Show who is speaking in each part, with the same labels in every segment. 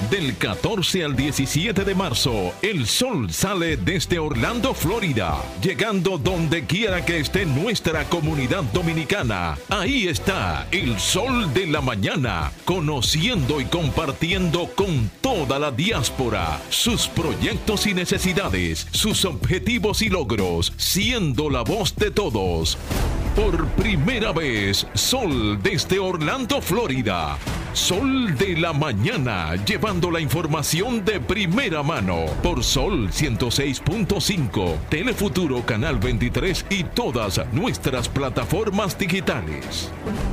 Speaker 1: Del 14 al 17 de marzo, el sol sale desde Orlando, Florida, llegando donde quiera que esté nuestra comunidad dominicana. Ahí está el sol de la mañana, conociendo y compartiendo con toda la diáspora sus proyectos y necesidades, sus objetivos y logros, siendo la voz de todos. Por primera vez, Sol desde Orlando, Florida. Sol de la mañana, llevando la información de primera mano por Sol 106.5, Telefuturo Canal 23 y todas nuestras plataformas digitales.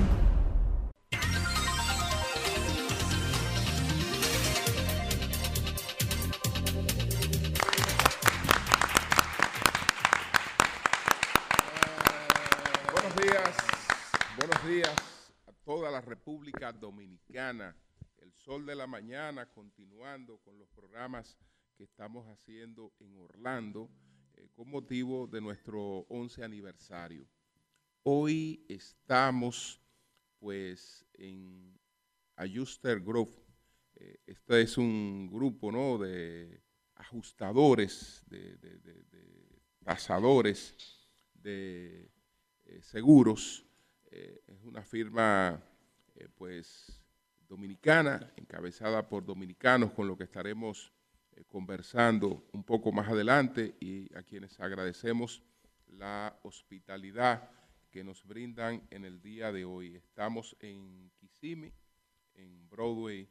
Speaker 2: Buenos días a toda la República Dominicana. El Sol de la Mañana, continuando con los programas que estamos haciendo en Orlando con motivo de nuestro 11 aniversario. Hoy estamos pues en Adjuster Group. Este es un grupo, ¿no?, de ajustadores, de tasadores, de seguros. Es una firma pues dominicana, encabezada por dominicanos, con lo que estaremos conversando un poco más adelante, y a quienes agradecemos la hospitalidad que nos brindan en el día de hoy. Estamos en Kissimmee, en Broadway,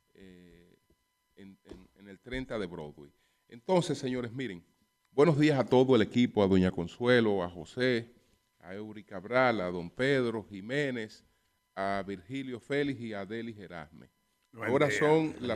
Speaker 2: en el 30 de Broadway. Entonces, señores, miren, buenos días a todo el equipo, a doña Consuelo, a José, a Eury Cabral, a don Pedro Jiménez, a Virgilio Félix y a Delis Erasme. Ahora son las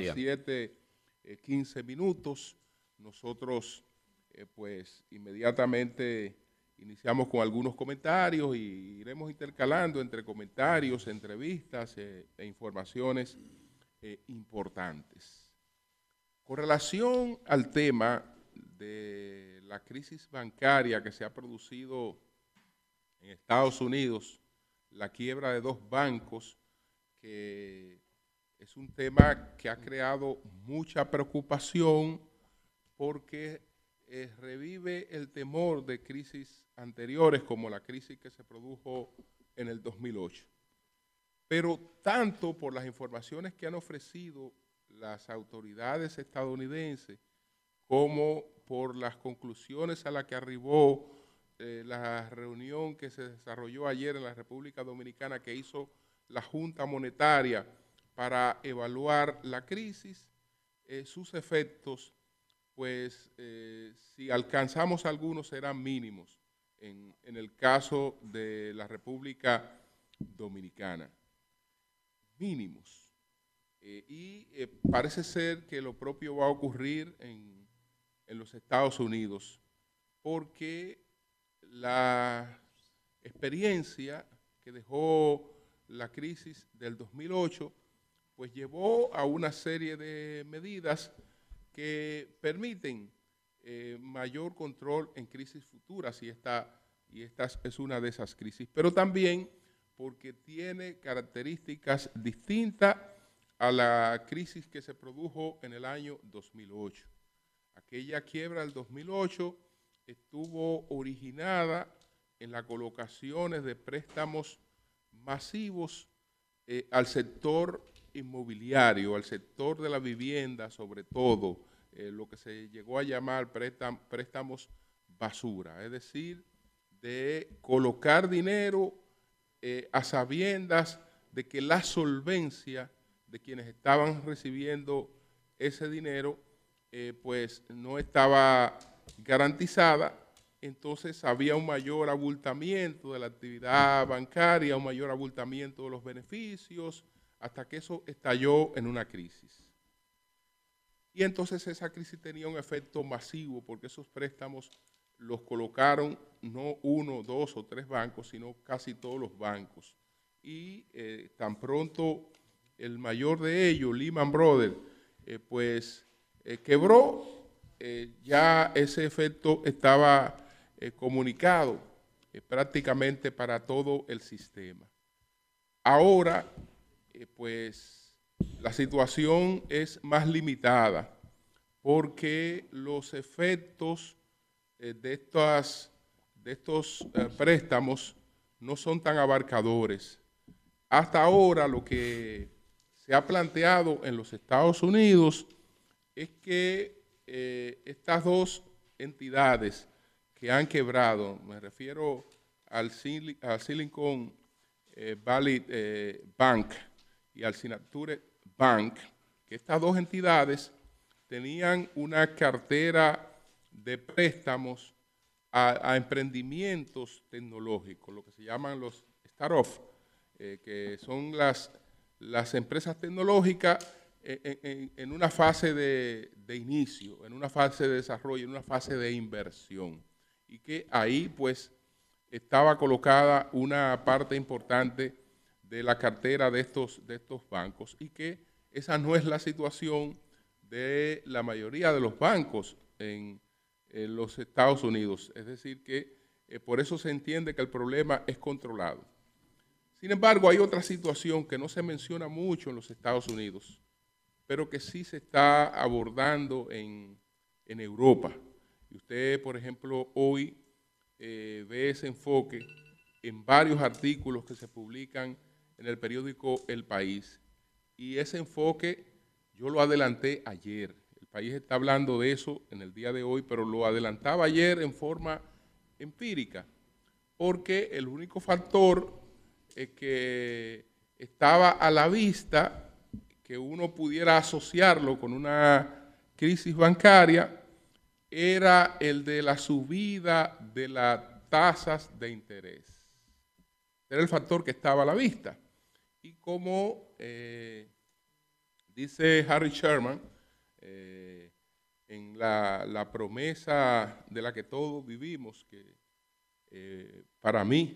Speaker 2: 7:15 minutos. Nosotros pues inmediatamente iniciamos con algunos comentarios y iremos intercalando entre comentarios, entrevistas e informaciones importantes. Con relación al tema de la crisis bancaria que se ha producido en Estados Unidos, la quiebra de 2 bancos, que es un tema que ha creado mucha preocupación porque revive el temor de crisis anteriores, como la crisis que se produjo en el 2008. Pero tanto por las informaciones que han ofrecido las autoridades estadounidenses como por las conclusiones a las que arribó la reunión que se desarrolló ayer en la República Dominicana, que hizo la Junta Monetaria para evaluar la crisis, sus efectos, pues si alcanzamos algunos serán mínimos en el caso de la República Dominicana. Mínimos. Parece ser que lo propio va a ocurrir en los Estados Unidos, porque la experiencia que dejó la crisis del 2008 pues llevó a una serie de medidas que permiten mayor control en crisis futuras, y esta es una de esas crisis, pero también porque tiene características distintas a la crisis que se produjo en el año 2008. Aquella quiebra del 2008 estuvo originada en las colocaciones de préstamos masivos al sector inmobiliario, al sector de la vivienda, sobre todo, lo que se llegó a llamar préstamos basura, es decir, de colocar dinero a sabiendas de que la solvencia de quienes estaban recibiendo ese dinero pues no estaba garantizada. Entonces había un mayor abultamiento de la actividad bancaria, un mayor abultamiento de los beneficios, hasta que eso estalló en una crisis. Y entonces esa crisis tenía un efecto masivo, porque esos préstamos los colocaron no 1, 2 o 3 bancos, sino casi todos los bancos. Y tan pronto el mayor de ellos, Lehman Brothers, quebró, ya ese efecto estaba comunicado prácticamente para todo el sistema. Ahora, pues la situación es más limitada porque los efectos de estos préstamos no son tan abarcadores. Hasta ahora lo que se ha planteado en los Estados Unidos es que estas dos entidades que han quebrado, me refiero al Silicon Valley Bank y al Signature Bank, que estas dos entidades tenían una cartera de préstamos a emprendimientos tecnológicos, lo que se llaman los startups, que son las empresas tecnológicas en una fase de inicio, en una fase de desarrollo, en una fase de inversión. Y que ahí pues estaba colocada una parte importante de la cartera de estos bancos y que esa no es la situación de la mayoría de los bancos en los Estados Unidos. Es decir que por eso se entiende que el problema es controlado. Sin embargo, hay otra situación que no se menciona mucho en los Estados Unidos, pero que sí se está abordando en Europa. Y usted, por ejemplo, hoy ve ese enfoque en varios artículos que se publican en el periódico El País. Y ese enfoque yo lo adelanté ayer. El País está hablando de eso en el día de hoy, pero lo adelantaba ayer en forma empírica, porque el único factor que estaba a la vista, que uno pudiera asociarlo con una crisis bancaria, era el de la subida de las tasas de interés. Era el factor que estaba a la vista. Y como dice Harry Sherman, en la promesa de la que todos vivimos, que para mí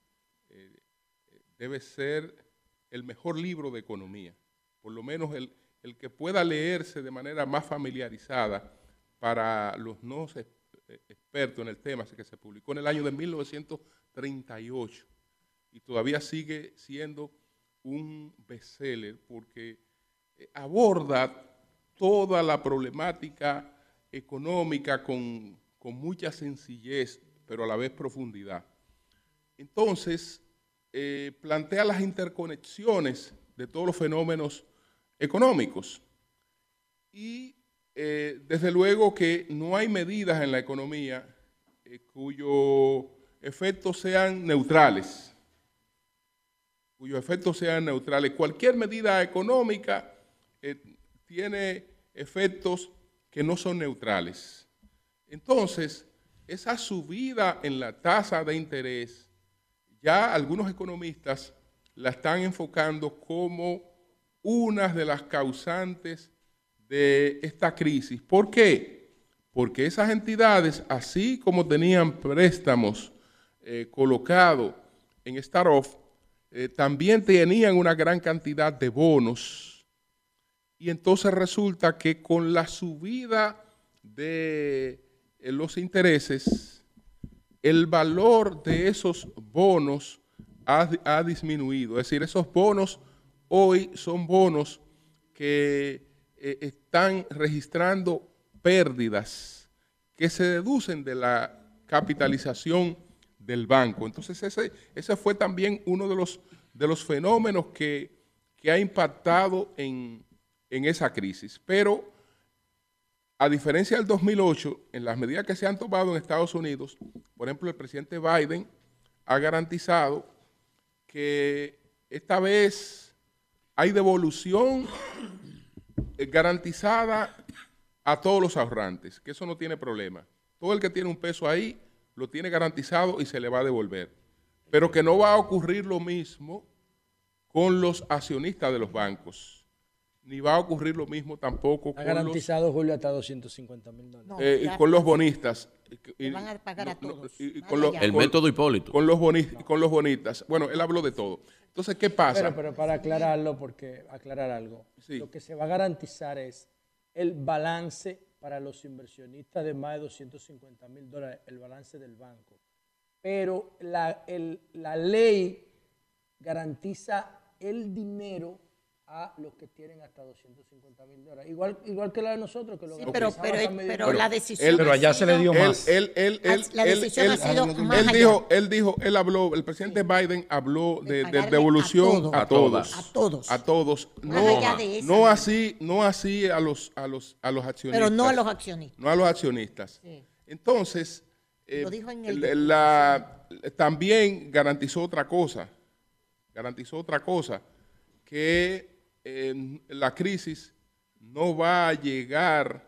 Speaker 2: debe ser el mejor libro de economía, por lo menos el que pueda leerse de manera más familiarizada para los no expertos en el tema, que se publicó en el año de 1938 y todavía sigue siendo un bestseller porque aborda toda la problemática económica con mucha sencillez, pero a la vez profundidad. Entonces, plantea las interconexiones de todos los fenómenos económicos y desde luego que no hay medidas en la economía cuyos efectos sean neutrales. Cualquier medida económica tiene efectos que no son neutrales. Entonces, esa subida en la tasa de interés, ya algunos economistas la están enfocando como una de las causantes de esta crisis. ¿Por qué? Porque esas entidades, así como tenían préstamos colocados en startups, también tenían una gran cantidad de bonos. Y entonces resulta que con la subida de los intereses, el valor de esos bonos ha disminuido. Es decir, esos bonos hoy son bonos que están registrando pérdidas que se deducen de la capitalización del banco. Entonces ese fue también uno de los fenómenos que ha impactado en esa crisis. Pero a diferencia del 2008, en las medidas que se han tomado en Estados Unidos, por ejemplo, el presidente Biden ha garantizado que esta vez hay devolución garantizada a todos los ahorrantes, que eso no tiene problema. Todo el que tiene un peso ahí lo tiene garantizado y se le va a devolver. Pero que no va a ocurrir lo mismo con los accionistas de los bancos, ni va a ocurrir lo mismo tampoco con
Speaker 3: garantizado, Julio, hasta $250,000.
Speaker 2: No, con los bonistas.
Speaker 4: Le van a pagar a todos.
Speaker 5: El método Hipólito.
Speaker 2: Con los bonistas. Bueno, él habló de todo. Entonces, ¿qué pasa?
Speaker 3: Pero para aclararlo, porque aclarar algo, sí. Lo que se va a garantizar es el balance para los inversionistas de más de $250,000, el balance del banco. Pero la ley garantiza el dinero a los que tienen hasta $250,000. Igual que la de nosotros, que lo
Speaker 4: sí, pero la decisión.
Speaker 6: Pero allá se le dio más.
Speaker 4: La decisión ha sido más allá.
Speaker 2: Él habló, el presidente Biden habló de devolución a todos. No así a los accionistas.
Speaker 4: Pero no a los accionistas.
Speaker 2: No a los accionistas. Sí. Entonces,
Speaker 4: lo dijo en
Speaker 2: también garantizó otra cosa, que la crisis no va a llegar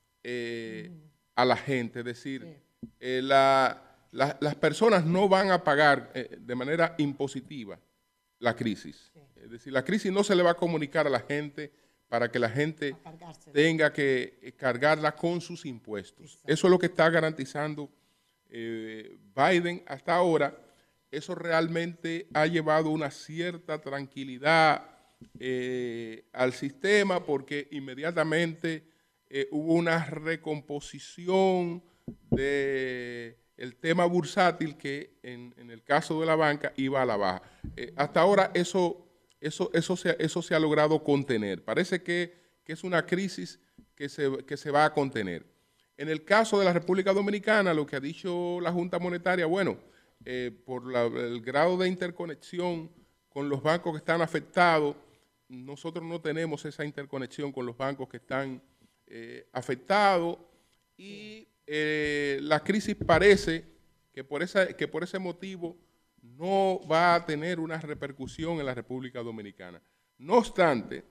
Speaker 2: a la gente, es decir, las personas no van a pagar de manera impositiva la crisis. Es decir, la crisis no se le va a comunicar a la gente para que la gente tenga que cargarla con sus impuestos. Exacto. Eso es lo que está garantizando Biden hasta ahora. Eso realmente ha llevado una cierta tranquilidad al sistema, porque inmediatamente hubo una recomposición del tema bursátil que en el caso de la banca iba a la baja. Hasta ahora eso se ha logrado contener. Parece que es una crisis que se va a contener. En el caso de la República Dominicana, lo que ha dicho la Junta Monetaria, bueno, por el grado de interconexión con los bancos que están afectados, nosotros no tenemos esa interconexión con los bancos que están afectados, y la crisis parece que por ese motivo no va a tener una repercusión en la República Dominicana. No obstante,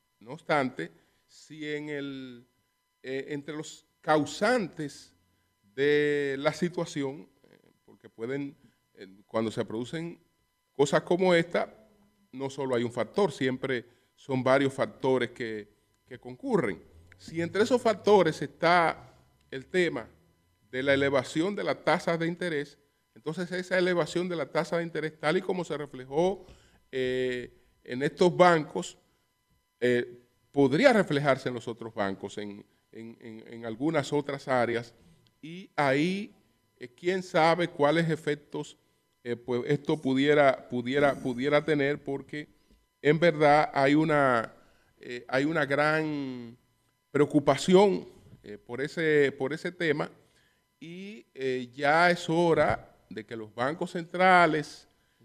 Speaker 2: si entre los causantes de la situación, porque cuando se producen cosas como esta, no solo hay un factor, siempre son varios factores que concurren. Si entre esos factores está el tema de la elevación de las tasas de interés, entonces esa elevación de la tasa de interés, tal y como se reflejó en estos bancos, podría reflejarse en los otros bancos, en algunas otras áreas, y ahí quién sabe cuáles efectos pues esto pudiera tener, porque en verdad hay una gran preocupación por ese tema, y ya es hora de que los bancos centrales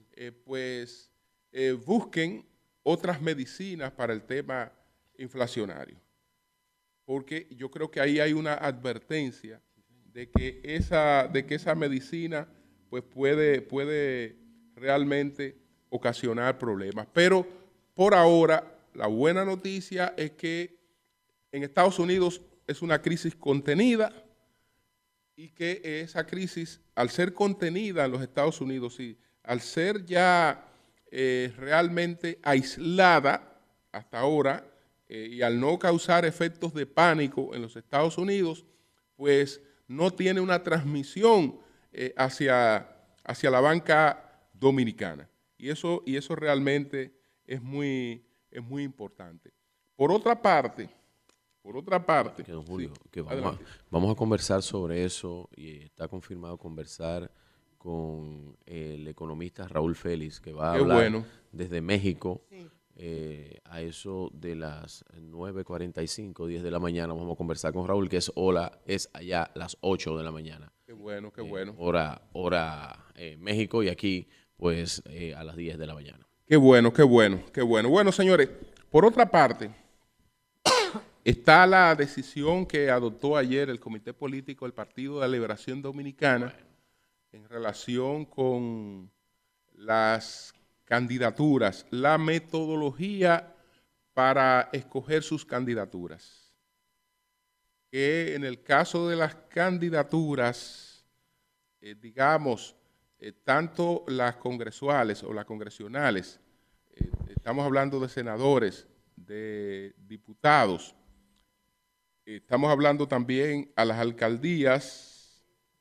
Speaker 2: busquen otras medicinas para el tema inflacionario, porque yo creo que ahí hay una advertencia de que esa medicina pues puede realmente ocasionar problemas. Pero por ahora la buena noticia es que en Estados Unidos es una crisis contenida, y que esa crisis, al ser contenida en los Estados Unidos y al ser ya realmente aislada hasta ahora, y al no causar efectos de pánico en los Estados Unidos, pues no tiene una transmisión hacia la banca dominicana. Y eso realmente es muy importante. Por otra parte,
Speaker 5: que don Julio, sí, que vamos a conversar sobre eso, y está confirmado conversar con el economista Raúl Félix, que va a hablar desde México. Sí. A eso de las 9:45, 10 de la mañana, vamos a conversar con Raúl, que es allá las 8 de la mañana.
Speaker 2: Qué bueno.
Speaker 5: Hora México, y aquí pues a las 10 de la mañana.
Speaker 2: Qué bueno. Bueno, señores, por otra parte, está la decisión que adoptó ayer el Comité Político del Partido de la Liberación Dominicana en relación con las candidaturas, la metodología para escoger sus candidaturas. Que en el caso de las candidaturas, tanto las congresuales o las congresionales, estamos hablando de senadores, de diputados, estamos hablando también a las alcaldías,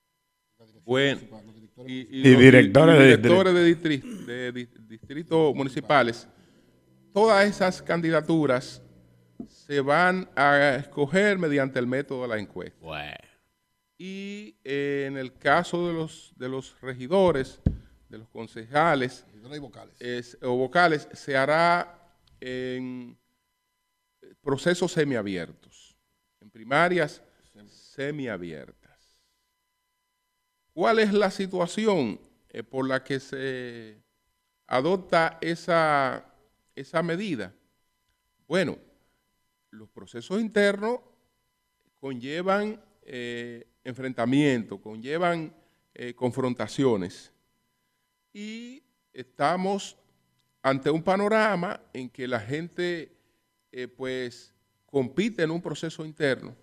Speaker 2: y directores de distritos municipales. Todas esas candidaturas se van a escoger mediante el método de la encuesta.
Speaker 5: Bueno.
Speaker 2: Y en el caso de los regidores, de los concejales
Speaker 6: o vocales,
Speaker 2: se hará en procesos semiabiertos, en primarias semiabiertas. ¿Cuál es la situación por la que se adopta esa medida? Bueno, los procesos internos conllevan enfrentamiento, conllevan confrontaciones, y estamos ante un panorama en que la gente pues compite en un proceso interno,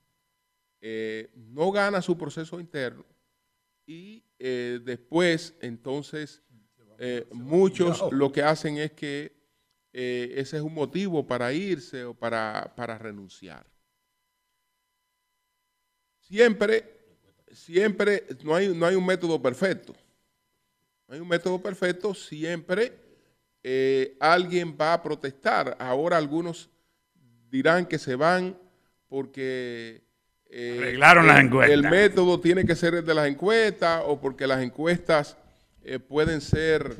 Speaker 2: no gana su proceso interno, y después entonces muchos lo que hacen es que ese es un motivo para irse o para renunciar. Siempre no hay un método perfecto. No hay un método perfecto, siempre alguien va a protestar. Ahora algunos dirán que se van porque
Speaker 6: arreglaron las encuestas.
Speaker 2: El método tiene que ser el de las encuestas, o porque las encuestas pueden ser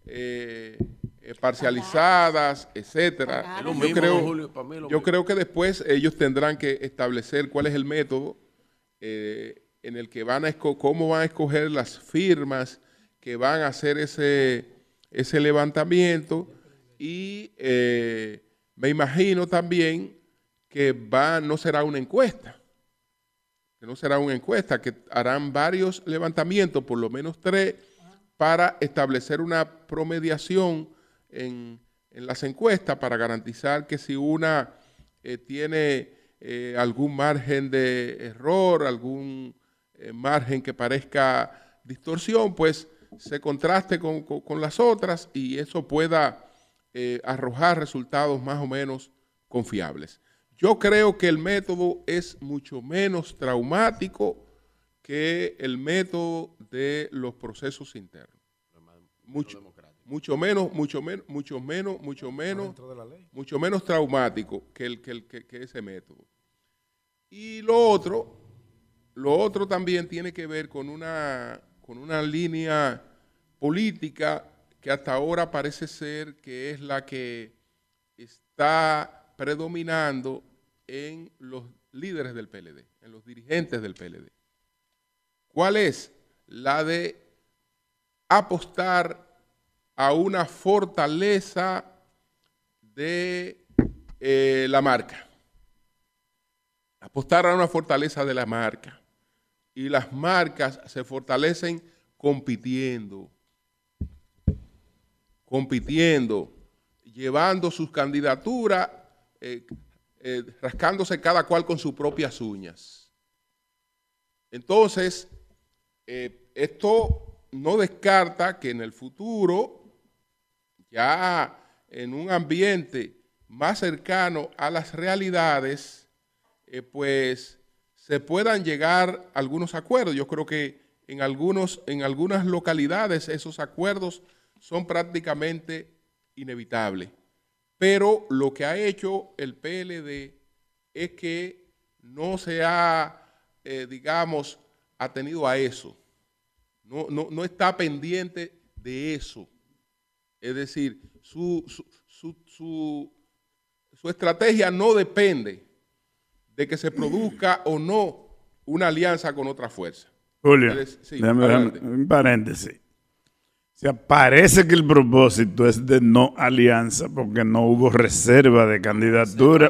Speaker 2: parcializadas, etcétera. Yo creo que después ellos tendrán que establecer cuál es el método en el que cómo van a escoger las firmas que van a hacer ese levantamiento, y me imagino también que no será una encuesta, que harán varios levantamientos, por lo menos 3, para establecer una promediación en las encuestas, para garantizar que si una tiene algún margen de error, algún margen que parezca distorsión, pues se contraste con las otras, y eso pueda arrojar resultados más o menos confiables. Yo creo que el método es mucho menos traumático que el método de los procesos internos. Mucho menos traumático que ese método. Y lo otro también tiene que ver con una línea política que hasta ahora parece ser que es la que está predominando en los líderes del PLD, en los dirigentes del PLD. ¿Cuál es? La de apostar a una fortaleza de la marca. Apostar a una fortaleza de la marca. Y las marcas se fortalecen compitiendo, llevando sus candidaturas, rascándose cada cual con sus propias uñas. Entonces, esto no descarta que en el futuro, ya en un ambiente más cercano a las realidades, pues se puedan llegar a algunos acuerdos. Yo creo que en algunas localidades esos acuerdos son prácticamente inevitables. Pero lo que ha hecho el PLD es que no se ha, atenido a eso. No está pendiente de eso. Es decir, su estrategia no depende de que se produzca o no una alianza con otra fuerza.
Speaker 6: Julio, déjame un paréntesis. O sea, parece que el propósito es de no alianza porque no hubo reserva de candidatura,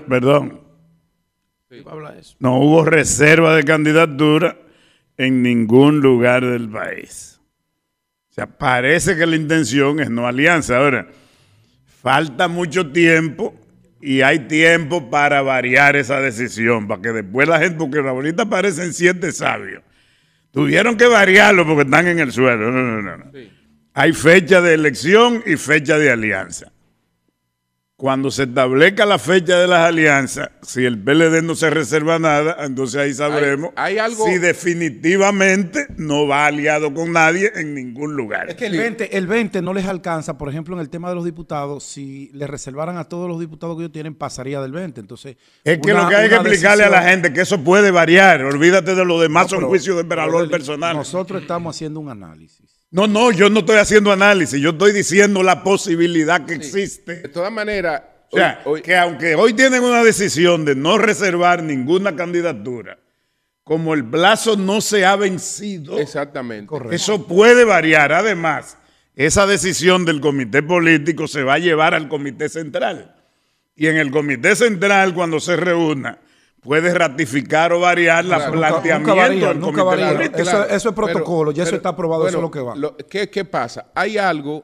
Speaker 6: no hubo reserva de candidatura en ningún lugar del país. O sea, parece que la intención es no alianza. Ahora, falta mucho tiempo y hay tiempo para variar esa decisión, para que después la gente, porque ahorita parecen 7 sabios, tuvieron que variarlo porque están en el suelo. No. Sí. Hay fecha de elección y fecha de alianza. Cuando se establezca la fecha de las alianzas, si el PLD no se reserva nada, entonces ahí sabremos si definitivamente no va aliado con nadie en ningún lugar.
Speaker 7: Es que el 20 no les alcanza, por ejemplo, en el tema de los diputados, si le reservaran a todos los diputados que ellos tienen, pasaría del 20. Entonces,
Speaker 6: es que lo que hay que explicarle a la gente que eso puede variar. Olvídate de lo demás, son juicios de valor personal.
Speaker 7: Nosotros estamos haciendo un análisis.
Speaker 6: No, yo no estoy haciendo análisis, yo estoy diciendo la posibilidad que existe.
Speaker 2: De todas maneras,
Speaker 6: O sea, que aunque hoy tienen una decisión de no reservar ninguna candidatura, como el plazo no se ha vencido,
Speaker 2: exactamente,
Speaker 6: eso puede variar. Además, esa decisión del comité político se va a llevar al comité central. Y en el comité central, cuando se reúna, puede ratificar o variar los planteamientos del comité político.
Speaker 7: Eso es protocolo, ya eso está aprobado, bueno, eso es lo que va.
Speaker 2: ¿Qué pasa? Hay algo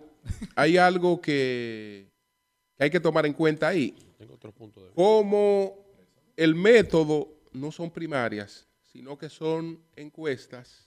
Speaker 2: que hay que tomar en cuenta ahí. Como el método no son primarias, sino que son encuestas,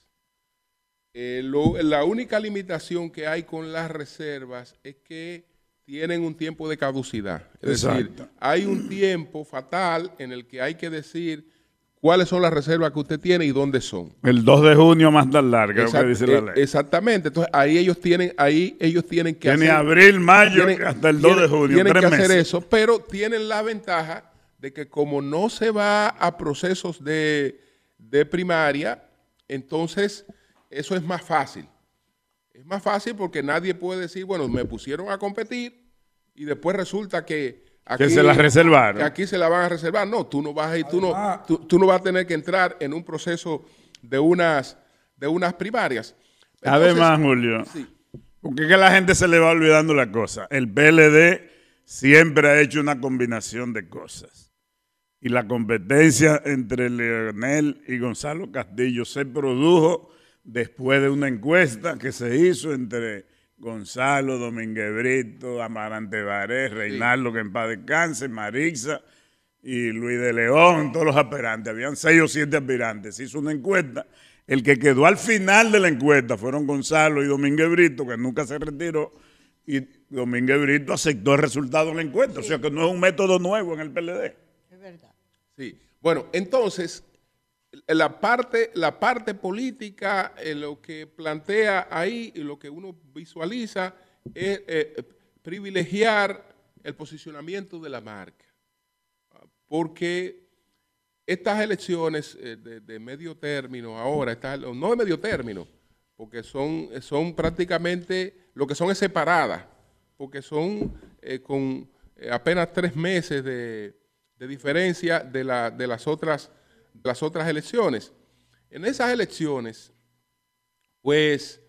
Speaker 2: la única limitación que hay con las reservas es que tienen un tiempo de caducidad. Es decir, hay un tiempo fatal en el que hay que decir cuáles son las reservas que usted tiene y dónde son.
Speaker 6: El 2 de junio más tarde, creo que dice la ley.
Speaker 2: Exactamente. Entonces, ahí ellos tienen que
Speaker 6: hacer... abril, mayo, hasta el 2 de junio,
Speaker 2: tienen
Speaker 6: 3
Speaker 2: que
Speaker 6: meses.
Speaker 2: hacer eso, pero tienen la ventaja de que como no se va a procesos de primaria, entonces eso es más fácil. Es más fácil porque nadie puede decir, bueno, me pusieron a competir y después resulta que aquí
Speaker 6: se la reservaron.
Speaker 2: Aquí se la van a reservar. No, tú no vas a ir, tú no vas a tener que entrar en un proceso de unas primarias. Entonces,
Speaker 6: además, Julio, porque es que a la gente se le va olvidando la cosa. El PLD siempre ha hecho una combinación de cosas. Y la competencia entre Leonel y Gonzalo Castillo se produjo después de una encuesta que se hizo entre Gonzalo, Domínguez Brito, Amarante Baré, Reinaldo, que en paz descanse, Marixa y Luis de León, todos los aspirantes. Habían 6 o 7 aspirantes. Se hizo una encuesta. El que quedó al final de la encuesta fueron Gonzalo y Domínguez Brito, que nunca se retiró, y Domínguez Brito aceptó el resultado de la encuesta. O sea que no es un método nuevo en el PLD.
Speaker 4: Es verdad.
Speaker 2: Sí. Bueno, entonces, la parte política, lo que plantea ahí y lo que uno visualiza es privilegiar el posicionamiento de la marca. Porque estas elecciones de medio término ahora, no de medio término, porque son prácticamente, lo que son es separadas, porque son con apenas 3 meses de diferencia de las otras elecciones. En esas elecciones, pues,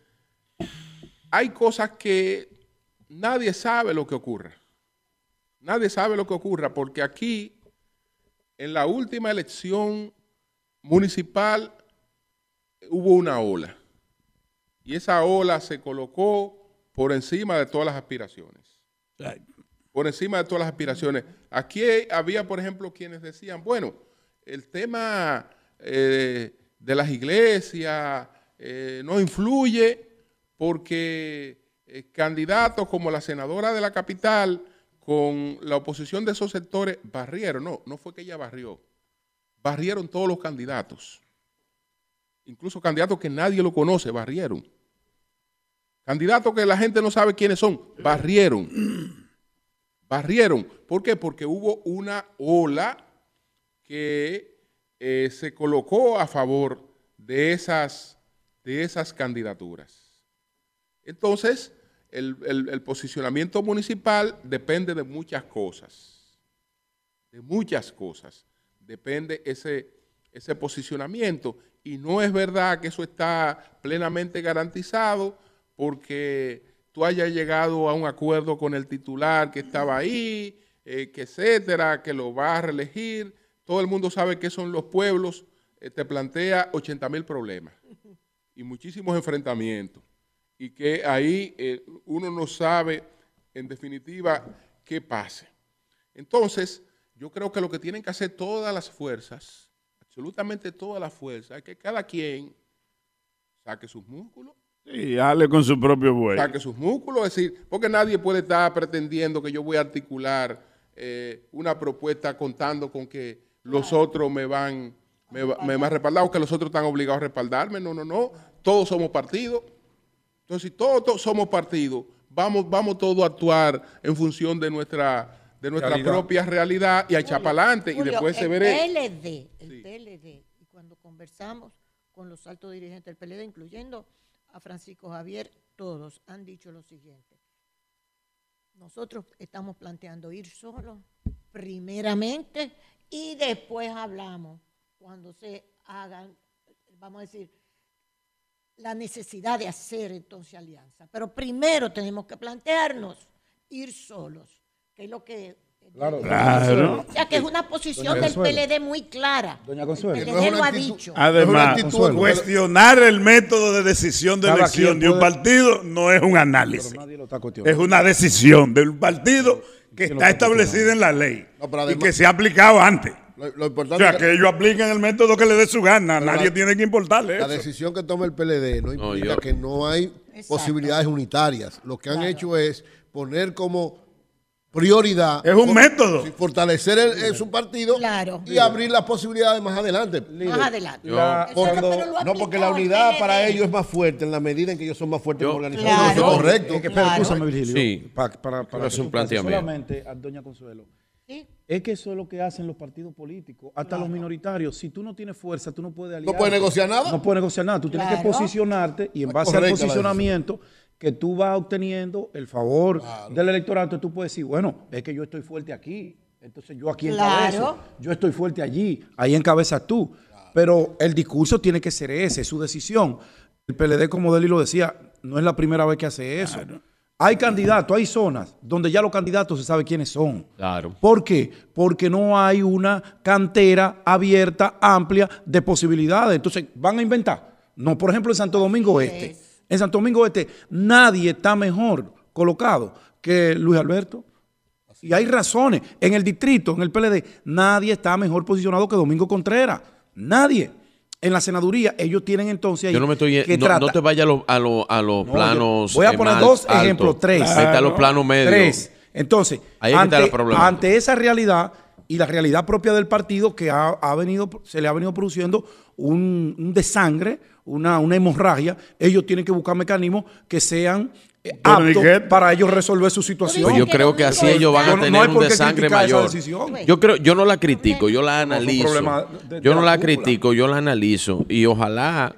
Speaker 2: hay cosas que nadie sabe lo que ocurra. Nadie sabe lo que ocurra, porque aquí, en la última elección municipal, hubo una ola. Y esa ola se colocó por encima de todas las aspiraciones. Por encima de todas las aspiraciones. Aquí había, por ejemplo, quienes decían, bueno, el tema de las iglesias no influye porque candidatos como la senadora de la capital con la oposición de esos sectores barrieron. No fue que ella barrió. Barrieron todos los candidatos. Incluso candidatos que nadie lo conoce, barrieron. Candidatos que la gente no sabe quiénes son, barrieron. Barrieron. ¿Por qué? Porque hubo una ola que se colocó a favor de esas candidaturas. Entonces, el posicionamiento municipal depende de muchas cosas. De muchas cosas. Depende ese posicionamiento. Y no es verdad que eso está plenamente garantizado porque tú hayas llegado a un acuerdo con el titular que estaba ahí, que etcétera, que lo va a reelegir. Todo el mundo sabe que son los pueblos, te plantea 80,000 problemas y muchísimos enfrentamientos. Y que ahí uno no sabe, en definitiva, qué pase. Entonces, yo creo que lo que tienen que hacer todas las fuerzas, absolutamente todas las fuerzas, es que cada quien saque sus músculos.
Speaker 6: Y hable con su propio buey.
Speaker 2: Saque sus músculos, es decir, porque nadie puede estar pretendiendo que yo voy a articular una propuesta contando con que los otros me van a respaldar o que los otros están obligados a respaldarme. No. Todos somos partidos. Entonces, si todos somos partidos, vamos todos a actuar en función de nuestra propia realidad y a echar para adelante. Y después se verá.
Speaker 4: El PLD, y cuando conversamos con los altos dirigentes del PLD, incluyendo a Francisco Javier, todos han dicho lo siguiente: nosotros estamos planteando ir solos, primeramente, y después hablamos cuando se hagan, vamos a decir, la necesidad de hacer entonces alianza. Pero primero tenemos que plantearnos ir solos, que es lo que...
Speaker 7: Claro.
Speaker 4: O sea, que es una posición del PLD muy clara.
Speaker 7: Doña Consuelo.
Speaker 4: El PLD lo ha dicho.
Speaker 6: Además, cuestionar el método de decisión de elección de un partido no es un análisis. Es una decisión de un partido que está establecida en la ley y que se ha aplicado antes.
Speaker 8: Lo importante
Speaker 6: o sea, que ellos apliquen el método que le dé su gana. Nadie tiene que importarle eso.
Speaker 8: La decisión que toma el PLD no implica que no hay posibilidades unitarias. Lo que han hecho es poner como prioridad.
Speaker 6: Es un método.
Speaker 8: Fortalecer su partido y abrir las posibilidades más adelante.
Speaker 4: Más adelante.
Speaker 8: Porque la unidad para ellos es más fuerte en la medida en que ellos son más fuertes como organización.
Speaker 4: Claro.
Speaker 8: Eso es correcto.
Speaker 7: Pero escúchame, Virgilio.
Speaker 5: Sí.
Speaker 7: Para
Speaker 5: hacer un planteamiento.
Speaker 7: Solamente a Doña Consuelo. ¿Sí? Es que eso es lo que hacen los partidos políticos, hasta los minoritarios. Si tú no tienes fuerza, tú no puedes aliarte.
Speaker 8: ¿No puedes negociar nada?
Speaker 7: No puedes negociar nada. Tú tienes que posicionarte y en base al posicionamiento que tú vas obteniendo el favor del electorado, tú puedes decir, bueno, es que yo estoy fuerte aquí, entonces yo aquí encabezo, yo estoy fuerte allí, ahí encabezas tú. Pero el discurso tiene que ser ese, es su decisión. El PLD, como Deli lo decía, no es la primera vez que hace eso. Hay candidatos, hay zonas donde ya los candidatos se sabe quiénes son.
Speaker 5: Claro.
Speaker 7: ¿Por qué? Porque no hay una cantera abierta, amplia de posibilidades. Entonces, ¿van a inventar? No, por ejemplo, en Santo Domingo Este. En Santo Domingo Este nadie está mejor colocado que Luis Alberto. Y hay razones. En el distrito, en el PLD, nadie está mejor posicionado que Domingo Contreras. Nadie. En la senaduría, ellos tienen entonces ahí
Speaker 5: yo no me estoy no te vayas a los planos.
Speaker 7: Voy a poner dos ejemplos, tres.
Speaker 5: Ahí está los planos medios.
Speaker 7: Tres. Entonces, ante esa realidad y la realidad propia del partido que se le ha venido produciendo un desangre, una hemorragia, ellos tienen que buscar mecanismos que sean aptos para ellos resolver su situación.
Speaker 5: Pues yo creo que así ellos van a tener un desangre mayor. Yo no la critico, yo la analizo. Yo no la critico, yo la analizo. Y ojalá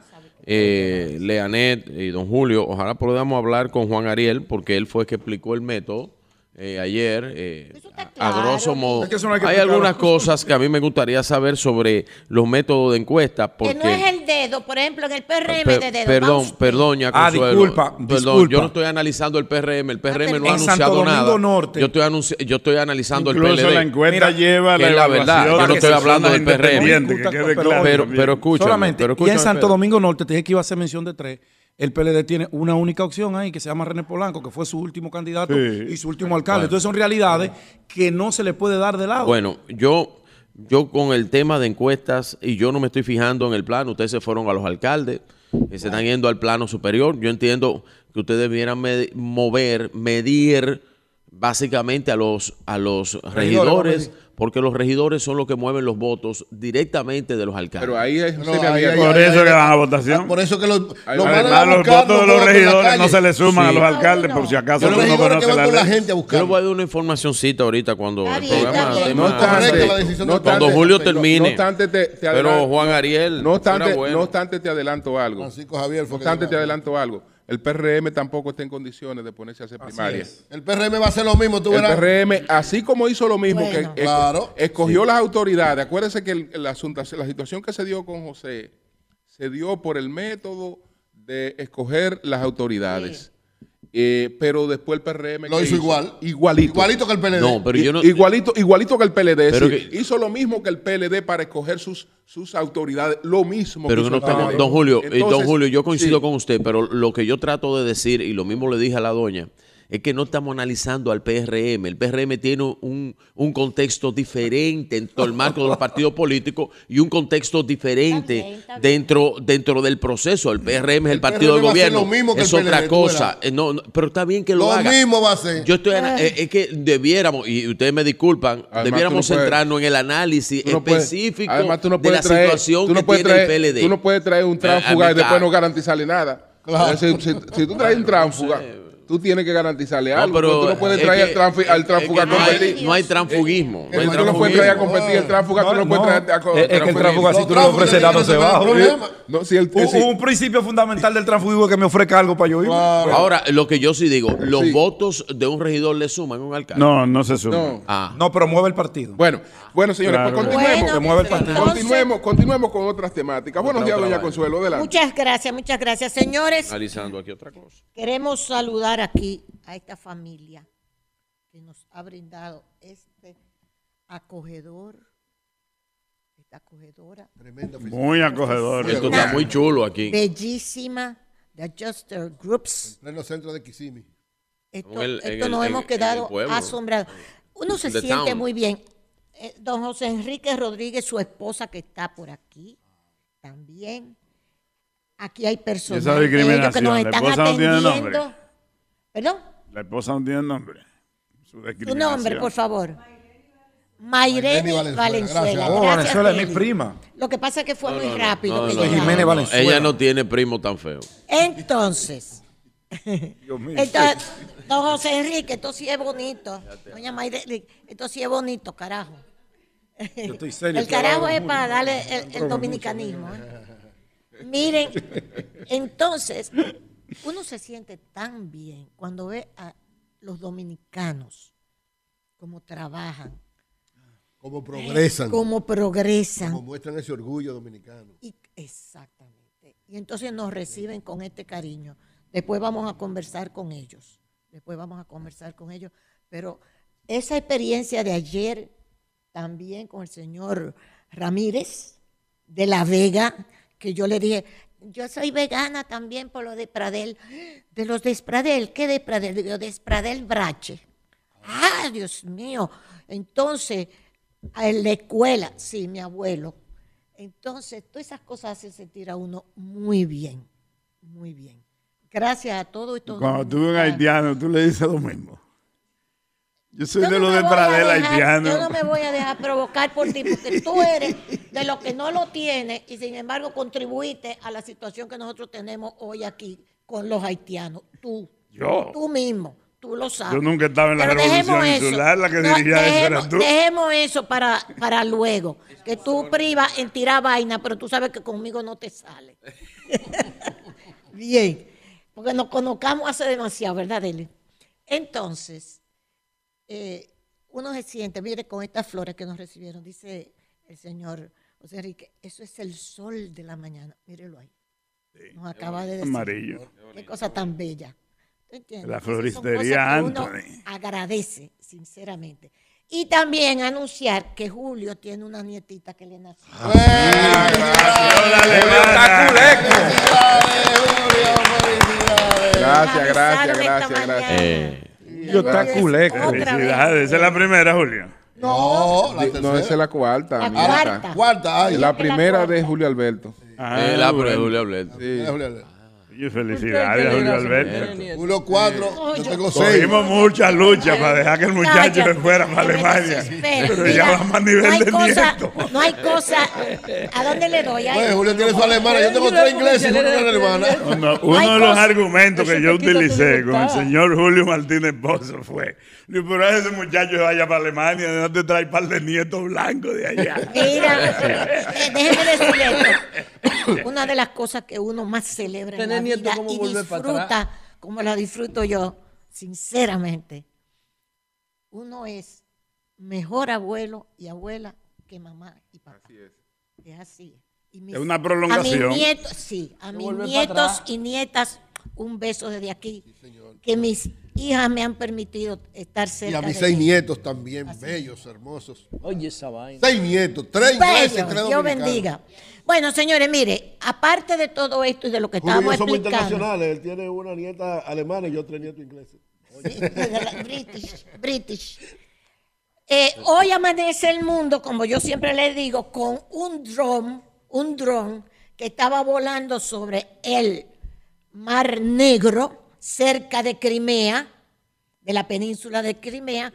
Speaker 5: Leanet y don Julio, ojalá podamos hablar con Juan Ariel, porque él fue el que explicó el método. Ayer, a grosso modo, hay algunas cosas que a mí me gustaría saber sobre los métodos de encuesta. Porque,
Speaker 4: que no es el dedo, por ejemplo, en el PRM de dedo.
Speaker 5: Perdón, ya Consuelo. Disculpa. Yo no estoy analizando el PRM. El PRM no ha anunciado nada. Norte, yo estoy analizando el PLD.
Speaker 6: La encuesta lleva
Speaker 5: que la verdad. Yo no estoy hablando del PRM. Pero escúchame.
Speaker 7: Y en Santo Domingo Norte, te dije que iba a hacer mención de tres. El PLD tiene una única opción ahí que se llama René Polanco, que fue su último candidato y su último alcalde. Entonces son realidades que no se le puede dar de lado.
Speaker 5: Bueno, yo con el tema de encuestas, y yo no me estoy fijando en el plano, ustedes se fueron a los alcaldes, se están yendo al plano superior. Yo entiendo que ustedes debieran medir básicamente a los regidores, porque los regidores son los que mueven los votos directamente de los alcaldes.
Speaker 2: Pero ahí es
Speaker 6: por eso que van a votación.
Speaker 8: Por eso que los
Speaker 6: votos de los regidores no se le suman a los alcaldes, por si acaso uno no conoce la ley.
Speaker 5: Yo les voy a dar una informacioncita ahorita cuando el programa
Speaker 2: cuando
Speaker 5: Julio termine.
Speaker 2: No obstante,
Speaker 5: pero Juan Ariel,
Speaker 2: no obstante te adelanto algo.
Speaker 8: Francisco Javier,
Speaker 2: no obstante te adelanto algo. El PRM tampoco está en condiciones de ponerse a hacer primarias.
Speaker 8: El PRM va a hacer lo mismo, tú verás.
Speaker 2: El PRM, así como hizo lo mismo, que escogió las autoridades. Acuérdense que la situación que se dio con José se dio por el método de escoger las autoridades. Pero después el PRM
Speaker 8: lo hizo igual.
Speaker 2: Igualito
Speaker 8: que el PLD.
Speaker 5: No, pero yo no,
Speaker 2: igualito que el PLD. Hizo lo mismo que el PLD para escoger sus autoridades. Lo mismo
Speaker 5: pero que no estamos, don Julio, yo coincido con usted, pero lo que yo trato de decir, y lo mismo le dije a la doña, es que no estamos analizando al PRM. El PRM tiene un contexto diferente en todo el marco de los partidos políticos y un contexto diferente dentro del proceso. El PRM es el partido de gobierno. Es otra cosa. Pero está bien que lo haga.
Speaker 8: Lo mismo va a ser.
Speaker 5: Yo estoy es que debiéramos, y ustedes me disculpan, debiéramos centrarnos en el análisis específico de la situación que tiene el PLD.
Speaker 2: Tú no puedes traer un tránsfuga y después no garantizarle nada. Claro. Si tú traes un tránsfuga... tú tienes que garantizarle algo. Pero tú no puedes traer al tránsfuga a competir.
Speaker 5: No hay transfugismo.
Speaker 2: Tú no puedes traer a competir el tránsfuga, tú no puedes traer a competir.
Speaker 7: Es que el tránsfuga, si tú no le ofreces nada, se va. Un principio fundamental del tránsfuga es que me ofrezca algo para yo ir.
Speaker 5: Ahora, lo que yo sí digo, los votos de un regidor le suman a un alcalde.
Speaker 7: No se suman. No, pero mueve el partido.
Speaker 2: Bueno, señores, pues continuemos.
Speaker 7: Mueve el partido.
Speaker 2: Continuemos con otras temáticas. Buenos días, doña Consuelo. Adelante.
Speaker 4: Muchas gracias, señores.
Speaker 5: Analizando aquí otra cosa.
Speaker 4: Queremos saludar aquí a esta familia que nos ha brindado esta acogedora.
Speaker 6: Muy acogedor.
Speaker 5: Esto está muy chulo aquí.
Speaker 4: Bellísima, The Adjuster Groups.
Speaker 8: En pleno centro de Kissimmee.
Speaker 4: Esto nos hemos quedado asombrados. Uno se siente muy bien. Don José Enrique Rodríguez, su esposa que está por aquí, también. Aquí hay personas que nos están atendiendo. ¿Perdón?
Speaker 6: La esposa no tiene nombre.
Speaker 4: Su nombre, por favor. Mayreni Valenzuela.
Speaker 7: Valenzuela es mi prima.
Speaker 4: Lo que pasa es que fue muy rápido.
Speaker 7: Jiménez Valenzuela.
Speaker 5: Ella no tiene primo tan feo.
Speaker 4: Entonces, don José Enrique, esto sí es bonito. Doña Mayreni, esto sí es bonito, carajo.
Speaker 7: Yo estoy serio.
Speaker 4: El carajo es para darle el dominicanismo. Miren, entonces, uno se siente tan bien cuando ve a los dominicanos cómo trabajan.
Speaker 8: Cómo progresan.
Speaker 4: Cómo
Speaker 8: muestran ese orgullo dominicano.
Speaker 4: Exactamente. Y entonces nos reciben con este cariño. Después vamos a conversar con ellos. Pero esa experiencia de ayer también con el señor Ramírez de La Vega, que yo le dije, yo soy vegana también por lo de Pradel. De los de Pradel, ¿qué de Pradel? Digo, de Pradel Brache. ¡Ah, Dios mío! Entonces, en la escuela, sí, mi abuelo. Entonces, todas esas cosas hacen sentir a uno muy bien, muy bien. Gracias a todos estos.
Speaker 6: Cuando tú ves un haitiano, tú le dices lo mismo. Yo soy de los de Pradel haitiano.
Speaker 4: Yo no me voy a dejar provocar por ti, porque tú eres de los que no lo tienes y sin embargo contribuiste a la situación que nosotros tenemos hoy aquí con los haitianos. Tú mismo, tú lo sabes.
Speaker 6: Yo nunca estaba en la revolución insular, la que dirigía eso eras tú.
Speaker 4: Dejemos eso para luego, que tú privas en tirar vaina, pero tú sabes que conmigo no te sale. Bien, porque nos conozcamos hace demasiado, ¿verdad, Deli? Entonces, uno se siente, mire, con estas flores que nos recibieron, dice el señor José Enrique, eso es el sol de la mañana, mírelo ahí. Nos acaba de decir.
Speaker 6: Amarillo.
Speaker 4: Qué cosa tan bella. ¿Tú entiendes?
Speaker 6: La floristería Anthony.
Speaker 4: Uno agradece, sinceramente. Y también anunciar que Julio tiene una nietita que le nació.
Speaker 2: Gracias.
Speaker 6: Yo está culé. Felicidades. ¿Esa es la primera, Julio?
Speaker 2: No, esa es la cuarta.
Speaker 4: La cuarta.
Speaker 2: La primera de Julio Alberto.
Speaker 5: La primera de Julio Alberto.
Speaker 2: Sí.
Speaker 6: Felicidades a Julio Alberto.
Speaker 8: Julio 4, yo tengo 6.
Speaker 6: Cogimos muchas luchas para dejar que el muchacho se fuera para Alemania. Pero ya vamos a nivel de nieto.
Speaker 4: No hay cosa. ¿A dónde le doy?
Speaker 8: Pues Julio tiene su alemana. Yo tengo 3 ingleses y Julio tiene alemana.
Speaker 6: Uno de los argumentos que yo utilicé con el señor Julio Martínez Pozo fue: pero ese muchacho vaya para Alemania, no te trae un par de nietos blancos de allá.
Speaker 4: Mira, déjeme decirle esto. Una de las cosas que uno más celebra en la vida y disfruta, como la disfruto yo, sinceramente, uno es mejor abuelo y abuela que mamá y papá.
Speaker 2: Así es.
Speaker 4: Es así.
Speaker 6: Es una prolongación.
Speaker 4: A mis nietos, a mis nietos y nietas, un beso desde aquí. Sí, que mis hijas me han permitido estar cerca.
Speaker 8: Y a mis 6 nietos también, así. Bellos, hermosos.
Speaker 3: Oye, esa vaina.
Speaker 8: 6 nietos, 3 ingleses, 3 dominicanos.
Speaker 4: Dios bendiga. Bueno, señores, mire, aparte de todo esto y de lo que estábamos explicando.
Speaker 8: Somos internacionales. Él tiene una nieta alemana y yo 3 nietos ingleses.
Speaker 4: Sí, British. Hoy amanece el mundo, como yo siempre les digo, con un dron que estaba volando sobre el Mar Negro, cerca de Crimea, de la península de Crimea.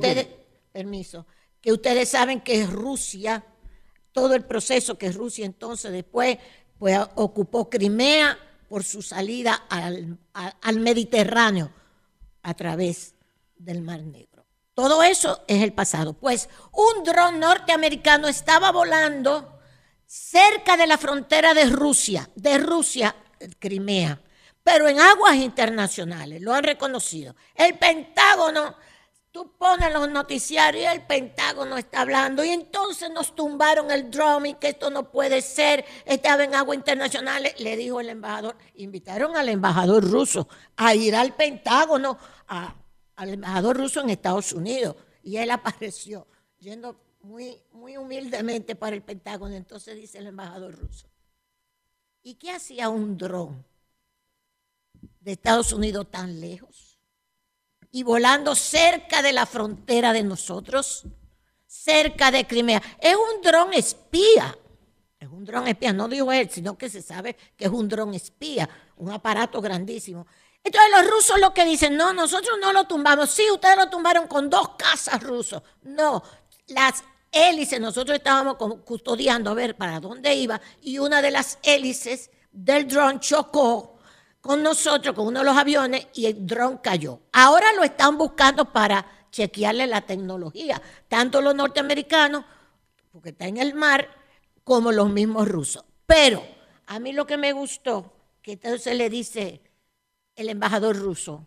Speaker 4: Que ustedes saben que Rusia, todo el proceso que Rusia entonces después pues, ocupó Crimea por su salida al Mediterráneo, a través del Mar Negro. Todo eso es el pasado. Pues un dron norteamericano estaba volando cerca de la frontera de Rusia, Crimea, pero en aguas internacionales, lo han reconocido. El Pentágono, tú pones los noticiarios y el Pentágono está hablando, y entonces nos tumbaron el dron y que esto no puede ser, estaba en aguas internacionales, le dijo el embajador. Invitaron al embajador ruso a ir al Pentágono, al embajador ruso en Estados Unidos, y él apareció yendo muy, muy humildemente para el Pentágono. Entonces dice el embajador ruso, ¿y qué hacía un dron de Estados Unidos tan lejos y volando cerca de la frontera de nosotros, cerca de Crimea? Es un dron espía, no dijo él, sino que se sabe que es un dron espía, un aparato grandísimo. Entonces los rusos lo que dicen, no, nosotros no lo tumbamos. Sí, ustedes lo tumbaron con 2 cazas rusos. No, las hélices, nosotros estábamos custodiando a ver para dónde iba, y una de las hélices del dron chocó con nosotros, con uno de los aviones, y el dron cayó. Ahora lo están buscando para chequearle la tecnología, tanto los norteamericanos, porque está en el mar, como los mismos rusos. Pero a mí lo que me gustó, que entonces le dice el embajador ruso,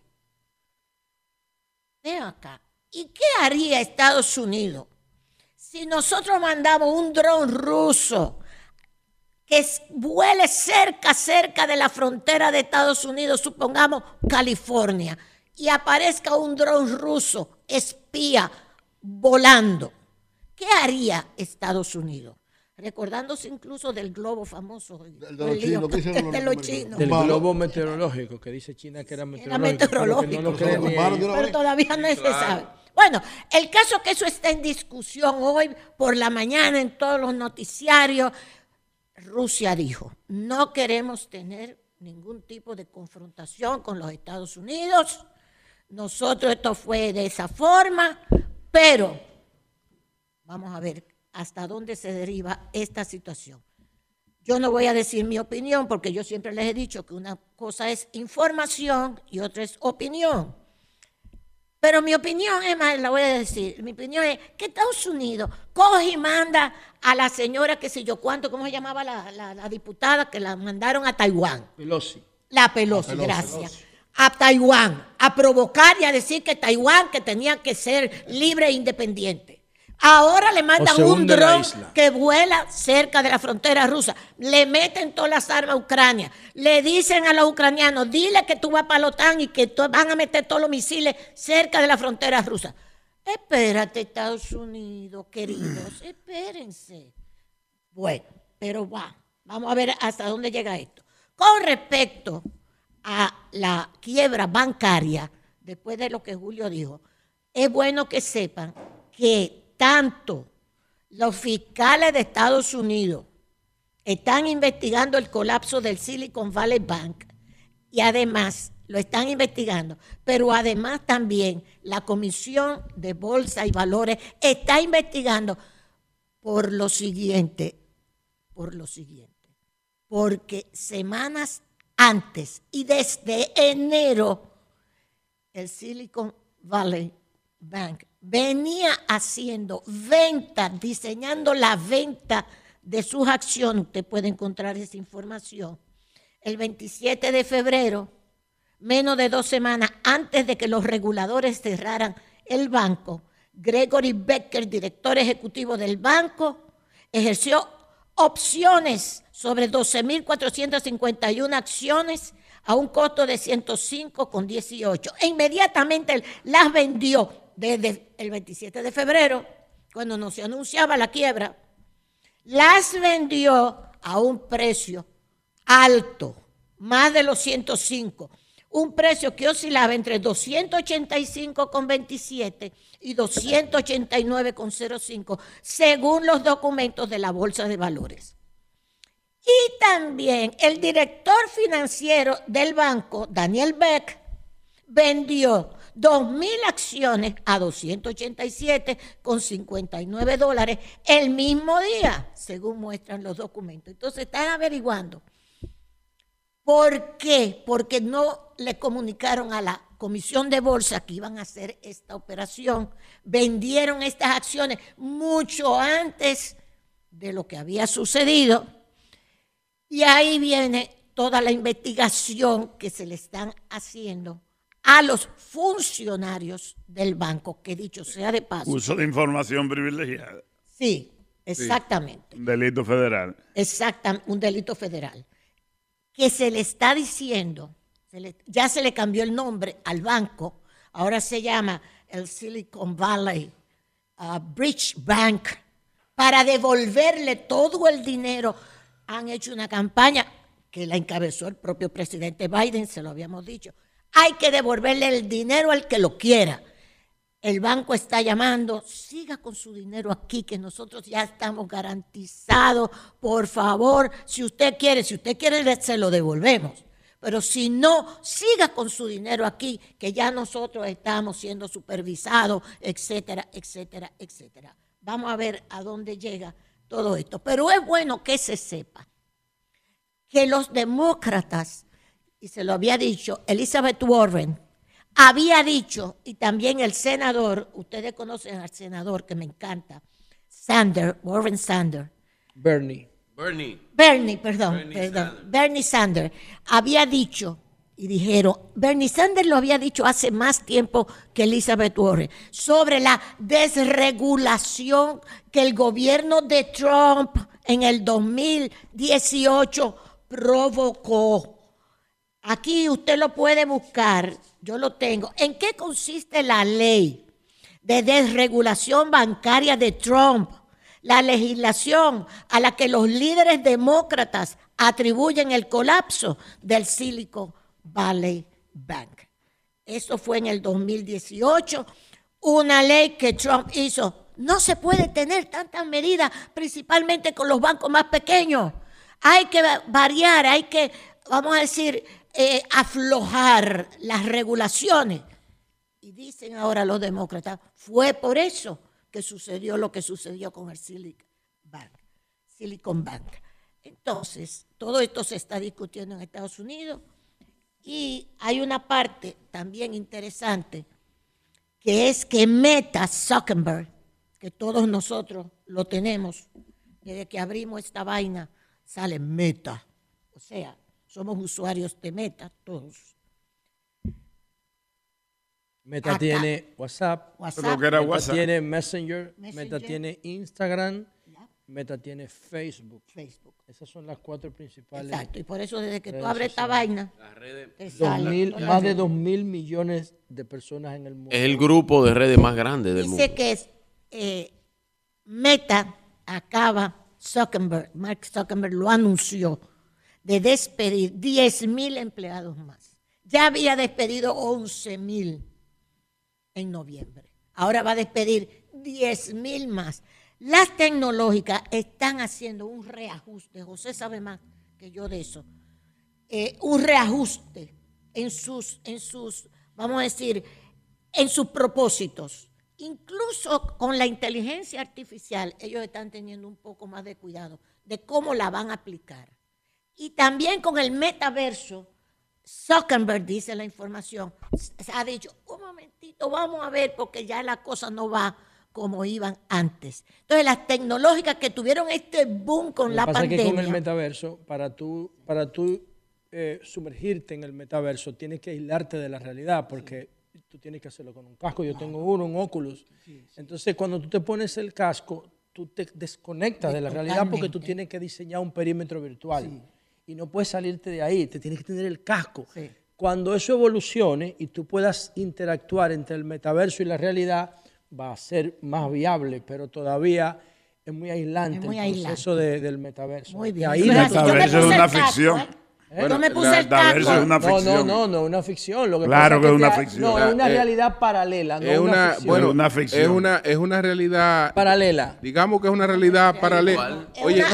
Speaker 4: ven acá, ¿y qué haría Estados Unidos si nosotros mandamos un dron ruso que vuele cerca de la frontera de Estados Unidos, supongamos California, y aparezca un dron ruso espía volando? ¿Qué haría Estados Unidos? Recordándose incluso del globo famoso. De los chinos.
Speaker 3: Del globo meteorológico, que dice China que era meteorológico.
Speaker 4: Pero todavía no se sabe. Bueno, el caso es que eso está en discusión hoy por la mañana en todos los noticiarios. Rusia dijo, no queremos tener ningún tipo de confrontación con los Estados Unidos. Nosotros esto fue de esa forma, pero vamos a ver hasta dónde se deriva esta situación. Yo no voy a decir mi opinión, porque yo siempre les he dicho que una cosa es información y otra es opinión. Pero mi opinión, es más, la voy a decir, mi opinión es que Estados Unidos coge y manda a la señora, qué sé yo cuánto, ¿cómo se llamaba la diputada? Que la mandaron a Taiwán.
Speaker 3: Pelosi.
Speaker 4: La Pelosi, gracias. A Taiwán, a provocar y a decir que Taiwán que tenía que ser libre e independiente. Ahora le mandan un dron que vuela cerca de la frontera rusa. Le meten todas las armas a Ucrania. Le dicen a los ucranianos, dile que tú vas para la OTAN y que van a meter todos los misiles cerca de la frontera rusa. Espérate, Estados Unidos, queridos, espérense. Bueno, pero vamos a ver hasta dónde llega esto. Con respecto a la quiebra bancaria, después de lo que Julio dijo, es bueno que sepan que tanto los fiscales de Estados Unidos están investigando el colapso del Silicon Valley Bank, y además lo están investigando, pero además también la Comisión de Bolsa y Valores está investigando por lo siguiente, porque semanas antes y desde enero el Silicon Valley Bank venía haciendo ventas, diseñando la venta de sus acciones. Usted puede encontrar esa información. El 27 de febrero, menos de 2 semanas antes de que los reguladores cerraran el banco, Gregory Becker, director ejecutivo del banco, ejerció opciones sobre 12.451 acciones a un costo de 105,18. E inmediatamente las vendió desde el 27 de febrero, cuando no se anunciaba la quiebra. Las vendió a un precio alto, más de los 105, un precio que oscilaba entre 285,27 y 289,05, según los documentos de la Bolsa de Valores. Y también el director financiero del banco, Daniel Beck, vendió 2.000 acciones a $287,59 el mismo día, según muestran los documentos. Entonces están averiguando por qué, porque no le comunicaron a la Comisión de Bolsa que iban a hacer esta operación, vendieron estas acciones mucho antes de lo que había sucedido. Y ahí viene toda la investigación que se le están haciendo a los funcionarios del banco, que dicho sea de paso.
Speaker 6: Uso de información privilegiada.
Speaker 4: Sí, exactamente.
Speaker 6: Sí, un delito federal.
Speaker 4: Exactamente, un delito federal. Que se le está diciendo, ya se le cambió el nombre al banco, ahora se llama el Silicon Valley Bridge Bank, para devolverle todo el dinero. Han hecho una campaña que la encabezó el propio presidente Biden, se lo habíamos dicho. Hay que devolverle el dinero al que lo quiera. El banco está llamando, siga con su dinero aquí, que nosotros ya estamos garantizados. Por favor, si usted quiere, se lo devolvemos. Pero si no, siga con su dinero aquí, que ya nosotros estamos siendo supervisados, etcétera, etcétera, etcétera. Vamos a ver a dónde llega todo esto. Pero es bueno que se sepa que los demócratas, y se lo había dicho Elizabeth Warren, había dicho, y también el senador, ustedes conocen al senador que me encanta, Warren Sanders.
Speaker 3: Bernie
Speaker 4: Sanders había dicho, y dijeron, Bernie Sanders lo había dicho hace más tiempo que Elizabeth Warren, sobre la desregulación que el gobierno de Trump en el 2018 provocó. Aquí usted lo puede buscar, yo lo tengo. ¿En qué consiste la ley de desregulación bancaria de Trump? La legislación a la que los líderes demócratas atribuyen el colapso del Silicon Valley Bank. Eso fue en el 2018, una ley que Trump hizo. No se puede tener tantas medidas, principalmente con los bancos más pequeños. Hay que variar, hay que, vamos a decir, aflojar las regulaciones. Y dicen ahora los demócratas, fue por eso que sucedió lo que sucedió con el Silicon Bank. Entonces, todo esto se está discutiendo en Estados Unidos y hay una parte también interesante, que es que Meta, Zuckerberg, que todos nosotros lo tenemos, desde que abrimos esta vaina, sale Meta. O sea, somos usuarios de Meta, todos.
Speaker 3: Meta tiene WhatsApp, Meta tiene Messenger, Meta tiene Instagram, Meta tiene Facebook. Esas son las 4 principales.
Speaker 4: Exacto, y por eso desde que tú abres esta vaina,
Speaker 3: más de 2.000 millones de personas en el mundo.
Speaker 5: Es el grupo de redes más grande del mundo.
Speaker 4: Dice que Meta acaba, Mark Zuckerberg lo anunció, de despedir 10.000 empleados más. Ya había despedido 11.000 en noviembre. Ahora va a despedir 10.000 más. Las tecnológicas están haciendo un reajuste. José sabe más que yo de eso. Un reajuste en sus, vamos a decir, en sus propósitos. Incluso con la inteligencia artificial, ellos están teniendo un poco más de cuidado de cómo la van a aplicar. Y también con el metaverso, Zuckerberg, dice la información, ha dicho, un momentito, vamos a ver, porque ya la cosa no va como iban antes. Entonces, las tecnológicas que tuvieron este boom con la pandemia.
Speaker 3: Que con el metaverso, para tú sumergirte en el metaverso, tienes que aislarte de la realidad, porque tú tienes que hacerlo con un casco. Yo tengo uno, un Oculus. Entonces, cuando tú te pones el casco, tú te desconectas de la realidad porque tú tienes que diseñar un perímetro virtual. Y no puedes salirte de ahí, te tienes que tener el casco. Cuando eso evolucione y tú puedas interactuar entre el metaverso y la realidad, va a ser más viable, pero todavía es muy aislante el proceso del metaverso.
Speaker 4: Muy bien.
Speaker 6: El metaverso es una ficción.
Speaker 4: Yo me puse el casco.
Speaker 6: Es una ficción.
Speaker 3: No, una ficción.
Speaker 6: Claro que es una ficción.
Speaker 3: No, es una realidad paralela.
Speaker 2: Es una ficción.
Speaker 6: Una ficción.
Speaker 2: Es una realidad
Speaker 3: paralela.
Speaker 2: Digamos que es una realidad paralela.
Speaker 4: Oye,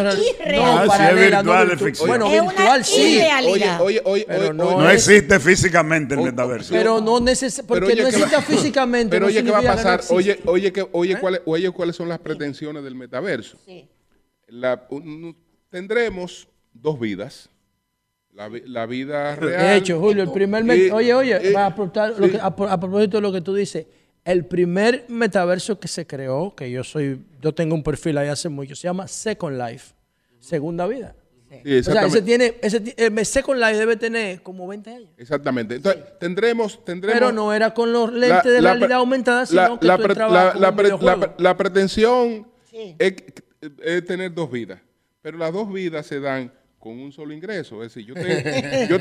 Speaker 3: bueno, virtual sí.
Speaker 2: Oye,
Speaker 6: no existe físicamente el metaverso.
Speaker 3: Pero no porque no existe físicamente.
Speaker 2: Pero oye, ¿qué va a pasar? Oye, ¿cuáles son las pretensiones del metaverso? Tendremos 2 vidas. la vida real.
Speaker 3: De hecho, Julio, el primer... a propósito de lo que tú dices, el primer metaverso que se creó, que yo tengo un perfil ahí hace mucho, se llama Second Life, segunda vida. Sí, exactamente. O sea, Second Life debe tener como 20 años.
Speaker 2: Exactamente. Entonces, tendremos...
Speaker 3: Pero no era con los lentes de realidad aumentada, sino que tú entrabas con un videojuego.
Speaker 2: La pretensión es tener 2 vidas, pero las 2 vidas se dan con un solo ingreso. Es decir, yo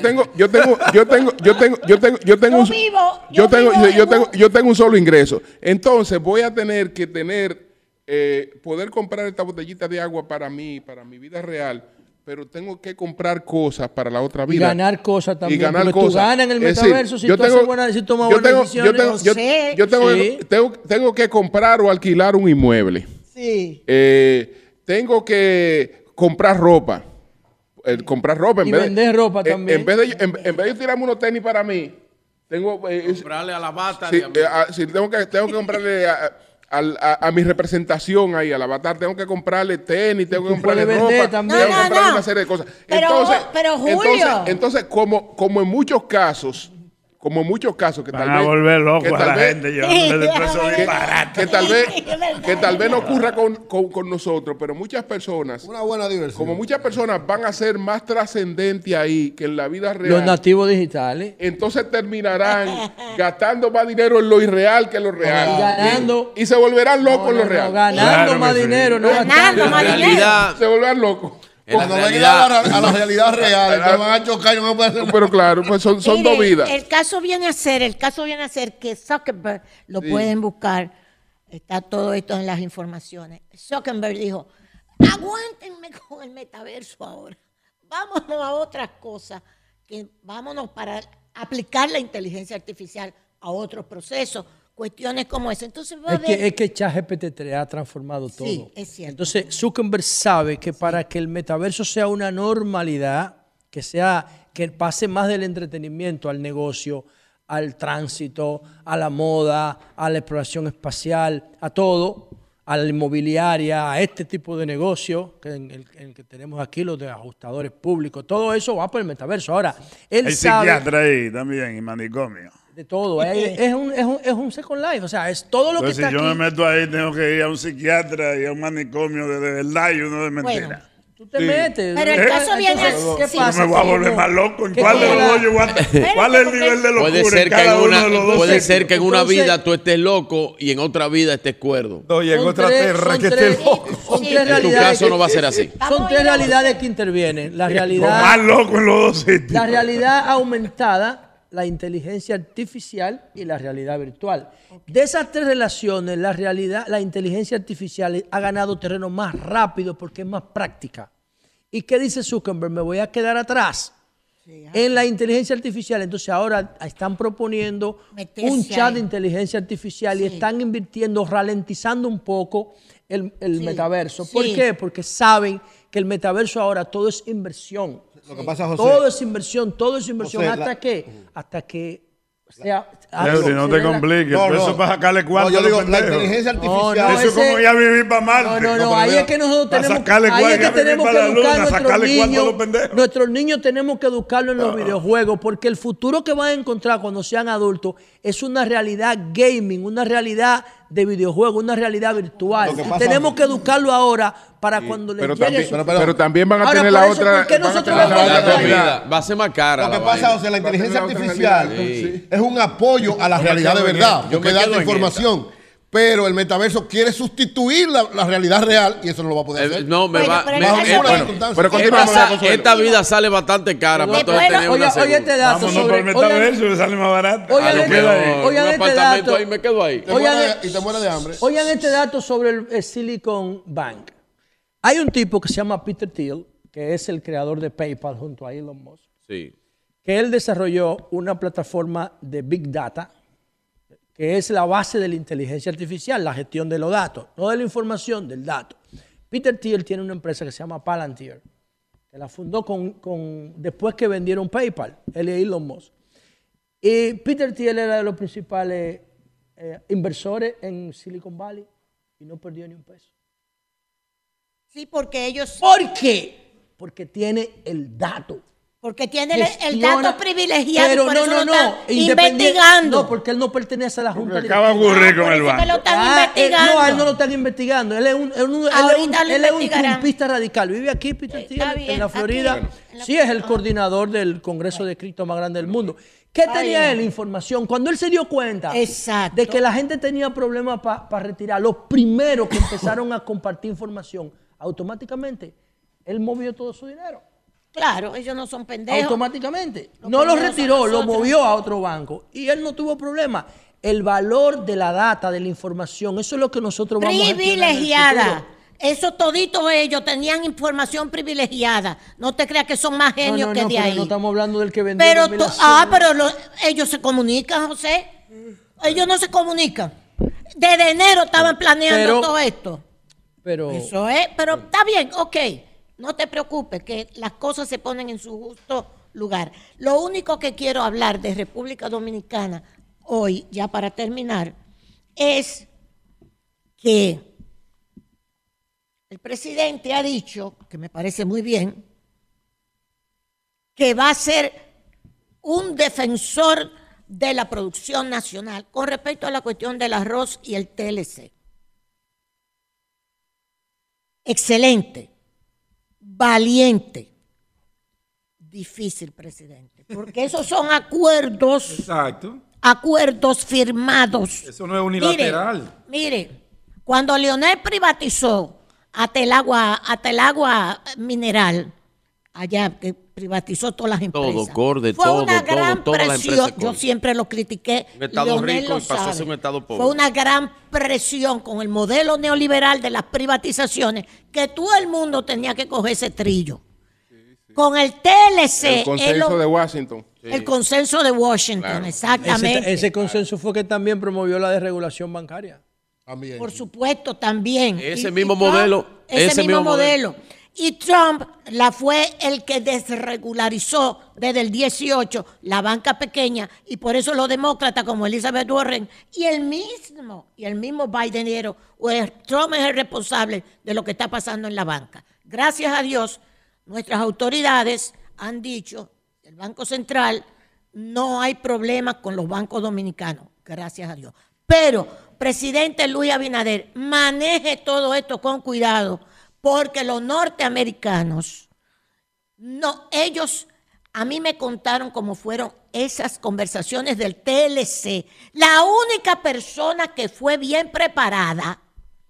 Speaker 2: tengo un solo ingreso. Entonces voy a tener que poder comprar esta botellita de agua para mí, para mi vida real, pero tengo que comprar cosas para la otra vida.
Speaker 3: Y ganar cosas también. Y ganar cosas. Tú ganas en el metaverso si tú tomas buenas decisiones.
Speaker 2: Tengo que comprar o alquilar un inmueble.
Speaker 4: Sí.
Speaker 2: Tengo que comprar ropa. Comprar ropa.
Speaker 3: Y vender ropa también.
Speaker 2: En vez de tirarme unos tenis para mí, tengo
Speaker 5: comprarle a la bata.
Speaker 2: Tengo que comprarle a mi representación ahí, al avatar, tengo que comprarle tenis, tengo que comprarle ropa, tengo que comprarle una serie de cosas.
Speaker 4: Pero Julio.
Speaker 2: Entonces, como en muchos casos que
Speaker 6: van a volver loco a la gente
Speaker 2: que tal vez no ocurra con nosotros, pero muchas personas,
Speaker 8: una buena diversión.
Speaker 2: Como muchas personas van a ser más trascendentes ahí que en la vida real.
Speaker 3: Los nativos digitales.
Speaker 2: Entonces terminarán gastando más dinero en lo irreal que en lo real. Y se volverán locos en lo real.
Speaker 3: Ganando más dinero, no
Speaker 4: ganando más dinero.
Speaker 2: Se volverán locos.
Speaker 8: Cuando vengan a la realidad real, te van a chocar y no pueden hacer nada.
Speaker 2: Pero claro, pues son 2 vidas.
Speaker 4: El caso viene a ser que Zuckerberg, lo pueden buscar, está todo esto en las informaciones. Zuckerberg dijo, aguántenme con el metaverso ahora, vámonos a otras cosas, vámonos para aplicar la inteligencia artificial a otros procesos. Cuestiones como esa. Entonces
Speaker 3: es que ChatGPT ha transformado todo.
Speaker 4: Sí, es cierto.
Speaker 3: Entonces Zuckerberg sabe que para que el metaverso sea una normalidad, que pase más del entretenimiento al negocio, al tránsito, a la moda, a la exploración espacial, a todo, a la inmobiliaria, a este tipo de negocio en el que tenemos aquí, los de ajustadores públicos, todo eso va por el metaverso. Ahora, él sabe...
Speaker 6: Hay psiquiatra ahí también y manicomio.
Speaker 3: De todo, es un Second Life, o sea, es todo lo que está aquí.
Speaker 6: Si yo me meto ahí, tengo que ir a un psiquiatra y a un manicomio de verdad y uno de mentira.
Speaker 3: Bueno, tú te metes.
Speaker 4: Pero el caso viene así.
Speaker 3: ¿Qué pasa?
Speaker 6: Yo me voy a volver más loco. ¿En cuál de los dos yo voy a... ¿Cuál es el nivel de locura en cada uno de los dos?
Speaker 5: Puede ser que en una vida tú estés loco y en otra vida estés cuerdo.
Speaker 7: Oye, en otra tierra que estés loco.
Speaker 5: En tu caso no va a ser así.
Speaker 3: Son 3 realidades que intervienen. La realidad...
Speaker 6: Más loco en los dos sitios.
Speaker 3: La realidad aumentada, la inteligencia artificial y la realidad virtual. De esas 3 relaciones, la inteligencia artificial ha ganado terreno más rápido porque es más práctica. ¿Y qué dice Zuckerberg? Me voy a quedar atrás en la inteligencia artificial. Entonces ahora están proponiendo un chat de inteligencia artificial y están invirtiendo, ralentizando un poco el metaverso. ¿Por qué? Porque saben que el metaverso ahora todo es inversión.
Speaker 8: Lo que pasa, José,
Speaker 3: todo es inversión, José, hasta que sea...
Speaker 6: no te compliques, eso es para sacarle cuarto.
Speaker 8: Yo digo, la inteligencia artificial...
Speaker 6: Eso es como ir a vivir para Marte.
Speaker 3: Ahí es que nosotros tenemos que educar a nuestros niños. Nuestros niños tenemos que educarlos en los videojuegos, porque el futuro que van a encontrar cuando sean adultos es una realidad gaming, una realidad de videojuegos, una realidad virtual. Tenemos que educarlo ahora para cuando les llegue
Speaker 2: pero también van a tener la otra...
Speaker 3: ¿Por qué nosotros
Speaker 5: va a ser más cara?
Speaker 8: Lo que pasa, o sea, la inteligencia artificial es un apoyo a la realidad de verdad, porque da información. Pero el metaverso quiere sustituir la realidad real y eso no lo va a poder hacer.
Speaker 5: No,
Speaker 2: pero continuamos.
Speaker 5: Esta vida sale bastante cara.
Speaker 3: Oye, este dato.
Speaker 6: Vámonos por el metaverso y sale más barato.
Speaker 3: Oigan este dato.
Speaker 5: Ahí me quedo ahí.
Speaker 8: Y te mueres de hambre.
Speaker 3: Oigan este dato sobre el Silicon Bank. Hay un tipo que se llama Peter Thiel, que es el creador de PayPal junto a Elon Musk.
Speaker 5: Sí.
Speaker 3: Que él desarrolló una plataforma de Big Data, que es la base de la inteligencia artificial, la gestión de los datos, no de la información, del dato. Peter Thiel tiene una empresa que se llama Palantir, que la fundó después que vendieron PayPal, él y Elon Musk. Y Peter Thiel era de los principales inversores en Silicon Valley y no perdió ni un peso.
Speaker 4: Sí, porque ellos...
Speaker 3: ¿Por qué? Porque tiene el dato.
Speaker 4: Porque tiene el dato privilegiado, pero por eso lo están investigando.
Speaker 3: No, porque él no pertenece a la Junta
Speaker 6: Directiva. Acaba de ocurrir con el banco.
Speaker 4: Lo están investigando.
Speaker 3: No, a él no lo están investigando. Él es un trumpista radical. Vive aquí, Peter Thiel, en la Florida. Sí, es el coordinador del Congreso de cripto más grande del mundo. ¿Qué tenía él? Información. Cuando él se dio cuenta de que la gente tenía problemas para retirar, los primeros que empezaron a compartir información, automáticamente, él movió todo su dinero.
Speaker 4: Claro, ellos no son pendejos.
Speaker 3: Automáticamente. No lo retiró, lo movió a otro banco. Y él no tuvo problema. El valor de la data, de la información, eso es lo que nosotros vamos a gestionar.
Speaker 4: Privilegiada. Eso toditos ellos tenían información privilegiada. No te creas que son más genios que de ahí.
Speaker 3: No estamos hablando del que vendió.
Speaker 4: Pero ellos se comunican, José. Ellos no se comunican. Desde enero estaban planeando todo esto. Eso es, pero está bien, ok. No te preocupes, que las cosas se ponen en su justo lugar. Lo único que quiero hablar de República Dominicana hoy, ya para terminar, es que el presidente ha dicho, que me parece muy bien, que va a ser un defensor de la producción nacional con respecto a la cuestión del arroz y el TLC. Excelente. Valiente, difícil, presidente, porque esos son acuerdos, acuerdos firmados.
Speaker 7: Eso no es unilateral.
Speaker 4: Mire, cuando Leonel privatizó hasta el agua mineral, allá que privatizó todas las empresas. Fue una gran presión. Yo siempre lo critiqué.
Speaker 5: Un estado rico y pasó a ser un estado pobre.
Speaker 4: Fue una gran presión con el modelo neoliberal de las privatizaciones que todo el mundo tenía que coger ese trillo. Sí. Con el TLC.
Speaker 2: El consenso de Washington.
Speaker 4: Sí. El consenso de Washington, claro. Exactamente.
Speaker 3: Ese consenso fue que también promovió la desregulación bancaria.
Speaker 4: También. Por supuesto, también.
Speaker 5: Ese mismo modelo.
Speaker 4: Ese mismo modelo. Y Trump fue el que desregularizó desde el 18 la banca pequeña, y por eso los demócratas como Elizabeth Warren y el mismo Biden, Trump es el responsable de lo que está pasando en la banca. Gracias a Dios, nuestras autoridades han dicho, el Banco Central, no hay problema con los bancos dominicanos, gracias a Dios. Pero, presidente Luis Abinader, maneje todo esto con cuidado, porque los norteamericanos, ellos a mí me contaron cómo fueron esas conversaciones del TLC. La única persona que fue bien preparada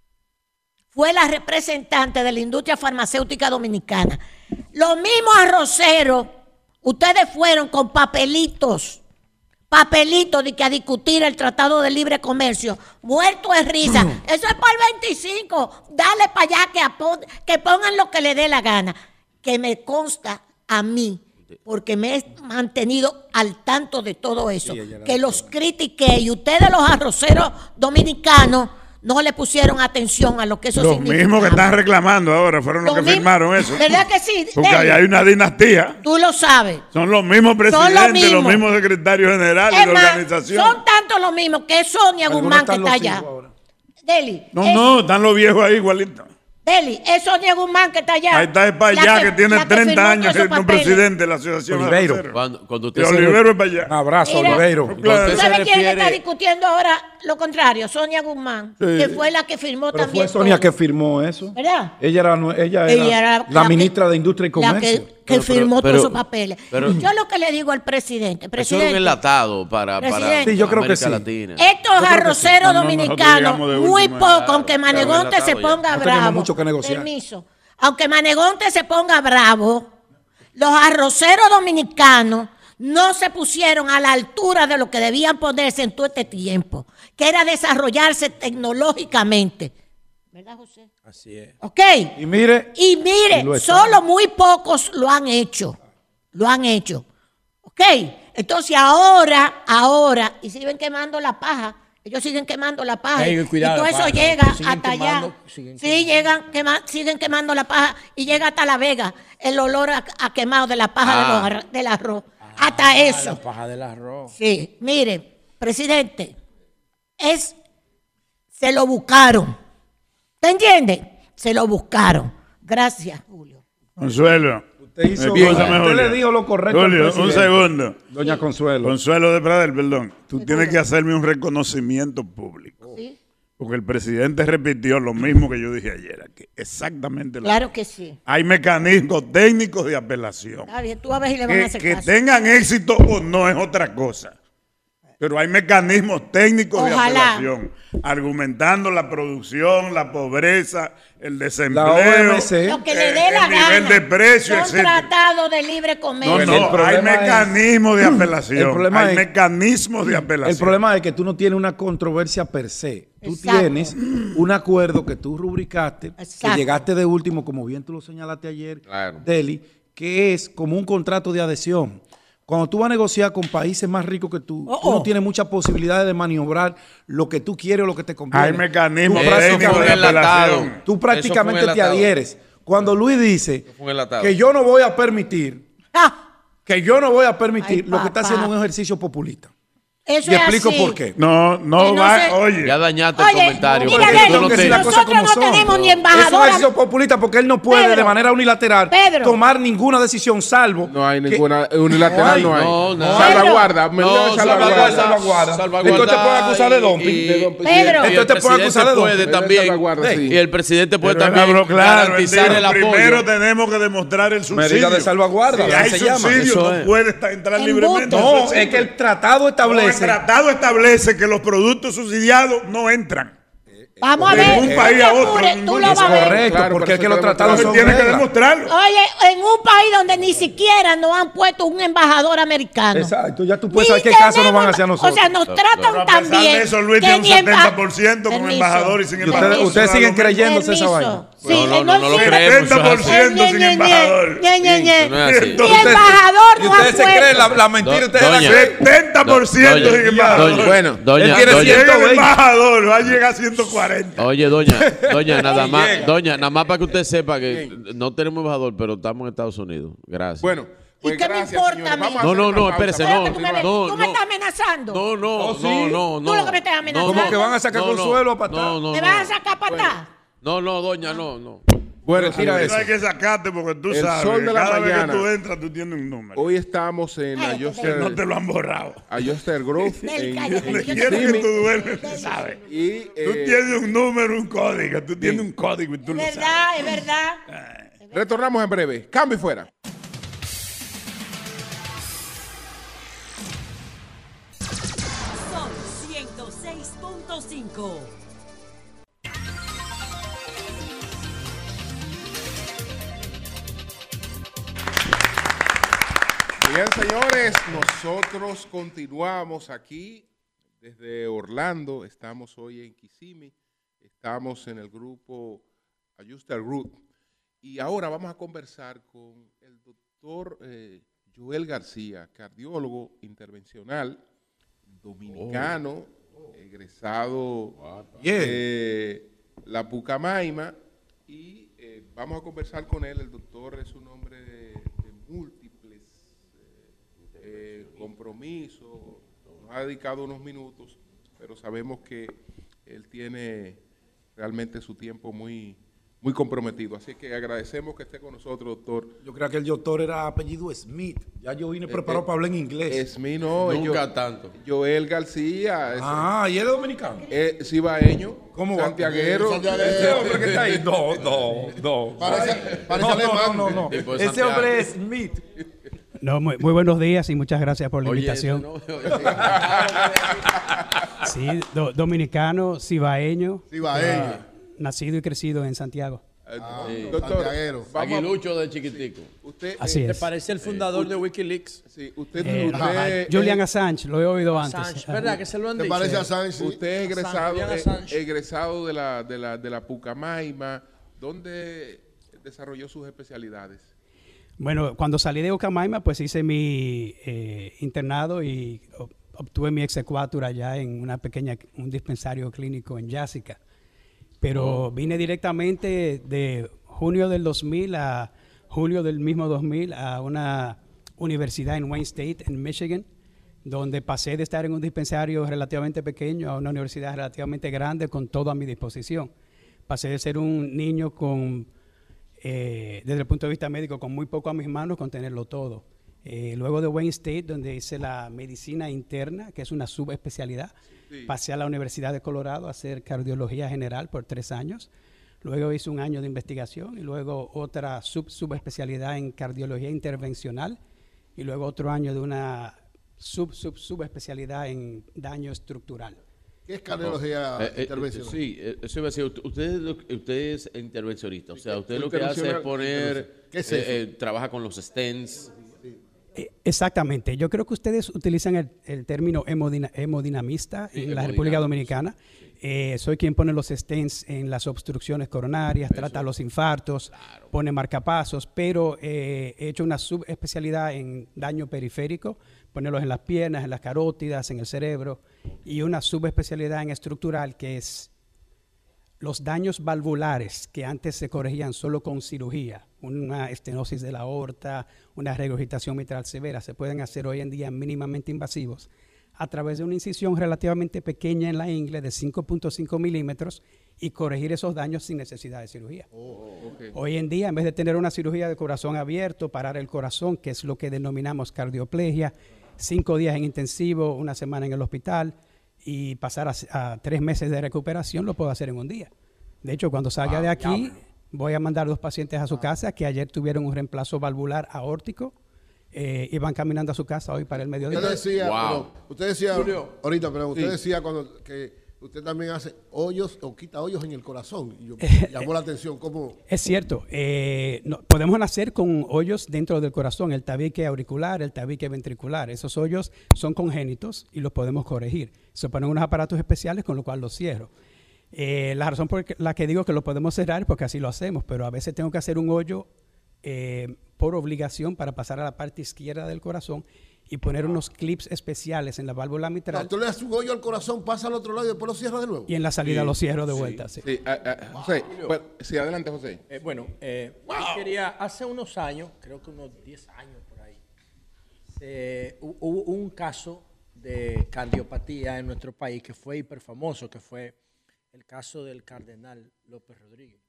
Speaker 4: fue la representante de la industria farmacéutica dominicana. Los mismos arroceros, ustedes fueron con papelitos de que a discutir el Tratado de Libre Comercio, muerto de risa. Eso es para el 25, dale para allá que pongan lo que le dé la gana. Que me consta a mí, porque me he mantenido al tanto de todo eso, que los critiqué, y ustedes los arroceros dominicanos no le pusieron atención a lo que eso significa.
Speaker 6: Los mismos que están reclamando ahora fueron los que firmaron eso.
Speaker 4: ¿Verdad que sí?
Speaker 6: Porque ahí hay una dinastía.
Speaker 4: Tú lo sabes.
Speaker 6: Son los mismos presidentes, los mismos secretarios generales de la organización.
Speaker 4: Son tanto los mismos que Sonia Guzmán que está allá. Deli.
Speaker 6: No, están los viejos ahí igualitos.
Speaker 4: Deli, es Sonia Guzmán que está allá.
Speaker 6: Ahí está para allá, que tiene 30 años que es un presidente de la asociación.
Speaker 7: Oliveiro.
Speaker 5: Cuando usted
Speaker 6: Oliveiro es para allá.
Speaker 7: Un abrazo, Oliveiro.
Speaker 4: ¿Sabe quién está discutiendo ahora lo contrario? Sonia Guzmán, que fue la que firmó también.
Speaker 7: Fue Sonia que firmó eso.
Speaker 4: ¿Verdad?
Speaker 7: Ella era la ministra de Industria y Comercio.
Speaker 4: Que firmó todos esos papeles. Yo lo que le digo al presidente.
Speaker 5: Eso es un enlatado para
Speaker 7: sí, yo creo que sí.
Speaker 5: Latina.
Speaker 4: Estos arroceros dominicanos, muy poco, aunque Manegonte se ponga bravo. Permiso. Aunque Manegonte se ponga bravo, los arroceros dominicanos no se pusieron a la altura de lo que debían ponerse en todo este tiempo, que era desarrollarse tecnológicamente. ¿Verdad, José?
Speaker 3: Así es.
Speaker 4: ¿Ok?
Speaker 7: Y mire,
Speaker 4: solo muy pocos lo han hecho. ¿Ok? Entonces ahora, y siguen quemando la paja. Ellos siguen quemando la paja.
Speaker 3: Cuidado,
Speaker 4: y todo eso llega hasta allá. Siguen quemando la paja y llega hasta La Vega el olor a quemado de la paja del arroz. Hasta eso.
Speaker 3: La paja del arroz.
Speaker 4: Sí, mire, presidente, se lo buscaron. ¿Te entiendes? Se lo buscaron. Gracias, Julio.
Speaker 6: Consuelo. Usted
Speaker 7: le dijo lo correcto.
Speaker 6: Julio, un segundo.
Speaker 7: Doña Consuelo.
Speaker 6: Consuelo de Pradel, perdón. Tú tienes que hacerme un reconocimiento público.
Speaker 4: ¿Sí?
Speaker 6: Porque el presidente repitió lo mismo que yo dije ayer aquí. Exactamente lo mismo.
Speaker 4: Claro que sí.
Speaker 6: Hay mecanismos técnicos de apelación.
Speaker 4: Está bien, tú a ver si le van a hacer
Speaker 6: Que
Speaker 4: caso.
Speaker 6: tengan éxito o no es otra cosa. Pero hay mecanismos técnicos de apelación, argumentando la producción, la pobreza, el desempleo,
Speaker 4: lo que le dé la
Speaker 6: el nivel de precio,
Speaker 4: un
Speaker 6: etc.
Speaker 4: tratado de libre comercio.
Speaker 6: Hay mecanismos de apelación. Hay mecanismos de apelación.
Speaker 7: El problema es que tú no tienes una controversia per se. Tú tienes un acuerdo que tú rubricaste, que llegaste de último, como bien tú lo señalaste ayer, Deli, que es como un contrato de adhesión. Cuando tú vas a negociar con países más ricos que tú, tú no tienes muchas posibilidades de maniobrar lo que tú quieres o lo que te conviene.
Speaker 6: Hay mecanismos técnicos de apelación.
Speaker 7: Tú prácticamente te adhieres. Cuando Luis dice que yo no voy a permitir, lo que está haciendo es un ejercicio populista.
Speaker 4: Eso
Speaker 7: y explico por qué.
Speaker 6: Oye.
Speaker 5: Ya dañaste el comentario.
Speaker 4: Nosotros no tenemos ni embajador.
Speaker 7: Es un ejercicio populista porque él no puede de manera unilateral tomar ninguna decisión salvo.
Speaker 2: No hay ninguna unilateral, no hay. Salvaguarda, medida de salvaguarda.
Speaker 7: Entonces te pueden acusar de dumping.
Speaker 5: Entonces te pueden acusar de dumping. Y el presidente puede también garantizar el apoyo.
Speaker 6: Primero tenemos que demostrar el subsidio.
Speaker 7: Medida de salvaguarda.
Speaker 6: Si hay subsidio, no puede entrar libremente.
Speaker 7: No, es que el tratado establece.
Speaker 6: El tratado establece que los productos subsidiados no entran.
Speaker 4: Vamos a ver.
Speaker 6: De un país a otro.
Speaker 4: Tú lo vas a ver.
Speaker 7: Correcto, porque es que los tratados son
Speaker 6: tiene que demostrarlo.
Speaker 4: Oye, en un país donde ni siquiera nos han puesto un embajador americano.
Speaker 7: Exacto, ya tú puedes saber qué caso nos van hacia nosotros.
Speaker 4: O sea, nos tratan tan bien.
Speaker 6: Eso, Luis tiene un 70% como embajador y sin embajador.
Speaker 7: Ustedes siguen creyéndose esa vaina.
Speaker 4: Sí,
Speaker 5: no lo creemos.
Speaker 6: 70% sin embajador.
Speaker 4: Y embajador no ha
Speaker 7: ustedes se creen la mentira. Ustedes
Speaker 6: 70% sin embajador.
Speaker 5: Bueno, doña.
Speaker 6: El embajador va a llegar a 140.
Speaker 5: Oye, doña, nada más para que usted sepa que no tenemos embajador, pero estamos en Estados Unidos. Gracias.
Speaker 2: Bueno, pues
Speaker 4: ¿y qué me importa a mí?
Speaker 5: No, espérese,
Speaker 4: ¿Tú me estás amenazando?
Speaker 5: No.
Speaker 4: Tú lo que me estás amenazando.
Speaker 7: ¿Cómo que van a sacar Consuelo a patar?
Speaker 4: ¿Me vas a sacar a patar?
Speaker 5: No, doña, no.
Speaker 2: Bueno,
Speaker 6: tira eso. No hay que sacarte porque tú sabes.
Speaker 2: Sol de la
Speaker 6: cada
Speaker 2: mañana,
Speaker 6: vez que tú entras, tú tienes un número.
Speaker 2: Hoy estamos en Ayoster.
Speaker 6: No te lo han borrado.
Speaker 2: Ayoster Grove.
Speaker 6: Donde quiera que tú duermes, tú sabes. Tú tienes un número, un código. Tú tienes un código y tú lo sabes.
Speaker 4: Es verdad.
Speaker 2: Retornamos en breve. Cambio y fuera.
Speaker 9: Sol 106.5.
Speaker 2: Bien, señores, nosotros continuamos aquí desde Orlando. Estamos hoy en Kissimmee. Estamos en el grupo Ajuster Group. Y ahora vamos a conversar con el doctor Joel García, cardiólogo intervencional dominicano, egresado de la Pucamaima. Y vamos a conversar con él. El doctor es un hombre de múltiples compromiso, nos ha dedicado unos minutos, pero sabemos que él tiene realmente su tiempo muy comprometido. Así que agradecemos que esté con nosotros, doctor.
Speaker 7: Yo creo que el doctor era apellido Smith. Ya yo vine preparado para hablar en inglés.
Speaker 2: Smith no.
Speaker 5: Nunca tanto.
Speaker 2: Joel García.
Speaker 7: ¿Y él es dominicano?
Speaker 2: Cibaeño.
Speaker 7: ¿Cómo?
Speaker 2: Santiaguero.
Speaker 7: Ese hombre que está ahí. No.
Speaker 8: Parece alemán.
Speaker 7: No. Ese hombre es Smith.
Speaker 10: No, muy buenos días y muchas gracias por la invitación. Sí, dominicano, cibaeño. Nacido y crecido en Santiago.
Speaker 2: Doctor,
Speaker 5: Aguilucho de chiquitico.
Speaker 10: Así es.
Speaker 3: ¿Te parece el fundador de Wikileaks?
Speaker 2: Sí, usted
Speaker 10: Julian Assange, lo he oído antes.
Speaker 3: ¿Verdad que se lo han dicho?
Speaker 8: ¿Te parece Assange?
Speaker 2: Usted es egresado de la Pucamaima. ¿Dónde desarrolló sus especialidades?
Speaker 10: Bueno, cuando salí de Pucamaima, pues hice mi internado y obtuve mi exequatur allá en un dispensario clínico en Jássica. Pero vine directamente de junio del 2000 a julio del mismo 2000 a una universidad en Wayne State, en Michigan, donde pasé de estar en un dispensario relativamente pequeño a una universidad relativamente grande con todo a mi disposición. Pasé de ser un niño con desde el punto de vista médico, con muy poco a mis manos, con tenerlo todo. Luego de Wayne State, donde hice la medicina interna, que es una subespecialidad, pasé a la Universidad de Colorado a hacer cardiología general por 3 años. Luego hice 1 año de investigación y luego otra subespecialidad en cardiología intervencional y luego otro año de una subespecialidad en daño estructural.
Speaker 8: ¿Qué es cardiología intervencional?
Speaker 5: Sí, eso iba a decir, usted es intervencionista, o sea, usted lo que hace es poner,
Speaker 8: ¿qué es eso?
Speaker 5: Trabaja con los stents.
Speaker 10: Exactamente, yo creo que ustedes utilizan el término hemodinamista en la República Dominicana. Soy quien pone los stents en las obstrucciones coronarias, trata los infartos, pone marcapasos, pero he hecho una subespecialidad en daño periférico, ponerlos en las piernas, en las carótidas, en el cerebro, y una subespecialidad en estructural, que es los daños valvulares que antes se corregían solo con cirugía, una estenosis de la aorta, una regurgitación mitral severa, se pueden hacer hoy en día mínimamente invasivos a través de una incisión relativamente pequeña en la ingle de 5.5 milímetros y corregir esos daños sin necesidad de cirugía. Hoy en día, en vez de tener una cirugía de corazón abierto, parar el corazón, que es lo que denominamos cardioplegia, 5 días en intensivo, 1 semana en el hospital y pasar a 3 meses de recuperación, lo puedo hacer en 1 día. De hecho, cuando salga de aquí, voy a mandar 2 pacientes a su casa que ayer tuvieron un reemplazo valvular aórtico. Y van caminando a su casa hoy para el mediodía.
Speaker 8: Usted decía ahorita, pero usted decía que usted también hace hoyos o quita hoyos en el corazón. Y llamó la atención. ¿Cómo?
Speaker 10: Es cierto. Podemos nacer con hoyos dentro del corazón, el tabique auricular, el tabique ventricular. Esos hoyos son congénitos y los podemos corregir. Se ponen unos aparatos especiales con lo cual los cierro. La razón por la que digo que lo podemos cerrar es porque así lo hacemos, pero a veces tengo que hacer un hoyo por obligación para pasar a la parte izquierda del corazón y poner unos clips especiales en la válvula mitral.
Speaker 8: Tú le das un hoyo al corazón, pasa al otro lado y después lo cierras de nuevo.
Speaker 10: Y en la salida lo cierro de vuelta.
Speaker 2: José, adelante, José.
Speaker 3: Yo quería, hace unos años, creo que unos 10 años por ahí, hubo un caso de cardiopatía en nuestro país que fue hiperfamoso, que fue el caso del cardenal López Rodríguez.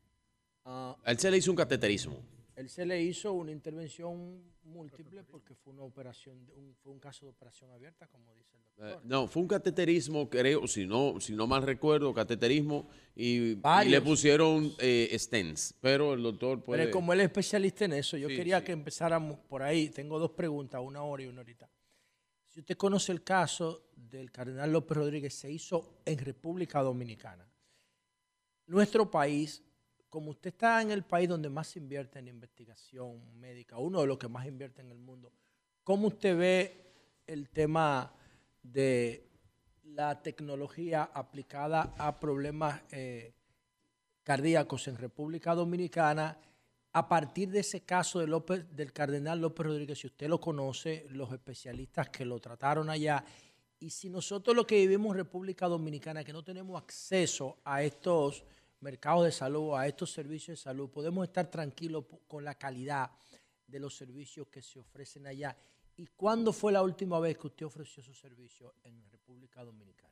Speaker 5: A él se le hizo un cateterismo.
Speaker 3: Él se le hizo una intervención múltiple porque fue una operación, fue un caso de operación abierta, como dice el doctor.
Speaker 5: No, fue un cateterismo, creo, si no mal recuerdo, cateterismo, y le pusieron stents, pero el doctor puede...
Speaker 3: Pero como él es especialista en eso, yo quería que empezáramos por ahí. Tengo 2 preguntas, una hora y una horita. Si usted conoce el caso del cardenal López Rodríguez, se hizo en República Dominicana. Nuestro país, como usted está en el país donde más se invierte en investigación médica, uno de los que más invierte en el mundo, ¿cómo usted ve el tema de la tecnología aplicada a problemas cardíacos en República Dominicana a partir de ese caso del cardenal López Rodríguez? Si usted lo conoce, los especialistas que lo trataron allá, y si nosotros los que vivimos en República Dominicana, que no tenemos acceso a estos mercados de salud, a estos servicios de salud, podemos estar tranquilos con la calidad de los servicios que se ofrecen allá. ¿Y cuándo fue la última vez que usted ofreció esos servicios en República Dominicana?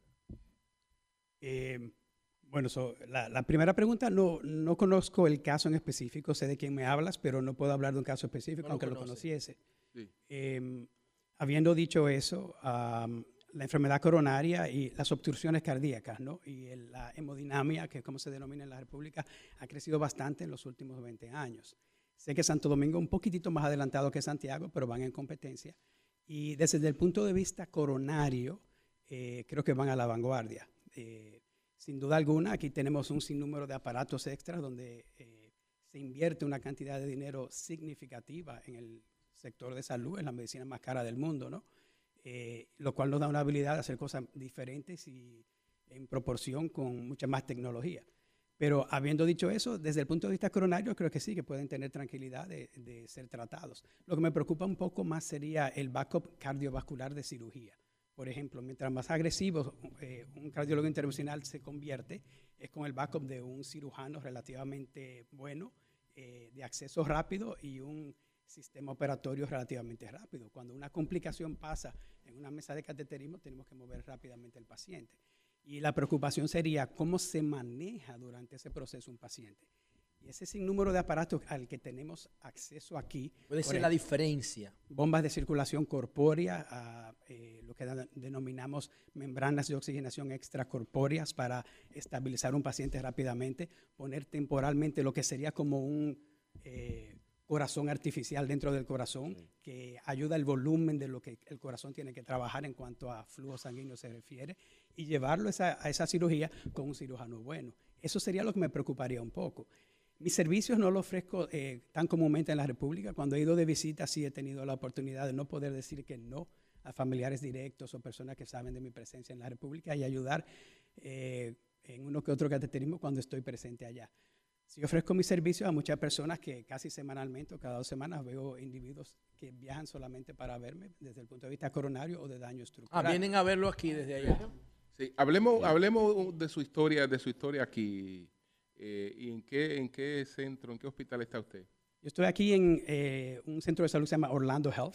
Speaker 10: La primera pregunta, no conozco el caso en específico, sé de quién me hablas, pero no puedo hablar de un caso específico, aunque lo conociese. Sí. Habiendo dicho eso, la enfermedad coronaria y las obstrucciones cardíacas, ¿no? Y la hemodinamia, que es como se denomina en la República, ha crecido bastante en los últimos 20 años. Sé que Santo Domingo es un poquitito más adelantado que Santiago, pero van en competencia. Y desde el punto de vista coronario, creo que van a la vanguardia. Sin duda alguna, aquí tenemos un sinnúmero de aparatos extras donde se invierte una cantidad de dinero significativa en el sector de salud, es la medicina más cara del mundo, ¿no? Lo cual nos da una habilidad de hacer cosas diferentes y en proporción con mucha más tecnología. Pero habiendo dicho eso, desde el punto de vista coronario, creo que sí, que pueden tener tranquilidad de ser tratados. Lo que me preocupa un poco más sería el backup cardiovascular de cirugía. Por ejemplo, mientras más agresivo un cardiólogo intervencional se convierte, es con el backup de un cirujano relativamente bueno, de acceso rápido y un sistema operatorio relativamente rápido. Cuando una complicación pasa en una mesa de cateterismo, tenemos que mover rápidamente al paciente. Y la preocupación sería cómo se maneja durante ese proceso un paciente. Y ese sinnúmero de aparatos al que tenemos acceso aquí.
Speaker 3: Puede ser la diferencia.
Speaker 10: Bombas de circulación corpórea, lo que denominamos membranas de oxigenación extracorpóreas para estabilizar un paciente rápidamente, poner temporalmente lo que sería como un corazón artificial dentro del corazón, que ayuda el volumen de lo que el corazón tiene que trabajar en cuanto a flujo sanguíneo se refiere, y llevarlo a esa cirugía con un cirujano bueno. Eso sería lo que me preocuparía un poco. Mis servicios no los ofrezco tan comúnmente en la República. Cuando he ido de visita sí he tenido la oportunidad de no poder decir que no a familiares directos o personas que saben de mi presencia en la República y ayudar en uno que otro cateterismo cuando estoy presente allá. Sí ofrezco mis servicios a muchas personas que casi semanalmente o cada 2 semanas veo individuos que viajan solamente para verme desde el punto de vista coronario o de daño estructural.
Speaker 3: Vienen a verlo aquí desde allá.
Speaker 2: Sí, hablemos de su historia aquí. ¿Y en qué centro, en qué hospital está usted?
Speaker 10: Yo estoy aquí en un centro de salud que se llama Orlando Health.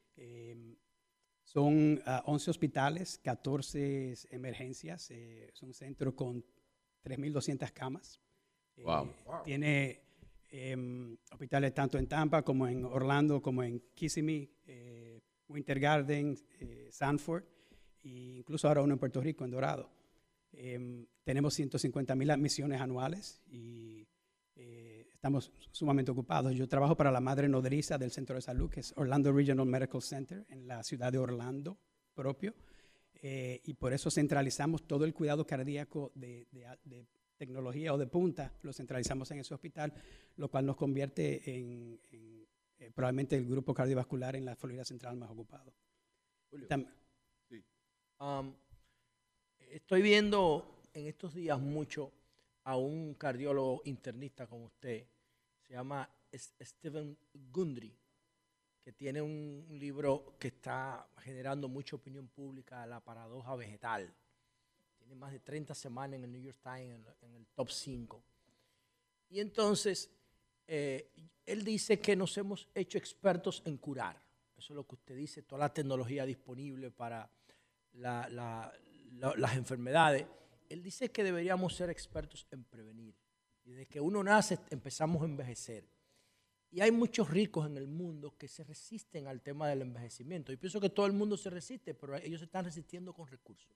Speaker 10: Son 11 hospitales, 14 emergencias. Es un centro con 3.200 camas. Tiene hospitales tanto en Tampa como en Orlando, como en Kissimmee, Winter Garden, Sanford, e incluso ahora uno en Puerto Rico, en Dorado. Tenemos 150,000 admisiones anuales y estamos sumamente ocupados. Yo trabajo para la madre nodriza del centro de salud, que es Orlando Regional Medical Center, en la ciudad de Orlando propio, y por eso centralizamos todo el cuidado cardíaco de tecnología o de punta, lo centralizamos en ese hospital, lo cual nos convierte en probablemente el grupo cardiovascular en la Florida Central más ocupado.
Speaker 3: Julio. Sí. Estoy viendo en estos días mucho a un cardiólogo internista como usted, se llama Stephen Gundry, que tiene un libro que está generando mucha opinión pública, La paradoja vegetal. Tiene más de 30 semanas en el New York Times, en el top 5. Y entonces, él dice que nos hemos hecho expertos en curar. Eso es lo que usted dice, toda la tecnología disponible para las enfermedades. Él dice que deberíamos ser expertos en prevenir. Y desde que uno nace empezamos a envejecer. Y hay muchos ricos en el mundo que se resisten al tema del envejecimiento. Y pienso que todo el mundo se resiste, pero ellos se están resistiendo con recursos.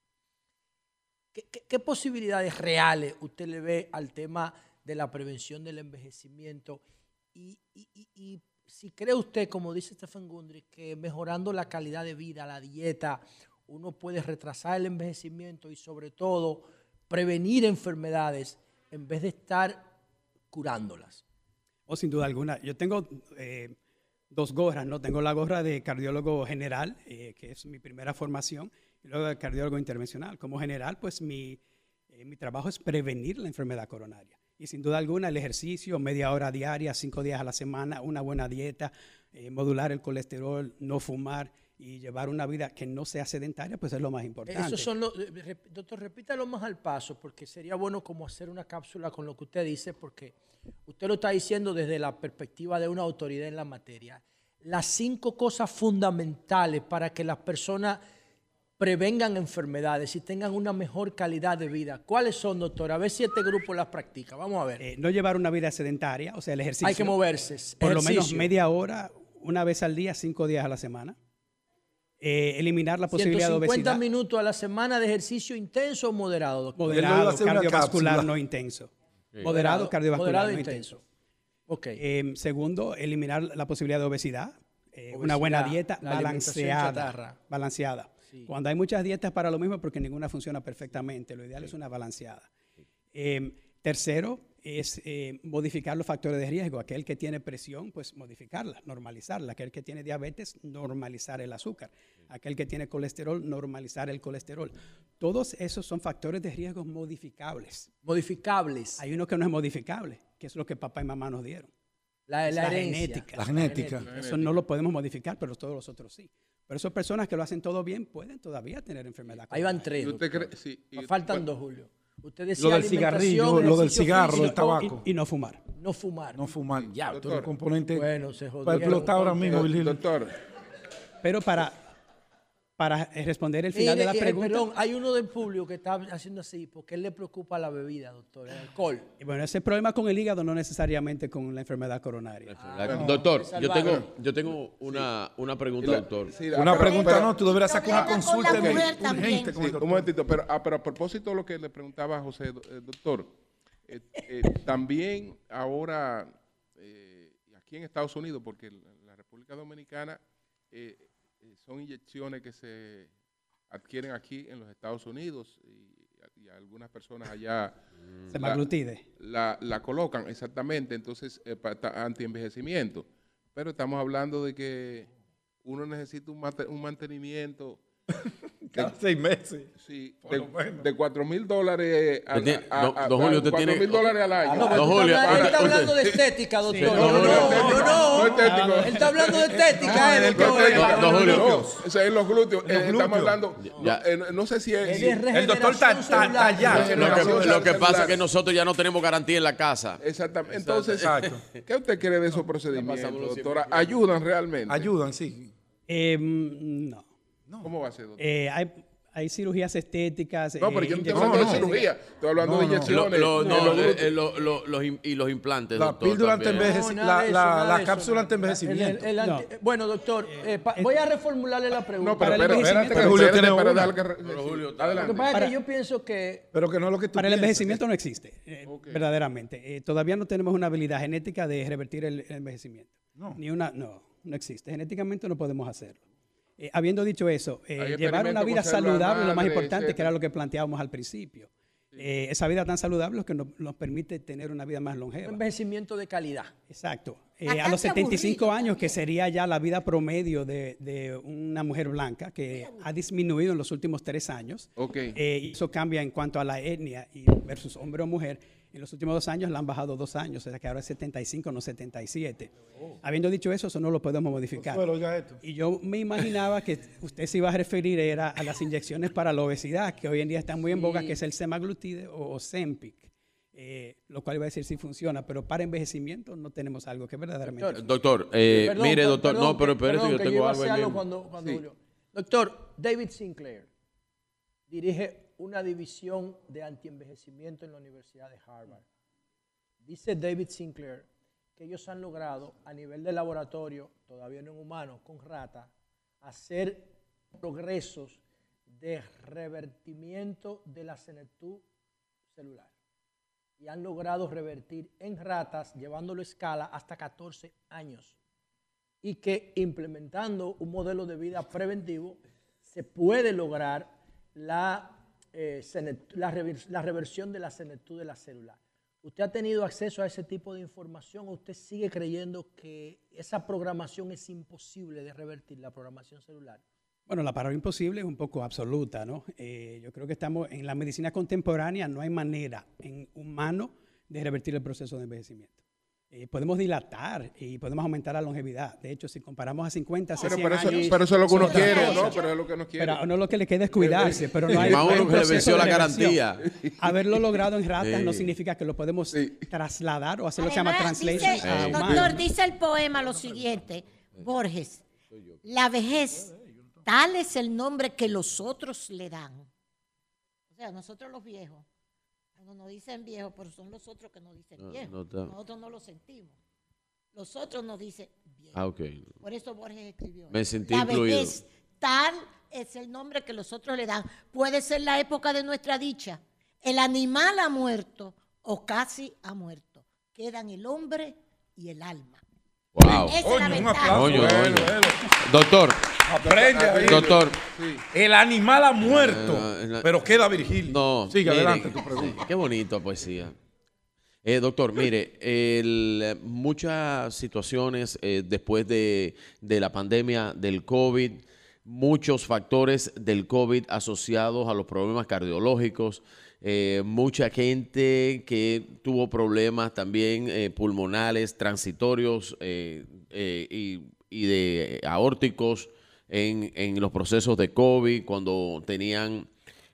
Speaker 3: ¿Qué posibilidades reales usted le ve al tema de la prevención del envejecimiento? Y si cree usted, como dice Stephen Gundry, que mejorando la calidad de vida, la dieta, uno puede retrasar el envejecimiento y sobre todo prevenir enfermedades en vez de estar curándolas.
Speaker 10: Sin duda alguna. Yo tengo 2 gorras, ¿no? Tengo la gorra de cardiólogo general, que es mi primera formación, y luego de cardiólogo intervencional. Como general, pues mi trabajo es prevenir la enfermedad coronaria. Y sin duda alguna el ejercicio, media hora diaria, 5 días a la semana, una buena dieta, modular el colesterol, no fumar y llevar una vida que no sea sedentaria, pues es lo más importante.
Speaker 3: Esos son doctor, repítalo más al paso, porque sería bueno como hacer una cápsula con lo que usted dice, porque usted lo está diciendo desde la perspectiva de una autoridad en la materia. Las 5 cosas fundamentales para que las personas prevengan enfermedades y tengan una mejor calidad de vida. ¿Cuáles son, doctor? A ver si este grupo las practica. Vamos a ver.
Speaker 10: No llevar una vida sedentaria, o sea, el ejercicio.
Speaker 3: Hay que moverse.
Speaker 10: Por lo menos media hora, una vez al día, 5 días a la semana. Eliminar la posibilidad de obesidad.
Speaker 3: 150 minutos a la semana de ejercicio intenso o moderado, doctor.
Speaker 10: Moderado, cardiovascular no intenso. Sí. Moderado, cardiovascular no intenso.
Speaker 3: Okay.
Speaker 10: Segundo, eliminar la posibilidad de obesidad. Una buena dieta balanceada. Sí. Cuando hay muchas dietas para lo mismo, porque ninguna funciona perfectamente, lo ideal es una balanceada. Tercero es modificar los factores de riesgo. Aquel que tiene presión, pues modificarla, normalizarla. Aquel que tiene diabetes, normalizar el azúcar. Aquel que tiene colesterol, normalizar el colesterol. Todos esos son factores de riesgo modificables.
Speaker 3: Modificables.
Speaker 10: Hay uno que no es modificable, que es lo que papá y mamá nos dieron.
Speaker 3: La genética.
Speaker 10: La genética. Eso no lo podemos modificar, pero todos los otros sí. Pero esas personas que lo hacen todo bien pueden todavía tener enfermedad.
Speaker 3: Ahí van 3.
Speaker 2: Sí,
Speaker 3: faltan 2, Julio. Usted decía
Speaker 7: lo del cigarrillo, lo del cigarro, del tabaco.
Speaker 10: Y no fumar.
Speaker 3: No fumar.
Speaker 7: No fumar.
Speaker 3: Ya,
Speaker 7: todo el componente
Speaker 3: bueno, se jodió.
Speaker 7: para explotar ahora mismo.
Speaker 2: Doctor.
Speaker 10: Pero para para responder el final de la pregunta.
Speaker 3: Perdón, hay uno del público que está haciendo así porque él le preocupa la bebida, doctor, el alcohol.
Speaker 10: Y bueno, ese problema con el hígado no necesariamente con la enfermedad coronaria.
Speaker 5: Doctor, yo tengo una pregunta, doctor.
Speaker 7: Sí, una pregunta no, tú deberías sacar una consulta urgente.
Speaker 2: Sí, un momentito, pero a propósito de lo que le preguntaba a José, doctor, también ahora aquí en Estados Unidos, porque la República Dominicana son inyecciones que se adquieren aquí en los Estados Unidos y algunas personas allá
Speaker 10: semaglutide
Speaker 2: la colocan exactamente, entonces para antienvejecimiento, pero estamos hablando de que uno necesita un mantenimiento
Speaker 7: cada 6 meses.
Speaker 2: Sí, de $4,000
Speaker 5: don Julio, usted tiene
Speaker 2: $4,000 al año.
Speaker 3: Don Julio, él está hablando de estética, doctor. No, él está hablando de estética.
Speaker 5: Don Julio,
Speaker 2: eso es los glúteos. Estamos hablando, no sé si es...
Speaker 7: El doctor está allá.
Speaker 5: Lo que pasa es que nosotros ya no tenemos garantía en la casa.
Speaker 2: Exactamente. Entonces, ¿qué usted cree de esos procedimientos, doctora? ¿Ayudan realmente?
Speaker 7: Ayudan, sí.
Speaker 10: No.
Speaker 2: ¿Cómo va a ser, doctor?
Speaker 10: Hay cirugías estéticas.
Speaker 2: No, pero yo no estoy hablando de cirugía. Estoy hablando de inyecciones.
Speaker 5: Y los implantes,
Speaker 7: la
Speaker 5: doctor.
Speaker 7: Píldora la cápsula anti-envejecimiento.
Speaker 3: Bueno, doctor, voy a reformularle la pregunta.
Speaker 2: No, pero espérate que Julio tiene una.
Speaker 3: Lo que pasa es que yo pienso que...
Speaker 7: Pero que no es lo que tú
Speaker 10: para el envejecimiento no existe, verdaderamente. Todavía no tenemos una habilidad genética de revertir el envejecimiento. No existe. Genéticamente no podemos hacerlo. Habiendo dicho eso, llevar una vida saludable es lo más importante, que era lo que planteábamos al principio. Esa vida tan saludable es lo que nos permite tener una vida más longeva.
Speaker 3: Un envejecimiento de calidad.
Speaker 10: Exacto. A los 75 años, que sería ya la vida promedio de una mujer blanca, que ha disminuido en los últimos 3 años. Y eso cambia en cuanto a la etnia versus hombre o mujer. En los últimos 2 años la han bajado 2 años, o sea que ahora es 75, no 77. Habiendo dicho eso no lo podemos modificar. Y yo me imaginaba que usted se iba a referir era a las inyecciones para la obesidad, que hoy en día están muy en boga, que es el semaglutide o Ozempic. Lo cual iba a decir si funciona, pero para envejecimiento no tenemos algo que verdaderamente...
Speaker 5: Doctor, mire, doctor, no, pero espérate, yo tengo algo
Speaker 3: en Doctor, David Sinclair dirige una división de antienvejecimiento en la Universidad de Harvard. Dice David Sinclair que ellos han logrado a nivel de laboratorio, todavía no en humanos, con ratas, hacer progresos de revertimiento de la senectud celular. Y han logrado revertir en ratas, llevándolo a escala hasta 14 años. Y que implementando un modelo de vida preventivo se puede lograr la reversión de la senectud de la célula. ¿Usted ha tenido acceso a ese tipo de información o usted sigue creyendo que esa programación es imposible de revertir, la programación celular?
Speaker 10: Bueno, la palabra imposible es un poco absoluta, ¿no? Yo creo que estamos en la medicina contemporánea, no hay manera en humano de revertir el proceso de envejecimiento. Podemos dilatar y podemos aumentar la longevidad. De hecho, si comparamos a 50, 60 años...
Speaker 2: Pero eso es lo que uno quiere, ¿no? Pero es lo que nos quiere.
Speaker 10: Pero no, lo que le queda es cuidarse, pero no hay
Speaker 5: un proceso de la garantía.
Speaker 10: Haberlo logrado en ratas no significa que lo podemos trasladar o hacer lo que se llama translation.
Speaker 4: Doctor, dice el poema lo siguiente, Borges, la vejez, tal es el nombre que los otros le dan. O sea, nosotros los viejos. Nos dicen viejo, pero son los otros que nos dicen viejo. Nosotros no lo sentimos. Los otros nos dicen viejo. Por eso Borges escribió.
Speaker 5: Me sentí incluido.
Speaker 4: Vejez, tal es el nombre que los otros le dan. Puede ser la época de nuestra dicha. El animal ha muerto o casi ha muerto. Quedan el hombre y el alma.
Speaker 5: Wow.
Speaker 4: Esa es la ventaja.
Speaker 5: Doctor.
Speaker 7: Aprende ahí.
Speaker 5: Doctor.
Speaker 7: El animal ha muerto, pero queda Virgilio.
Speaker 5: No.
Speaker 7: Sigue adelante tu pregunta.
Speaker 5: Qué bonito poesía. Doctor, mire, muchas situaciones después de la pandemia del COVID, muchos factores del COVID asociados a los problemas cardiológicos, mucha gente que tuvo problemas también pulmonales, transitorios y de aórticos en los procesos de COVID, cuando tenían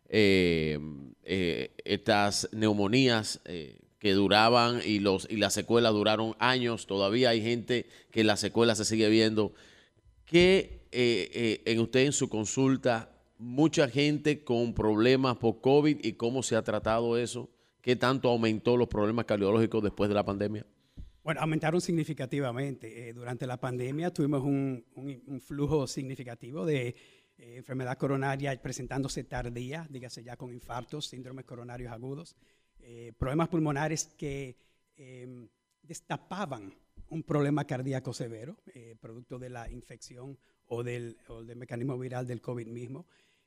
Speaker 5: estas neumonías que duraban y las secuelas duraron años. Todavía hay gente que la secuela se sigue viendo. ¿Qué en usted en su consulta mucha gente con problemas por COVID y cómo se ha tratado eso? ¿Qué tanto aumentó los problemas cardiológicos después de la pandemia?
Speaker 10: Bueno, aumentaron significativamente. Durante la pandemia tuvimos un flujo significativo de enfermedad coronaria presentándose tardía, dígase ya con infartos, síndromes coronarios agudos, problemas pulmonares que destapaban un problema cardíaco severo, producto de la infección o del mecanismo viral del COVID mismo.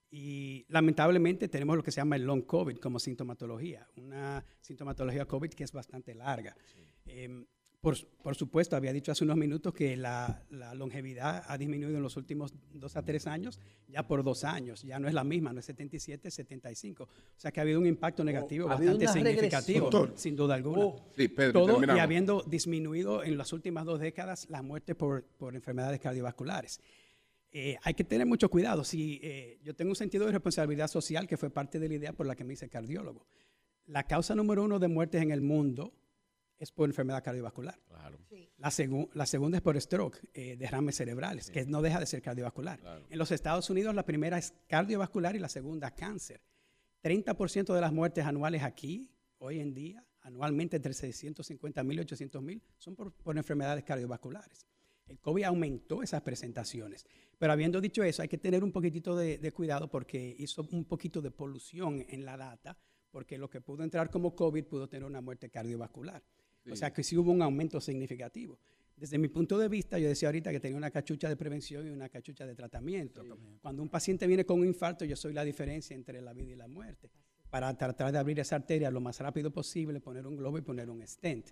Speaker 10: Y lamentablemente tenemos lo que se llama el long COVID como sintomatología, una sintomatología COVID que es bastante larga. Sí. Por supuesto, había dicho hace unos minutos que la longevidad ha disminuido en los últimos 2 a 3 años, ya por 2 años, ya no es la misma, no es 77, 75. O sea que ha habido un impacto negativo bastante significativo, sin duda alguna.
Speaker 2: Sí, Pedro,
Speaker 10: todo y habiendo disminuido en las últimas 2 décadas las muertes por enfermedades cardiovasculares. Hay que tener mucho cuidado. Yo tengo un sentido de responsabilidad social que fue parte de la idea por la que me hice cardiólogo. La causa número 1 de muertes en el mundo es por enfermedad cardiovascular. Claro. Sí. La segunda es por stroke, derrames cerebrales, sí, que no deja de ser cardiovascular. Claro. En los Estados Unidos la primera es cardiovascular y la segunda cáncer. 30% de las muertes anuales aquí, hoy en día, anualmente entre 650,000 y 800,000, son por enfermedades cardiovasculares. El COVID aumentó esas presentaciones. Pero habiendo dicho eso, hay que tener un poquitito de cuidado porque hizo un poquito de polución en la data, porque lo que pudo entrar como COVID pudo tener una muerte cardiovascular. Sí. O sea que sí hubo un aumento significativo. Desde mi punto de vista, yo decía ahorita que tenía una cachucha de prevención y una cachucha de tratamiento. Sí. Cuando un paciente viene con un infarto, yo soy la diferencia entre la vida y la muerte. Para tratar de abrir esa arteria lo más rápido posible, poner un globo y poner un stent.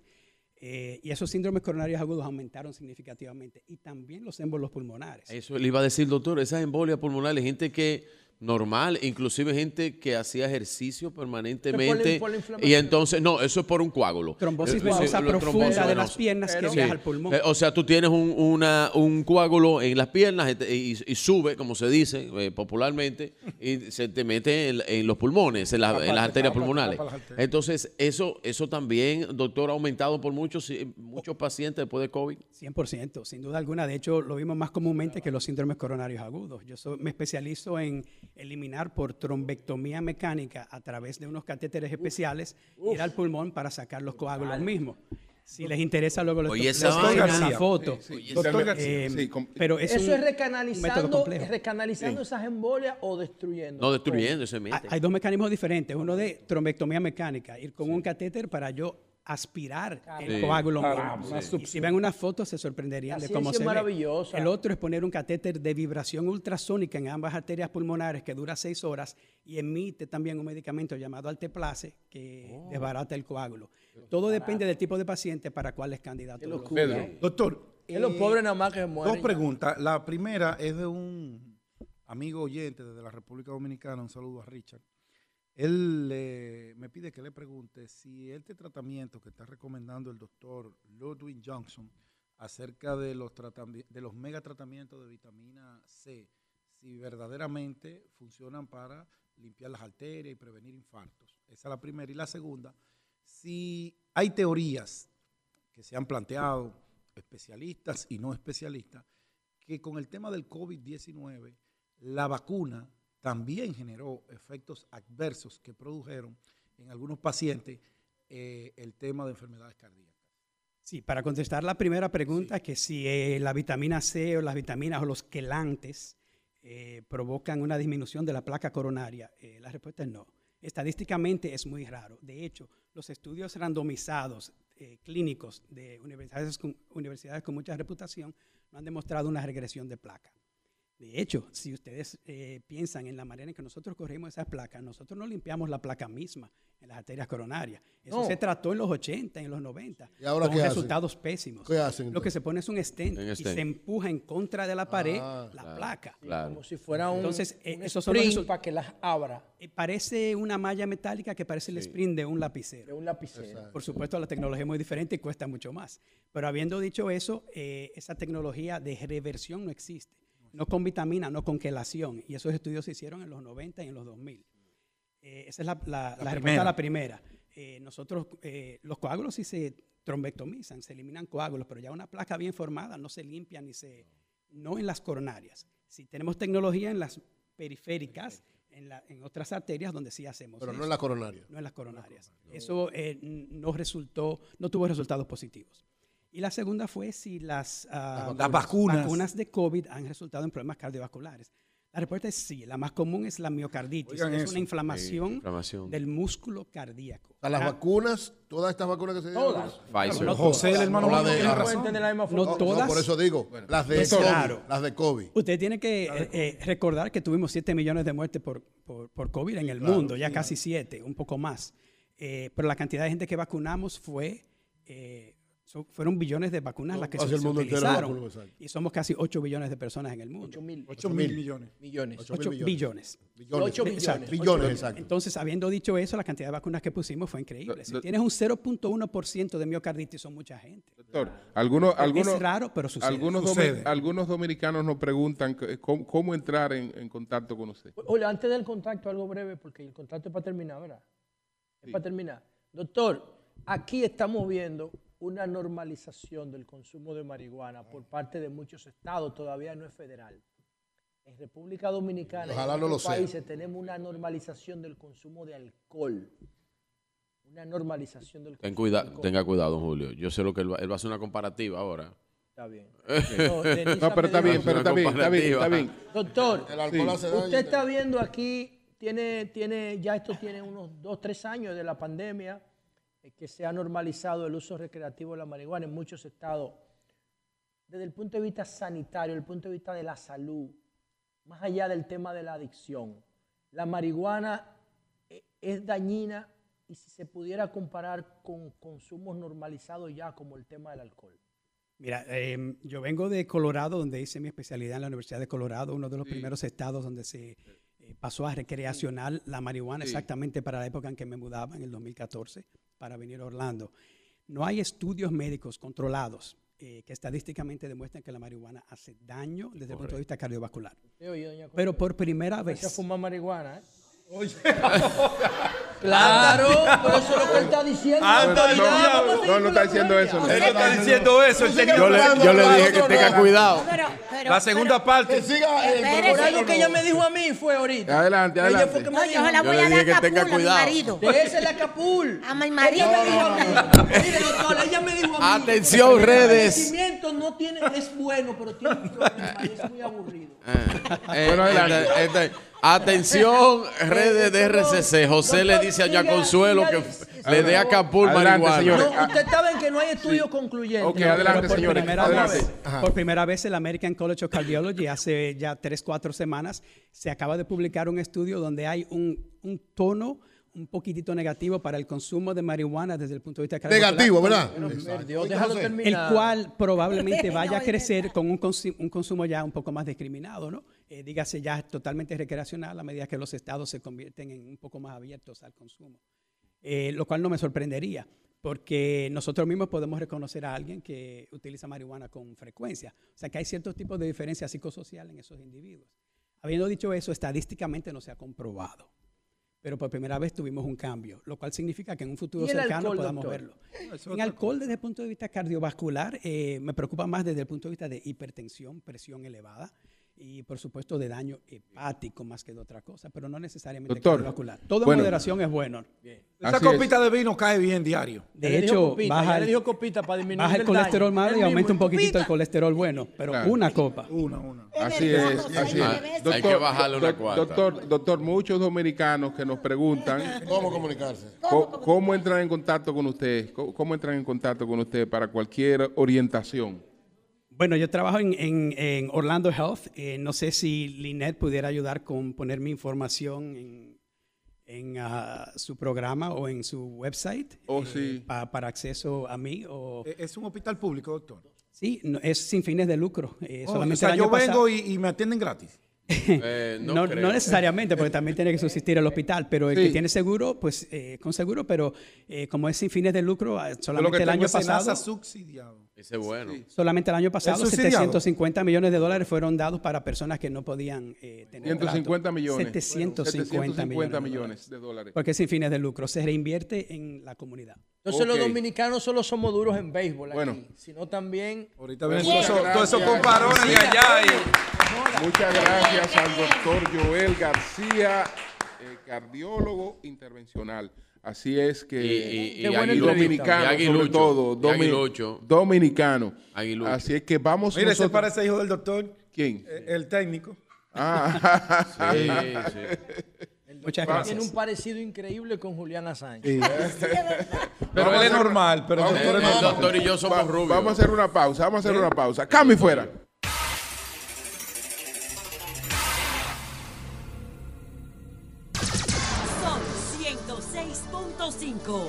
Speaker 10: Y esos síndromes coronarios agudos aumentaron significativamente. Y también los émbolos pulmonares.
Speaker 5: Eso le iba a decir, doctor, esas embolias pulmonares, gente que normal, inclusive gente que hacía ejercicio permanentemente y entonces, no, eso es por un coágulo.
Speaker 10: Trombosis venosa profunda de las piernas que viaja al pulmón.
Speaker 5: O sea, tú tienes un coágulo en las piernas y sube, como se dice popularmente, y se te mete en los pulmones, en las arterias pulmonares. Entonces, eso también, doctor, ha aumentado por muchos pacientes después de COVID.
Speaker 10: 100%, sin duda alguna. De hecho, lo vimos más comúnmente que los síndromes coronarios agudos. Yo me especializo en eliminar por trombectomía mecánica a través de unos catéteres especiales, ir al pulmón para sacar los coágulos mismos. Si les interesa, luego les doy una foto.
Speaker 3: Pero eso es recanalizando esas embolias o destruyendo.
Speaker 5: No, destruyendo, se mete.
Speaker 10: Hay 2 mecanismos diferentes. Uno de trombectomía mecánica, ir con un catéter para yo aspirar el coágulo. Y si ven una foto se sorprenderían de cómo se ve. El otro es poner un catéter de vibración ultrasónica en ambas arterias pulmonares que dura 6 horas y emite también un medicamento llamado Alteplase que desbarata el coágulo. Todo depende del tipo de paciente para cuál es candidato.
Speaker 7: Doctor,
Speaker 3: los pobres nada más que mueren.
Speaker 7: 2 preguntas. La primera es de un amigo oyente desde la República Dominicana. Un saludo a Richard. Él me pide que le pregunte si este tratamiento que está recomendando el doctor Ludwig Johnson acerca de los megatratamientos de vitamina C, si verdaderamente funcionan para limpiar las arterias y prevenir infartos. Esa es la primera. Y la segunda, si hay teorías que se han planteado, especialistas y no especialistas, que con el tema del COVID-19, la vacuna también generó efectos adversos que produjeron en algunos pacientes el tema de enfermedades cardíacas.
Speaker 10: Sí, para contestar la primera pregunta, que si la vitamina C o las vitaminas o los quelantes provocan una disminución de la placa coronaria, la respuesta es no. Estadísticamente es muy raro. De hecho, los estudios randomizados clínicos de universidades con mucha reputación no han demostrado una regresión de placa. De hecho, si ustedes piensan en la manera en que nosotros corregimos esas placas, nosotros no limpiamos la placa misma en las arterias coronarias. Eso se trató en los 80, en los 90, con resultados pésimos.
Speaker 8: ¿Qué hacen?
Speaker 10: Lo que se pone es un stent y se empuja en contra de la pared la placa.
Speaker 3: Claro. Como si fuera un sprint para que las abra.
Speaker 10: Parece una malla metálica que parece el sprint de un lapicero.
Speaker 3: De un lapicero.
Speaker 10: Por supuesto, la tecnología es muy diferente y cuesta mucho más. Pero habiendo dicho eso, esa tecnología de reversión no existe. No con vitamina, no con quelación. Y esos estudios se hicieron en los 90 y en los 2000. Esa es la respuesta a la primera. Nosotros, los coágulos sí se trombectomizan, se eliminan coágulos, pero ya una placa bien formada no se limpia no en las coronarias. Sí, tenemos tecnología en las periféricas, en otras arterias donde sí hacemos
Speaker 8: Pero
Speaker 10: eso.
Speaker 8: no en las coronarias.
Speaker 10: No en las coronarias. Eso no tuvo resultados positivos. Y la segunda fue si las vacunas de COVID han resultado en problemas cardiovasculares. La respuesta es sí. La más común es la miocarditis. Es una inflamación del músculo cardíaco.
Speaker 8: Las vacunas, todas estas vacunas que se dieron.
Speaker 3: Todas.
Speaker 5: Pfizer.
Speaker 7: No, José, el hermano mío, tiene razón.
Speaker 10: No todas.
Speaker 8: Por eso digo, las de COVID. Claro. Las de COVID.
Speaker 10: Usted tiene que recordar que tuvimos 7 millones de muertes por COVID en el mundo, ya casi 7, un poco más. Pero la cantidad de gente que vacunamos fueron billones de vacunas las que se utilizaron. Y somos casi 8 billones de personas en el mundo.
Speaker 7: 8 mil millones.
Speaker 10: 8 billones.
Speaker 8: 8 billones, exacto.
Speaker 10: Entonces, habiendo dicho eso, la cantidad de vacunas que pusimos fue increíble. Si tienes un 0.1% de miocarditis, son mucha gente.
Speaker 2: Doctor,
Speaker 10: es raro, pero sucede.
Speaker 2: Algunos dominicanos nos preguntan cómo entrar en contacto con usted.
Speaker 3: Oye, antes del contacto, algo breve, porque el contacto es para terminar, ¿verdad? Es para terminar. Doctor, aquí estamos viendo una normalización del consumo de marihuana por parte de muchos estados, todavía no es federal. En República Dominicana y en otros países tenemos una normalización del consumo de alcohol. Una normalización del consumo de alcohol.
Speaker 5: Tenga cuidado, Julio. Yo sé lo que él va a hacer una comparativa ahora.
Speaker 3: Está bien.
Speaker 2: No, pero está bien.
Speaker 3: Doctor, usted está viendo aquí, ya esto tiene unos 2-3 años de la pandemia, que se ha normalizado el uso recreativo de la marihuana en muchos estados. Desde el punto de vista sanitario, desde el punto de vista de la salud, más allá del tema de la adicción, la marihuana es dañina y si se pudiera comparar con consumos normalizados ya como el tema del alcohol.
Speaker 10: Mira, yo vengo de Colorado, donde hice mi especialidad en la Universidad de Colorado, uno de los primeros estados donde se pasó a recreacional la marihuana exactamente para la época en que me mudaba, en el 2014, para venir a Orlando. No hay estudios médicos controlados que estadísticamente demuestran que la marihuana hace daño desde el punto de vista cardiovascular. Pero por primera vez...
Speaker 3: ¿Se fuma marihuana? Oye. Claro, pero eso es lo que él está diciendo.
Speaker 2: No está diciendo eso.
Speaker 7: Él está diciendo eso.
Speaker 5: Yo le dije que tenga cuidado.
Speaker 7: La segunda parte.
Speaker 3: Por algo que ella me dijo a mí fue ahorita.
Speaker 2: Adelante.
Speaker 4: Yo se la voy a dar a Capul, a mi marido.
Speaker 3: Désela a Capul.
Speaker 4: A mi marido.
Speaker 3: Mire, doctora, ella me dijo a mí.
Speaker 5: Atención, redes.
Speaker 3: El crecimiento no tiene, es bueno, pero tiene un problema y es muy aburrido.
Speaker 2: Bueno, adelante.
Speaker 5: Atención, redes de RCC. José le dice a Doña Consuelo que le dé a Capul marihuana.
Speaker 3: No, usted sabe que no hay estudio concluyente.
Speaker 2: Ok, adelante, señores.
Speaker 10: Por primera vez, el American College of Cardiology, hace ya 3-4 semanas, se acaba de publicar un estudio donde hay un tono un poquitito negativo para el consumo de marihuana desde el punto de vista cardiovascular.
Speaker 8: Negativo, ¿verdad?
Speaker 10: El cual probablemente vaya a crecer con un consumo ya un poco más discriminado, ¿no? Dígase ya totalmente recreacional a medida que los estados se convierten en un poco más abiertos al consumo. Lo cual no me sorprendería, porque nosotros mismos podemos reconocer a alguien que utiliza marihuana con frecuencia. O sea que hay ciertos tipos de diferencias psicosociales en esos individuos. Habiendo dicho eso, estadísticamente no se ha comprobado. Pero por primera vez tuvimos un cambio, lo cual significa que en un futuro cercano podamos verlo. En alcohol, desde el punto de vista cardiovascular, me preocupa más desde el punto de vista de hipertensión, presión elevada y, por supuesto, de daño hepático más que de otra cosa, pero no necesariamente cardiovascular. Todo en moderación es bueno.
Speaker 7: Esa copita de vino cae bien diario.
Speaker 10: De hecho, baja el colesterol malo y aumenta un poquitito el colesterol bueno, pero una copa.
Speaker 7: Una.
Speaker 2: Así es.
Speaker 5: Hay que bajarle una cuarta.
Speaker 2: Doctor, muchos dominicanos que nos preguntan
Speaker 8: ¿cómo comunicarse?
Speaker 2: ¿Cómo entran en contacto con usted? ¿Cómo entran en contacto con usted para cualquier orientación?
Speaker 10: Bueno, yo trabajo en Orlando Health. No sé si Lynette pudiera ayudar con poner mi información en su programa o en su website para acceso a mí.
Speaker 7: ¿Es un hospital público, doctor?
Speaker 10: Sí, no, es sin fines de lucro.
Speaker 7: Solamente o sea, yo vengo y me atienden gratis.
Speaker 10: No necesariamente, porque también tiene que subsistir el hospital, pero el que tiene seguro, pues con seguro, pero como es sin fines de lucro, solamente el año pasado.
Speaker 7: Subsidiado.
Speaker 5: Ese es bueno.
Speaker 10: Solamente el año pasado, $750 millones fueron dados para personas que no podían tener.
Speaker 2: 150 millones.
Speaker 10: 750 millones
Speaker 2: de dólares.
Speaker 10: Porque es sin fines de lucro. Se reinvierte en la comunidad.
Speaker 3: Entonces los dominicanos solo somos duros en béisbol aquí, sino también.
Speaker 7: Ahorita ven todos esos comparones de allá.
Speaker 2: Muchas gracias al doctor Joel García, cardiólogo intervencional. Así es que
Speaker 5: y
Speaker 2: dominicano, sobre todo, dominicano.
Speaker 5: Aguilucho.
Speaker 2: Así es que vamos.
Speaker 7: Mire, ese parece hijo del doctor.
Speaker 2: ¿Quién?
Speaker 7: El técnico.
Speaker 5: Sí.
Speaker 3: Muchas gracias. Tiene un parecido increíble con Juliana Sánchez.
Speaker 7: Sí. Pero él es normal, pero el doctor es normal.
Speaker 5: El doctor y yo somos rubios.
Speaker 2: Vamos a hacer una pausa, Cambio y fuera.
Speaker 9: Son 106.5.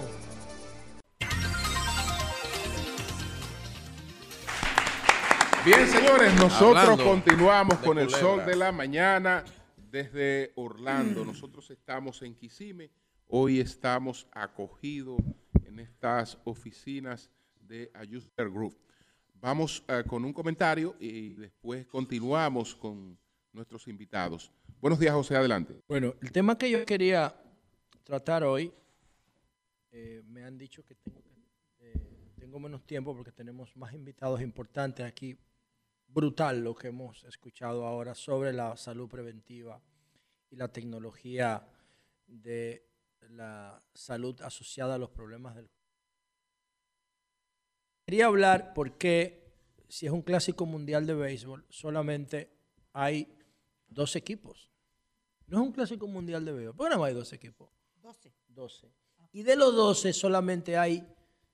Speaker 2: Bien, señores, nosotros continuamos con el sol de la mañana desde Orlando. Nosotros estamos en Kissimmee. Hoy estamos acogidos en estas oficinas de Adjuster Group. Vamos con un comentario y después continuamos con nuestros invitados. Buenos días, José, adelante.
Speaker 3: Bueno, el tema que yo quería tratar hoy, me han dicho que tengo menos tiempo porque tenemos más invitados importantes aquí. Brutal lo que hemos escuchado ahora sobre la salud preventiva y la tecnología de la salud asociada a los problemas del... Quería hablar porque si es un clásico mundial de béisbol, solamente hay 2 equipos. No es un clásico mundial de béisbol. ¿Por qué no hay 2 equipos? 12. Y de los 12 solamente hay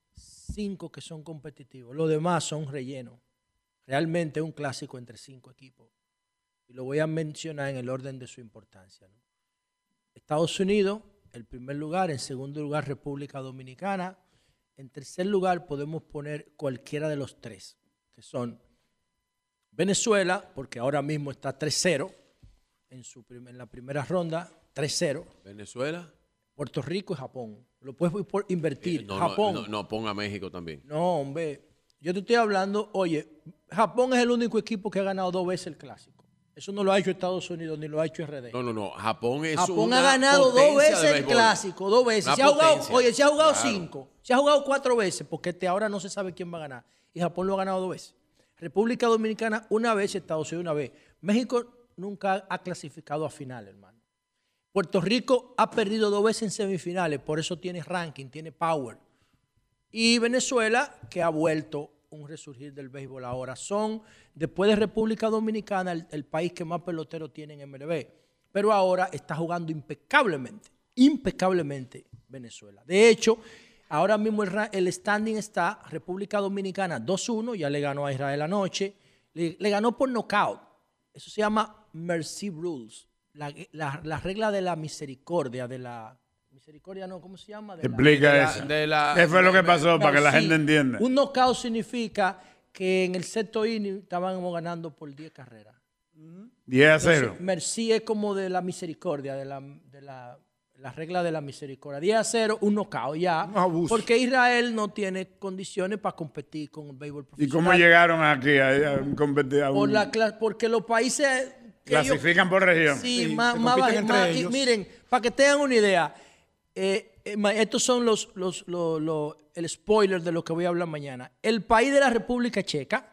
Speaker 3: 5 que son competitivos. Los demás son rellenos. Realmente es un clásico entre 5 equipos. Y lo voy a mencionar en el orden de su importancia, ¿no? Estados Unidos, el primer lugar. En segundo lugar, República Dominicana. En tercer lugar, podemos poner cualquiera de los 3, que son Venezuela, porque ahora mismo está 3-0 en la primera ronda, 3-0.
Speaker 5: Venezuela.
Speaker 3: Puerto Rico y Japón. Lo puedes invertir. Japón.
Speaker 5: No, ponga México también.
Speaker 3: No, hombre. Yo te estoy hablando, oye, Japón es el único equipo que ha ganado 2 veces el clásico. Eso no lo ha hecho Estados Unidos ni lo ha hecho RD.
Speaker 5: No. Japón
Speaker 3: ha ganado 2 veces el clásico, 2 veces. Se ha jugado 5. Se ha jugado 4 veces porque ahora no se sabe quién va a ganar. Y Japón lo ha ganado 2 veces. República Dominicana 1 vez, Estados Unidos 1 vez. México nunca ha clasificado a final, hermano. Puerto Rico ha perdido 2 veces en semifinales, por eso tiene ranking, tiene power. Y Venezuela, que ha vuelto un resurgir del béisbol ahora. Son, después de República Dominicana, el país que más peloteros tiene en MLB. Pero ahora está jugando impecablemente Venezuela. De hecho, ahora mismo el standing está República Dominicana 2-1, ya le ganó a Israel anoche. Le ganó por knockout. Eso se llama Mercy Rules. La regla de la misericordia, no, ¿cómo se llama?
Speaker 6: Explica eso. ¿Qué fue lo que pasó para que la gente entienda?
Speaker 3: Un knockout significa que en el sexto inning estábamos ganando por 10 carreras.
Speaker 6: 10-0.
Speaker 3: Mercy es como de la misericordia, de la regla de la misericordia. 10-0, un knockout ya. Un abuso. Porque Israel no tiene condiciones para competir con el béisbol profesional.
Speaker 6: ¿Y cómo llegaron aquí a competir?
Speaker 3: Porque los países...
Speaker 6: Clasifican por región.
Speaker 3: Sí, más ellos. Miren, para que tengan una idea, estos son el spoiler de lo que voy a hablar mañana. El país de la República Checa,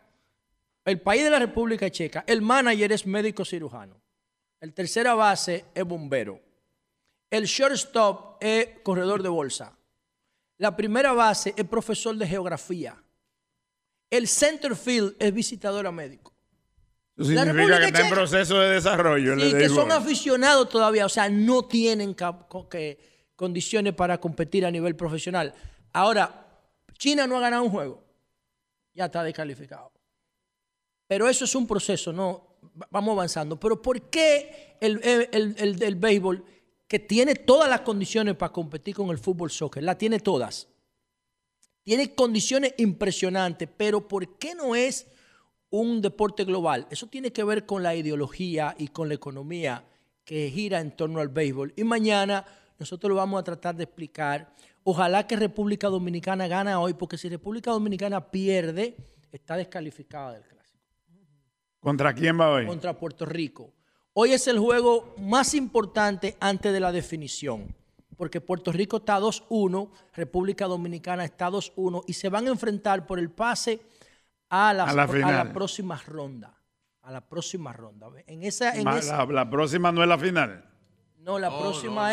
Speaker 3: el manager es médico cirujano. El tercera base es bombero. El shortstop es corredor de bolsa. La primera base es profesor de geografía. El center field es visitador a médico.
Speaker 6: Eso significa que está en proceso de desarrollo.
Speaker 3: Sí, que son aficionados todavía, o sea, no tienen condiciones para competir a nivel profesional. Ahora, China no ha ganado un juego, ya está descalificado. Pero eso es un proceso, ¿no? Vamos avanzando. Pero ¿por qué el béisbol, que tiene todas las condiciones para competir con el fútbol soccer, la tiene todas? Tiene condiciones impresionantes, pero ¿por qué no es un deporte global? Eso tiene que ver con la ideología y con la economía que gira en torno al béisbol. Y mañana nosotros lo vamos a tratar de explicar. Ojalá que República Dominicana gane hoy, porque si República Dominicana pierde, está descalificada del clásico.
Speaker 6: ¿Contra quién va hoy?
Speaker 3: Contra Puerto Rico. Hoy es el juego más importante antes de la definición, porque Puerto Rico está 2-1, República Dominicana está 2-1 y se van a enfrentar por el pase a la próxima ronda. a la próxima ronda.
Speaker 6: La próxima no es la final.
Speaker 3: No, la próxima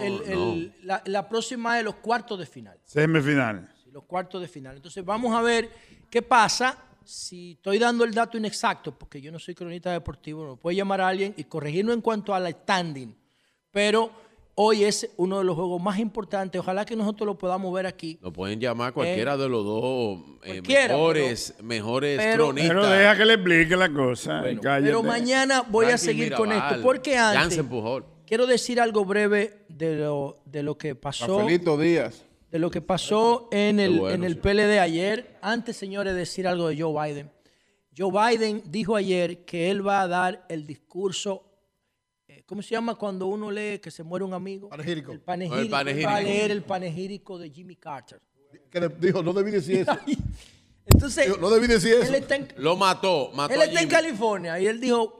Speaker 3: la próxima es los cuartos de final.
Speaker 6: Semifinal.
Speaker 3: Sí, los cuartos de final. Entonces vamos a ver qué pasa. Si estoy dando el dato inexacto, porque yo no soy cronista deportivo, me puede llamar a alguien y corregirlo en cuanto a la standing. Pero hoy es uno de los juegos más importantes. Ojalá que nosotros lo podamos ver aquí.
Speaker 5: Lo pueden llamar cualquiera de los dos mejores cronistas.
Speaker 6: Pero deja que le explique la cosa.
Speaker 3: Bueno, pero mañana voy a seguir con esto. Porque antes quiero decir algo breve de lo que pasó.
Speaker 2: Rafaelito Díaz.
Speaker 3: De lo que pasó en el PLD ayer. Antes, señores, decir algo de Joe Biden. Joe Biden dijo ayer que él va a dar el discurso, ¿cómo se llama cuando uno lee que se muere un amigo?
Speaker 8: Panegírico.
Speaker 3: El panegírico. Va a leer el panegírico de Jimmy Carter.
Speaker 8: Que dijo, no debí decir eso.
Speaker 3: Entonces,
Speaker 8: dijo, no debí decir eso.
Speaker 5: Lo mató
Speaker 3: Él está en California y él dijo,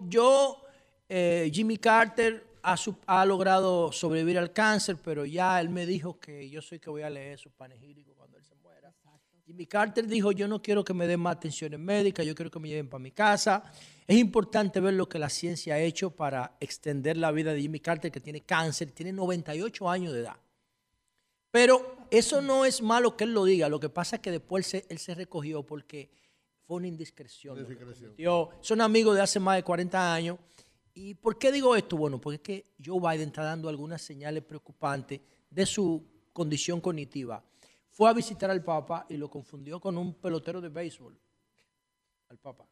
Speaker 3: Jimmy Carter ha logrado sobrevivir al cáncer, pero ya él me dijo que yo soy que voy a leer su panegírico cuando él se muera. Exacto. Jimmy Carter dijo, yo no quiero que me den más atenciones médicas, yo quiero que me lleven para mi casa. Es importante ver lo que la ciencia ha hecho para extender la vida de Jimmy Carter, que tiene cáncer, tiene 98 años de edad. Pero eso no es malo que él lo diga, lo que pasa es que después él se recogió porque fue una indiscreción. Son amigos de hace más de 40 años. ¿Y por qué digo esto? Bueno, porque es que Joe Biden está dando algunas señales preocupantes de su condición cognitiva. Fue a visitar al Papa y lo confundió con un pelotero de béisbol. Al Papa.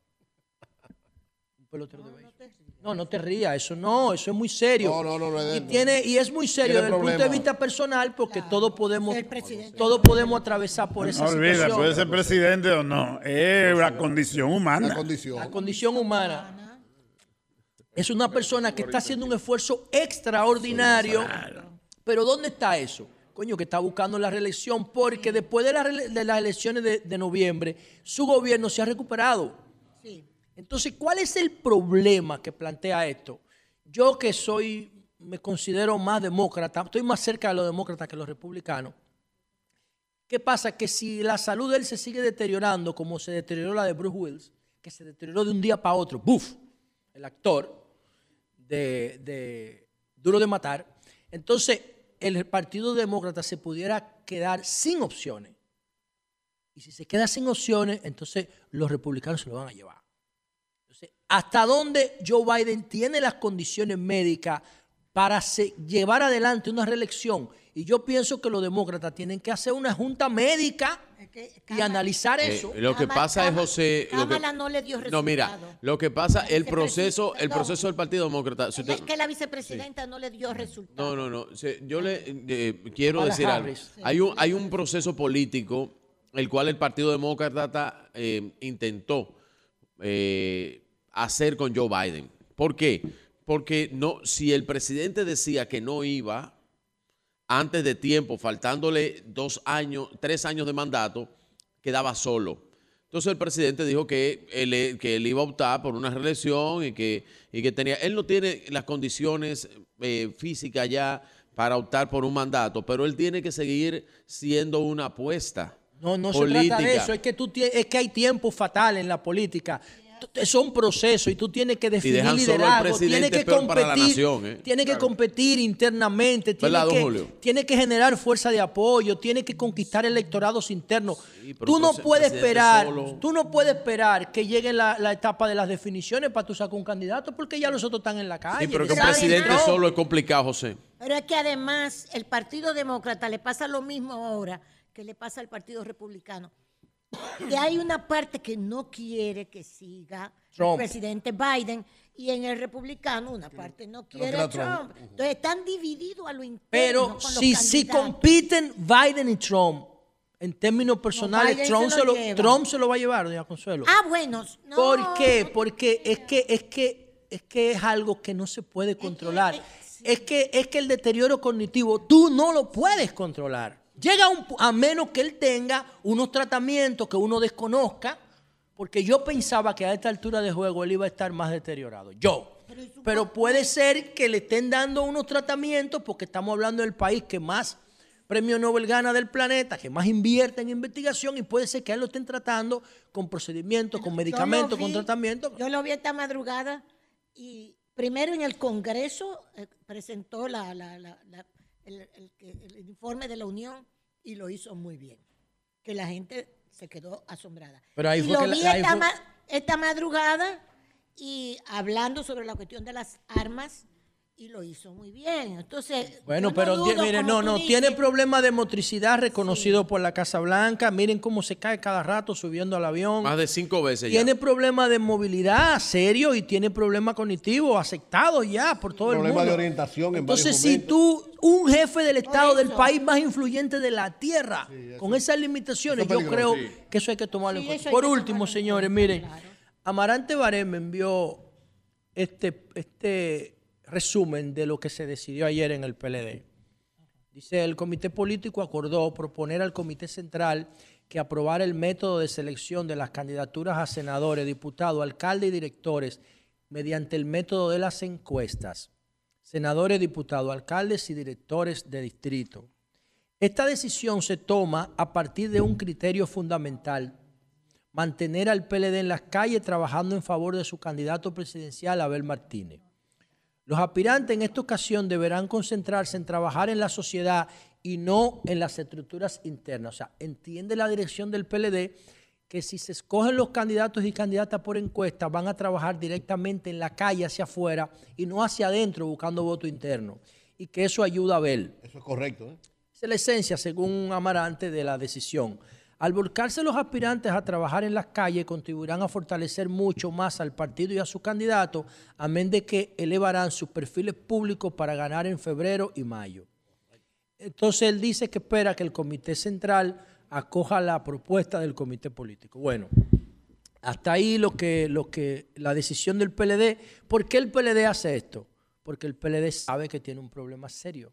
Speaker 3: Un pelotero de béisbol. No te rías, eso es muy serio. Y es muy serio desde el punto de vista personal, porque todos podemos atravesar por esa situación.
Speaker 6: Puede ser presidente o no. Es la condición humana.
Speaker 3: La condición humana. Es una persona que está haciendo un esfuerzo extraordinario. Pero ¿dónde está eso? Coño, que está buscando la reelección, porque después de las elecciones de noviembre, su gobierno se ha recuperado. Sí. Entonces, ¿cuál es el problema que plantea esto? Yo que me considero más demócrata, estoy más cerca de los demócratas que los republicanos. ¿Qué pasa? Que si la salud de él se sigue deteriorando, como se deterioró la de Bruce Willis, que se deterioró de un día para otro, ¡buf! El actor de Duro de Matar, entonces el Partido Demócrata se pudiera quedar sin opciones. Y si se queda sin opciones, entonces los republicanos se lo van a llevar. Entonces, ¿hasta dónde Joe Biden tiene las condiciones médicas para llevar adelante una reelección? Y yo pienso que los demócratas tienen que hacer una junta médica y analizar eso.
Speaker 5: Lo que pasa es, José...
Speaker 4: Kamala no le dio resultado.
Speaker 5: No, mira, lo que pasa, el proceso del Partido Demócrata...
Speaker 4: Es que la vicepresidenta no le dio resultado.
Speaker 5: No. Yo le quiero decir algo. Hay un proceso político el cual el Partido Demócrata intentó hacer con Joe Biden. ¿Por qué? Porque si el presidente decía que no iba antes de tiempo, faltándole 3 años de mandato, quedaba solo. Entonces el presidente dijo que él iba a optar por una reelección y que él no tiene las condiciones físicas ya para optar por un mandato, pero él tiene que seguir siendo una apuesta.
Speaker 3: No política. Se trata de eso, es que hay tiempos fatales en la política. Son procesos y tú tienes que definir liderazgo, tienes que competir, tienes que competir internamente, tienes que generar fuerza de apoyo, tienes que conquistar electorados internos. Sí, tú no puedes esperar que llegue la etapa de las definiciones para tú sacar un candidato, porque ya los otros están en la calle.
Speaker 5: Sí, pero que un presidente solo es complicado, José.
Speaker 4: Pero es que además el Partido Demócrata le pasa lo mismo ahora que le pasa al Partido Republicano. Y hay una parte que no quiere que siga Trump, el presidente Biden, y en el republicano una parte no quiere a Trump. Entonces están divididos a lo interno.
Speaker 3: Pero si compiten Biden y Trump en términos personales, Trump se lo va a llevar, doña Consuelo.
Speaker 4: Bueno. No,
Speaker 3: ¿Por qué? Porque es que es algo que no se puede controlar. Es que el deterioro cognitivo tú no lo puedes controlar. Llega a menos que él tenga unos tratamientos que uno desconozca, porque yo pensaba que a esta altura de juego él iba a estar más deteriorado. Pero puede ser que le estén dando unos tratamientos, porque estamos hablando del país que más premio Nobel gana del planeta, que más invierte en investigación, y puede ser que a él lo estén tratando con procedimientos, con medicamentos, con tratamientos.
Speaker 4: Yo lo vi esta madrugada y primero en el Congreso presentó el informe de la Unión y lo hizo muy bien, que la gente se quedó asombrada.
Speaker 3: Pero ahí
Speaker 4: y lo vi esta madrugada y hablando sobre la cuestión de las armas, y lo hizo muy bien. Entonces,
Speaker 3: bueno, pero miren, tiene problema de motricidad reconocido por la Casa Blanca. Miren cómo se cae cada rato subiendo al avión.
Speaker 5: Más de 5 veces
Speaker 3: tiene problema de movilidad serio y tiene problema cognitivo aceptado ya por todo el mundo.
Speaker 8: Problema de orientación en
Speaker 3: Entonces,
Speaker 8: varios momentos.
Speaker 3: si tú, un jefe del Estado del país más influyente de la tierra, con esas limitaciones, yo creo que eso hay que tomarlo en cuenta. Por último, señores, miren, Amarante Baré me envió este resumen de lo que se decidió ayer en el PLD. Dice, el comité político acordó proponer al comité central que aprobara el método de selección de las candidaturas a senadores, diputados, alcaldes y directores mediante el método de las encuestas. Senadores, diputados, alcaldes y directores de distrito. Esta decisión se toma a partir de un criterio fundamental: mantener al PLD en las calles trabajando en favor de su candidato presidencial, Abel Martínez. Los aspirantes en esta ocasión deberán concentrarse en trabajar en la sociedad y no en las estructuras internas. O sea, entiende la dirección del PLD que si se escogen los candidatos y candidatas por encuesta, van a trabajar directamente en la calle hacia afuera y no hacia adentro buscando voto interno. Y que eso ayuda a Abel.
Speaker 8: Eso es correcto, ¿eh?
Speaker 3: Esa es la esencia, según Amarante, de la decisión. Al volcarse los aspirantes a trabajar en las calles, contribuirán a fortalecer mucho más al partido y a su candidato, amén de que elevarán sus perfiles públicos para ganar en febrero y mayo. Entonces él dice que espera que el comité central acoja la propuesta del comité político. Bueno, hasta ahí lo que la decisión del PLD. ¿Por qué el PLD hace esto? Porque el PLD sabe que tiene un problema serio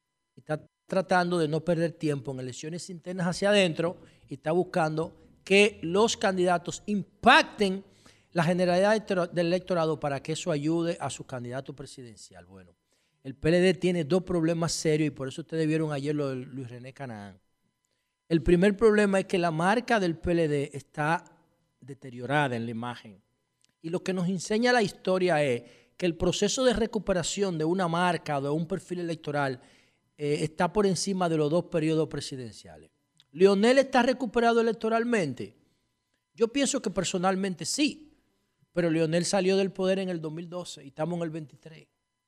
Speaker 3: y está tratando de no perder tiempo en elecciones internas hacia adentro y está buscando que los candidatos impacten la generalidad del electorado para que eso ayude a su candidato presidencial. Bueno, el PLD tiene dos problemas serios y por eso ustedes vieron ayer lo de Luis René Canaán. El primer problema es que la marca del PLD está deteriorada en la imagen. Y lo que nos enseña la historia es que el proceso de recuperación de una marca o de un perfil electoral está por encima de los dos periodos presidenciales. ¿Leonel está recuperado electoralmente? Yo pienso que personalmente sí, pero Leonel salió del poder en el 2012 y estamos en el 23.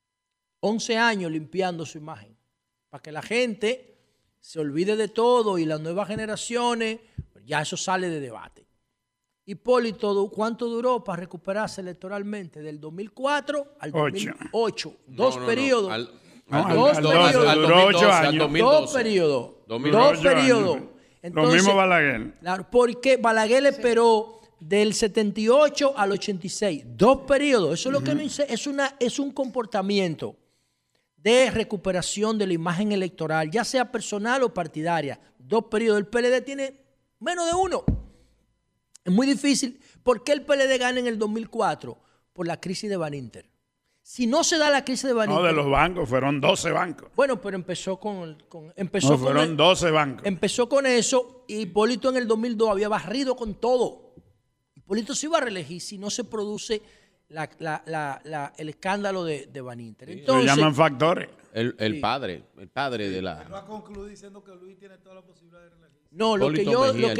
Speaker 3: 11 años limpiando su imagen, para que la gente se olvide de todo y las nuevas generaciones, ya eso sale de debate. Hipólito, ¿cuánto duró para recuperarse electoralmente? Del 2004 al 2008. Dos periodos.
Speaker 6: Duró 8 años.
Speaker 3: Dos periodos.
Speaker 6: Entonces, lo mismo Balaguer.
Speaker 3: Claro, porque Balaguer esperó del 78 al 86. Dos periodos. Eso es lo que nos dice, es un comportamiento de recuperación de la imagen electoral, ya sea personal o partidaria. Dos periodos. El PLD tiene menos de uno. Es muy difícil. ¿Por qué el PLD gana en el 2004? Por la crisis de Baninter. Si no se da la crisis de Baninter...
Speaker 6: No, de los bancos, fueron 12 bancos.
Speaker 3: Bueno, pero empezó
Speaker 6: fueron 12 bancos.
Speaker 3: Empezó con eso y Hipólito en el 2002 había barrido con todo. Hipólito se iba a reelegir si no se produce el escándalo de Baninter. Entonces,
Speaker 5: lo llaman factores. El padre de la...
Speaker 7: Él va a concluir diciendo que Luis tiene toda la posibilidad de reelegir.
Speaker 3: No, lo que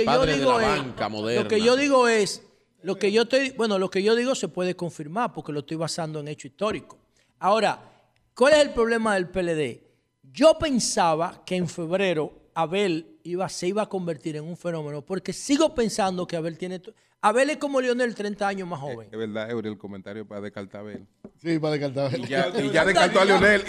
Speaker 3: yo digo se puede confirmar porque lo estoy basando en hechos históricos. Ahora, ¿cuál es el problema del PLD? Yo pensaba que en febrero Abel se iba a convertir en un fenómeno porque sigo pensando que Abel es como Leonel, 30 años más joven.
Speaker 2: Es verdad, Eury, el comentario para descartar a Abel.
Speaker 8: Sí, para descartar a Abel.
Speaker 2: Y ya descartó a Leonel.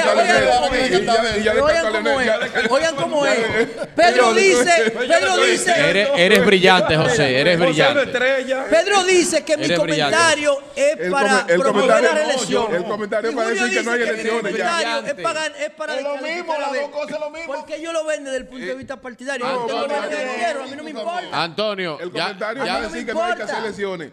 Speaker 3: Oigan cómo es. Pedro dice...
Speaker 5: Eres brillante, José, eres brillante.
Speaker 3: Pedro dice que mi comentario es para promover la reelección.
Speaker 2: El comentario es para decir que no hay elecciones ya.
Speaker 3: Es para
Speaker 8: lo mismo, las dos cosas es lo mismo.
Speaker 3: Porque ellos lo ven desde el punto de vista partidario. A mí no me importa.
Speaker 5: Antonio,
Speaker 2: el comentario
Speaker 3: a mí no me
Speaker 2: decir que no hay que hacer elecciones.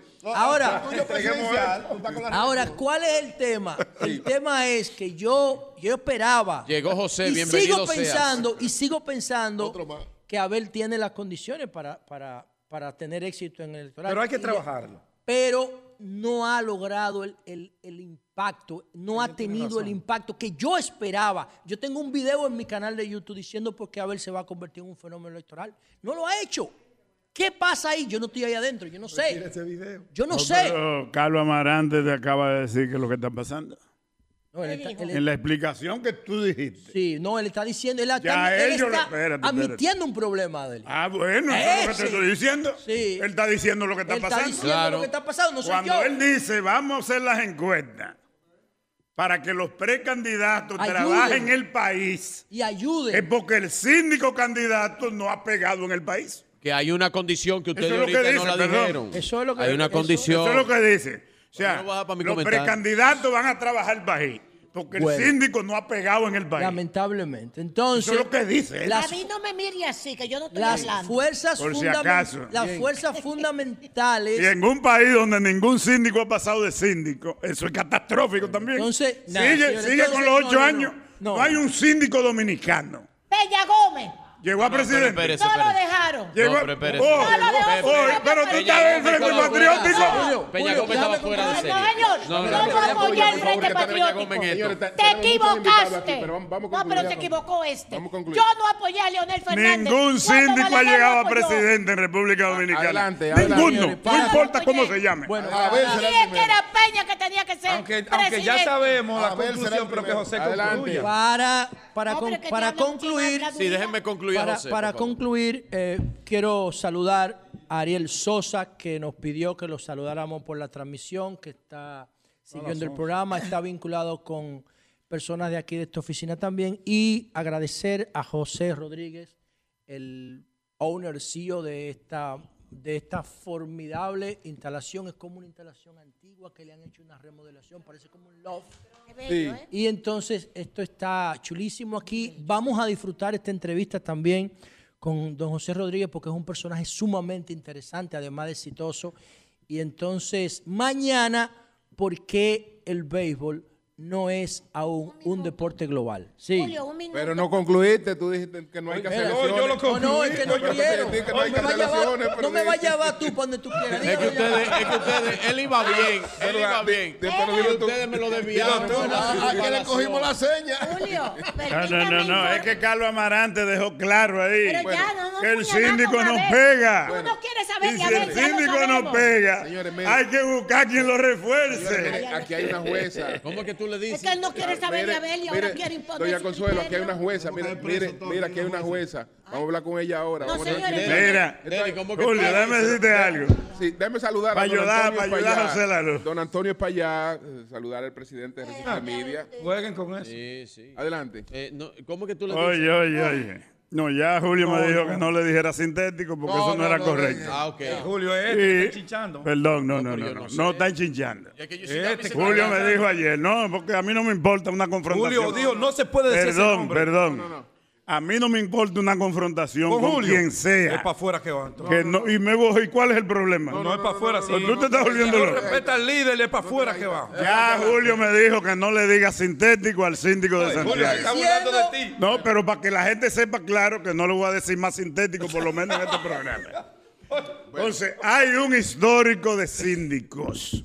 Speaker 3: Ahora, ¿cuál es el tema? El tema es que yo esperaba.
Speaker 5: Llegó José, bienvenido
Speaker 3: y sigo pensando que Abel tiene las condiciones para tener éxito en el electoral.
Speaker 7: Pero hay que trabajarlo.
Speaker 3: Pero no ha logrado el impacto, no ha tenido el impacto que yo esperaba. Yo tengo un video en mi canal de YouTube diciendo por qué Abel se va a convertir en un fenómeno electoral. No lo ha hecho. ¿Qué pasa ahí? Yo no estoy ahí adentro, yo no sé.
Speaker 7: Ese video.
Speaker 3: Yo no sé.
Speaker 6: Pero Carlos Amarante te acaba de decir que es lo que está pasando. No, en la explicación que tú dijiste.
Speaker 3: Sí, no, él está diciendo, él está admitiendo un problema de él.
Speaker 6: Ah, bueno, eso es lo que te estoy diciendo.
Speaker 3: Sí.
Speaker 6: Él está diciendo lo que está pasando.
Speaker 3: Él está diciendo lo que está pasando, no soy yo.
Speaker 6: Cuando él dice, vamos a hacer las encuestas para que los precandidatos trabajen en el país.
Speaker 3: Y ayuden.
Speaker 6: Es porque el síndico candidato no ha pegado en el país.
Speaker 5: Que hay una condición que ustedes ahorita no la dijeron.
Speaker 3: Eso es lo que
Speaker 5: hay una condición.
Speaker 6: Eso es lo que dice. O sea, los precandidatos van a trabajar el país porque el síndico no ha pegado en el país.
Speaker 3: Lamentablemente. Entonces,
Speaker 6: eso es lo que dice.
Speaker 4: A mí no me mire así, que yo no estoy
Speaker 3: las
Speaker 4: hablando.
Speaker 3: Fuerzas fundamentales.
Speaker 6: Y en un país donde ningún síndico ha pasado de síndico, eso es catastrófico también.
Speaker 3: Entonces,
Speaker 6: sigue con los 8 años. No hay un síndico dominicano.
Speaker 4: Peña Gómez.
Speaker 6: Llegó a presidente.
Speaker 4: No lo dejaron.
Speaker 6: Pero tú estás en el Frente Patriótico.
Speaker 5: Peña Gómez estaba fuera de serie.
Speaker 4: No, señor. Yo no apoyé el Frente Patriótico. Te equivocaste. No, pero se equivocó este. Yo no apoyé a Leonel Fernández.
Speaker 6: Ningún síndico ha llegado a presidente en República Dominicana. Ninguno. No importa cómo se llame.
Speaker 4: Y es que era Peña que tenía que ser presidente.
Speaker 7: Aunque ya sabemos la conclusión, pero que José concluya.
Speaker 3: Para concluir.
Speaker 5: Sí, déjenme concluir.
Speaker 3: Para concluir, quiero saludar a Ariel Sosa, que nos pidió que lo saludáramos por la transmisión, que está siguiendo el programa, está vinculado con personas de aquí de esta oficina también, y agradecer a José Rodríguez, el owner CEO de esta formidable instalación. Es como una instalación antigua que le han hecho una remodelación, parece como un loft.
Speaker 2: Sí.
Speaker 3: Y entonces esto está chulísimo aquí. Vamos a disfrutar esta entrevista también con don José Rodríguez porque es un personaje sumamente interesante, además de exitoso. Y entonces mañana, ¿por qué el béisbol no es aún un deporte global? Sí.
Speaker 4: Julio,
Speaker 2: pero no concluiste, tú dijiste que no hay que hacer elecciones.
Speaker 3: Yo lo concluí. No, es que no quiero. No me vayas a llevar tú para donde tú quieras.
Speaker 5: Es que ustedes, él iba bien. Ustedes me lo desviaron.
Speaker 8: ¿A qué le cogimos la seña?
Speaker 4: Julio,
Speaker 6: no, es que Carlos Amarante dejó claro ahí que el síndico no
Speaker 4: Tú
Speaker 6: pega.
Speaker 4: no quieres saber
Speaker 6: Y si el síndico no pega, hay que buscar quien lo refuerce.
Speaker 2: Aquí hay una jueza.
Speaker 5: ¿Cómo que tú le dices?
Speaker 4: Es que él no quiere saber de Abel y ahora quiere imponer.
Speaker 2: Doña Consuelo, aquí hay una jueza. Mira, aquí hay una jueza. Vamos a hablar con ella ahora.
Speaker 6: Mira, Julio, déjame decirte algo.
Speaker 2: Sí, déjame saludar a
Speaker 6: José Lalo.
Speaker 2: Don Antonio Espallá, saludar al presidente de Recife Media.
Speaker 7: Jueguen con eso.
Speaker 5: Sí.
Speaker 2: Adelante.
Speaker 5: ¿Cómo que tú le dices?
Speaker 6: Oye. No, ya Julio me dijo que no le dijera sintético porque eso no era correcto.
Speaker 5: Ok.
Speaker 7: Julio está chinchando.
Speaker 6: Perdón, no está chinchando. Julio me dijo ayer, no, porque a mí no me importa una confrontación.
Speaker 7: Julio dijo, no se puede decir ese nombre.
Speaker 6: Perdón. A mí no me importa una confrontación con quien sea.
Speaker 7: Es para afuera que va.
Speaker 6: Y me voy. ¿Y cuál es el problema?
Speaker 7: No es para afuera. Sí.
Speaker 6: Tú te estás volviendo loco.
Speaker 7: Respeta al líder, es para afuera que va.
Speaker 6: Ya Julio me dijo que no le diga sintético al síndico de Santiago.
Speaker 7: Julio, está hablando de ti.
Speaker 6: No, pero para que la gente sepa claro que no le voy a decir más sintético, por lo menos en este programa. Entonces, hay un histórico de síndicos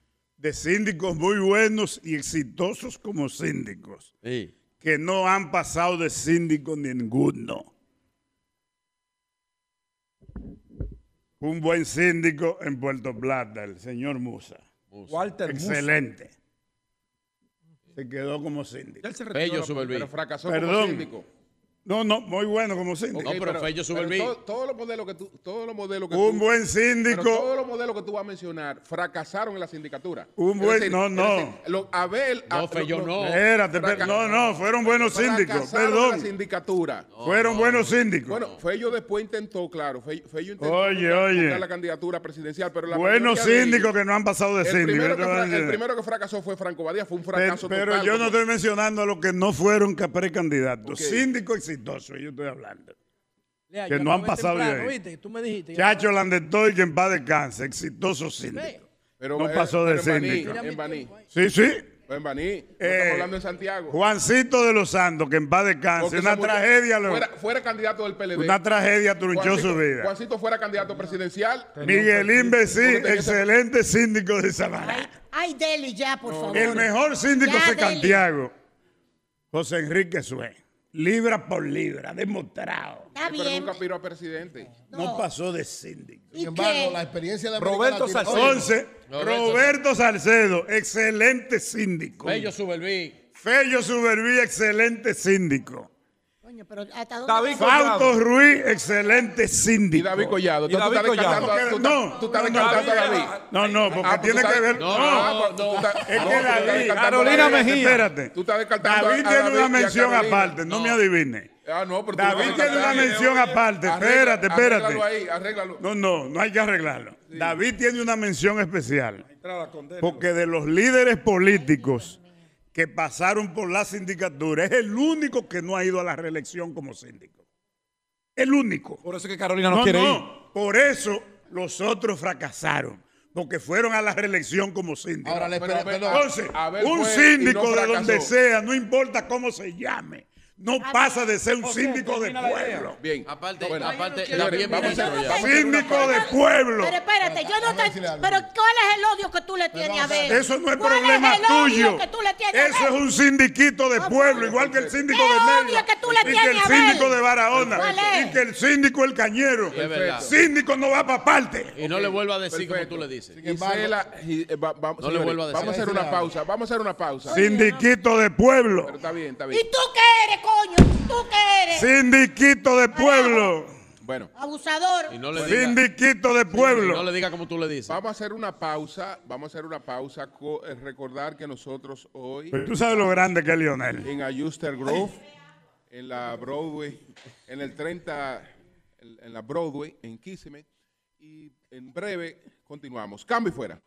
Speaker 6: muy buenos y exitosos como síndicos.
Speaker 5: Sí.
Speaker 6: Que no han pasado de síndico ninguno. Un buen síndico en Puerto Plata, el señor Musa.
Speaker 7: Walter
Speaker 6: excelente. Musa. Se quedó como síndico.
Speaker 5: Fello Suberví.
Speaker 2: Pero fracasó como síndico.
Speaker 6: No, muy bueno como síndico.
Speaker 5: No, pero Fello Suberví.
Speaker 2: Todos los modelos que tú...
Speaker 6: buen síndico.
Speaker 2: Pero todos los modelos que tú vas a mencionar fracasaron en la sindicatura.
Speaker 5: Abel... No, Fello no.
Speaker 6: Espérate, fueron buenos síndicos. Perdón.
Speaker 2: En la sindicatura.
Speaker 6: Fueron buenos síndicos.
Speaker 2: Bueno, Fello después intentó, claro. Fello
Speaker 6: intentó
Speaker 2: buscar la candidatura presidencial, pero la
Speaker 6: buenos síndicos que no han pasado de síndico.
Speaker 2: El primero que fracasó fue Franco Badía. Fue un fracaso total.
Speaker 6: Pero yo no estoy mencionando a los que no fueron precandidatos. Síndicos exitosos, yo estoy hablando.
Speaker 7: Lea,
Speaker 6: que no han pasado de ahí.
Speaker 3: ¿Viste? Tú me dijiste.
Speaker 6: Chacho Landetoy, que en paz descanse, exitoso síndico.
Speaker 2: Pero,
Speaker 6: no pasó de síndico.
Speaker 2: En Baní.
Speaker 6: Sí, sí.
Speaker 2: En Baní. No estamos hablando en Santiago.
Speaker 6: Juancito de los Santos, que en paz descanse. Una tragedia.
Speaker 2: Fuera candidato del PLD.
Speaker 6: Una tragedia trunchó su vida.
Speaker 2: Juancito fuera candidato presidencial.
Speaker 6: Miguelín Besí, excelente síndico de Samaná.
Speaker 4: Ay, Deli, ya, por favor.
Speaker 6: El mejor síndico de Santiago, José Enrique Sue. Libra por libra, demostrado.
Speaker 4: Está bien.
Speaker 2: Pero nunca aspiró a presidente.
Speaker 6: No pasó de síndico.
Speaker 8: Sin embargo, la experiencia de
Speaker 7: Roberto Salcedo.
Speaker 6: Entonces, Roberto Salcedo, excelente síndico.
Speaker 5: Fello Suberví.
Speaker 6: Fello Suberví, excelente síndico.
Speaker 4: Coño, pero ¿hasta dónde?
Speaker 7: David
Speaker 6: Fausto Ruiz, excelente síndico.
Speaker 2: Y David Collado.
Speaker 7: Y David Collado.
Speaker 2: Tú estás descartando a David.
Speaker 6: No, porque tiene que ver. Es que David.
Speaker 7: Carolina Mejía.
Speaker 6: Espérate.
Speaker 2: Tú estás descartando
Speaker 6: David tiene una mención aparte, no me adivine. David tiene una mención aparte. Espérate.
Speaker 2: Arréglalo ahí, arréglalo.
Speaker 6: No hay que arreglarlo. David tiene una mención especial. Porque de los líderes políticos que pasaron por la sindicatura, es el único que no ha ido a la reelección como síndico. El único.
Speaker 7: Por eso es que Carolina no quiere ir.
Speaker 6: Por eso los otros fracasaron. Porque fueron a la reelección como síndico.
Speaker 8: Ahora le
Speaker 6: Entonces, un síndico de donde sea, no importa cómo se llame, no pasa de ser un síndico de pueblo.
Speaker 2: Bien.
Speaker 5: Aparte,
Speaker 2: Bueno,
Speaker 5: también vamos a
Speaker 6: síndico de pueblo.
Speaker 4: Pero espérate, yo no te... Pero ¿cuál es el odio que tú le tienes a ver?
Speaker 6: Eso no es problema tuyo. Eso es un sindiquito de pueblo, igual que el síndico de Mérida. Y que el síndico de Barahona. Y que el síndico El Cañero. Síndico no va para parte.
Speaker 5: Y no le vuelva a decir como tú le dices.
Speaker 2: No le vuelva a decir. Vamos a hacer una pausa.
Speaker 6: Sindiquito de pueblo.
Speaker 2: Pero está bien.
Speaker 4: ¿Y tú qué eres, coño? ¿Tú qué eres?
Speaker 6: Sindiquito de pueblo.
Speaker 2: Bueno.
Speaker 4: Abusador.
Speaker 5: Y no le diga,
Speaker 6: sindiquito de pueblo.
Speaker 5: no le diga como tú le dices.
Speaker 2: Vamos a hacer una pausa. Recordar que nosotros hoy...
Speaker 6: Pero tú sabes lo grande que es Lionel.
Speaker 2: En Ayuster Grove, en la Broadway, en el 30, en la Broadway, en Kissimmee. Y en breve continuamos. Cambio y fuera.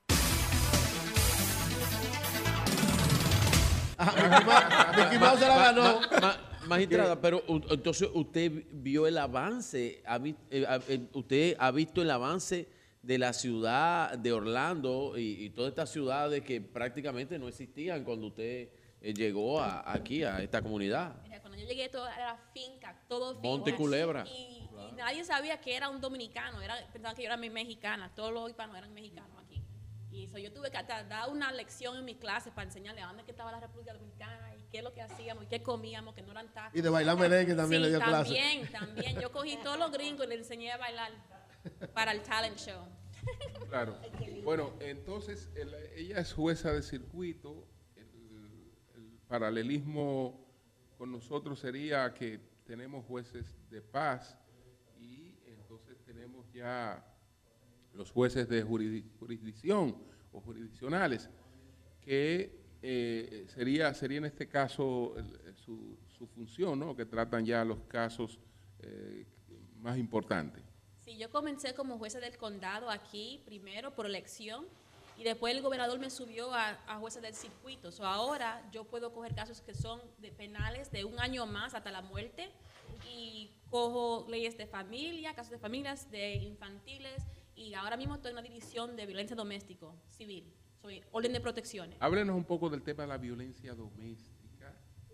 Speaker 8: Mickey Mouse se la ganó.
Speaker 5: Magistrada, pero entonces usted vio el avance, usted ha visto el avance de la ciudad de Orlando y todas estas ciudades que prácticamente no existían cuando usted llegó aquí a esta comunidad.
Speaker 11: Mira, cuando yo llegué todo era finca, todo finca.
Speaker 5: Monte Culebra.
Speaker 11: Y nadie sabía que era un dominicano, pensaban que yo era mexicana, todos los hispanos eran mexicanos aquí. Y yo tuve que dar una lección en mis clases para enseñarle a dónde estaba la República Dominicana y qué es lo que hacíamos y qué comíamos, que no eran tacos.
Speaker 8: Y de bailar merengue también le dio clase.
Speaker 11: También. Yo cogí todos los gringos y les enseñé a bailar para el talent show.
Speaker 2: Claro. Bueno, entonces ella es jueza de circuito. El paralelismo con nosotros sería que tenemos jueces de paz y entonces tenemos ya los jueces de jurisdicción o jurisdiccionales, que sería en este caso su función, ¿no? Que tratan ya los casos más importantes.
Speaker 11: Sí, yo comencé como jueza del condado aquí, primero por elección, y después el gobernador me subió a jueza del circuito. Ahora yo puedo coger casos que son de penales de 1 año más hasta la muerte, y cojo leyes de familia, casos de familias, de infantiles, y ahora mismo estoy en una división de violencia doméstica civil. Soy orden de protecciones.
Speaker 2: Háblenos un poco del tema de la violencia doméstica.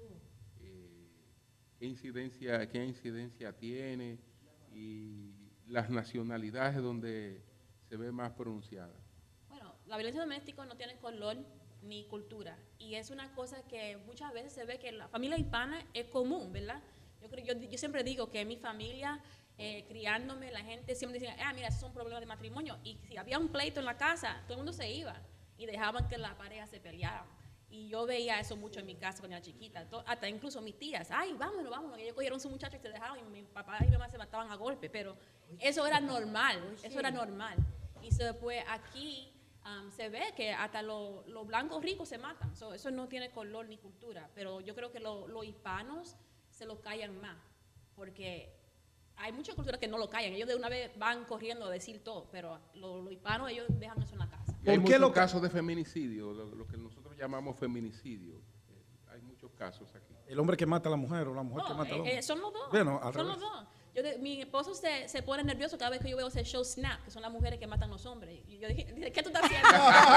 Speaker 2: ¿Qué incidencia tiene? Y las nacionalidades donde se ve más pronunciada.
Speaker 11: Bueno, la violencia doméstica no tiene color ni cultura. Y es una cosa que muchas veces se ve que la familia hispana es común, ¿verdad? Yo siempre digo que en mi familia, criándome, la gente siempre decía, mira, esos son problemas de matrimonio. Y si había un pleito en la casa, todo el mundo se iba y dejaban que la pareja se pelearan. Y yo veía eso mucho en mi casa cuando era chiquita. Hasta incluso mis tías, vámonos. Y ellos cogieron a su muchacho y se dejaron. Y mi papá y mi mamá se mataban a golpe. Pero eso era normal, Y después aquí se ve que hasta los blancos ricos se matan. Eso no tiene color ni cultura. Pero yo creo que los hispanos se lo callan más. Porque hay muchas culturas que no lo callan. Ellos de una vez van corriendo a decir todo. Pero los hispanos, ellos dejan eso en la casa.
Speaker 2: Hay muchos casos de feminicidio, lo que nosotros llamamos feminicidio. Hay muchos casos aquí.
Speaker 7: El hombre que mata a la mujer o la mujer que mata al hombre.
Speaker 11: Son los dos.
Speaker 7: Bueno,
Speaker 11: son los dos. Mi esposo se pone nervioso cada vez que yo veo ese show Snap, que son las mujeres que matan a los hombres. Y yo dije, ¿qué tú estás haciendo?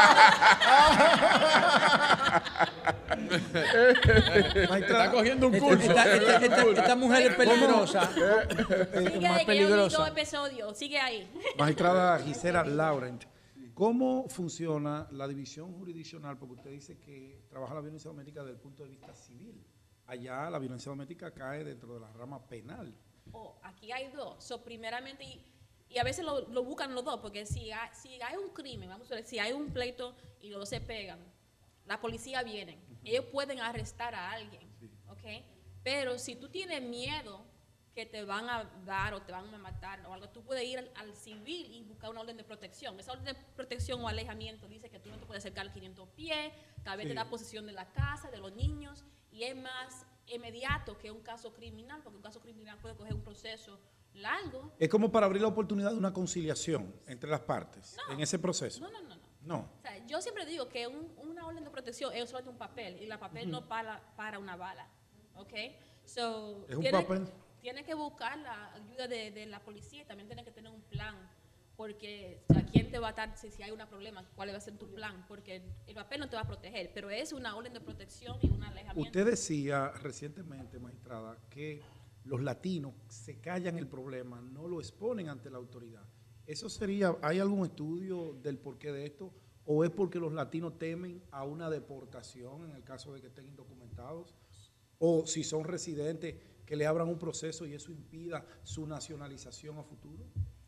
Speaker 3: Está cogiendo un curso. Esta mujer es peligrosa.
Speaker 11: Sigue ahí, que yo vi 2 episodios. Sigue ahí.
Speaker 7: Magistrada Gisela Laurent, ¿cómo funciona la división jurisdiccional? Porque usted dice que trabaja la violencia doméstica desde el punto de vista civil. Allá la violencia doméstica cae dentro de la rama penal.
Speaker 11: Aquí hay 2. Primeramente, y a veces lo buscan los 2, porque si hay un crimen, vamos a ver, si hay un pleito y los 2 se pegan, la policía viene. Ellos pueden arrestar a alguien, ¿ok? Pero si tú tienes miedo que te van a dar o te van a matar o algo, tú puedes ir al civil y buscar una orden de protección. Esa orden de protección o alejamiento dice que tú no te puedes acercar 500 pies, tal vez te da posesión de la casa, de los niños, y es más inmediato que un caso criminal, porque un caso criminal puede coger un proceso largo.
Speaker 7: Es como para abrir la oportunidad de una conciliación entre las partes en ese proceso. No.
Speaker 11: O sea, yo siempre digo que una orden de protección es solamente un papel, y el papel no para una bala, ¿ok? So,
Speaker 7: es un papel.
Speaker 11: Tiene que buscar la ayuda de la policía y también tiene que tener un plan, porque ¿a quién te va a dar si hay un problema? ¿Cuál va a ser tu plan? Porque el papel no te va a proteger, pero es una orden de protección y un alejamiento.
Speaker 7: Usted decía recientemente, magistrada, que los latinos se callan el problema, no lo exponen ante la autoridad. ¿Eso sería, hay algún estudio del porqué de esto? ¿O es porque los latinos temen a una deportación en el caso de que estén indocumentados? ¿O si son residentes, que le abran un proceso y eso impida su nacionalización a futuro?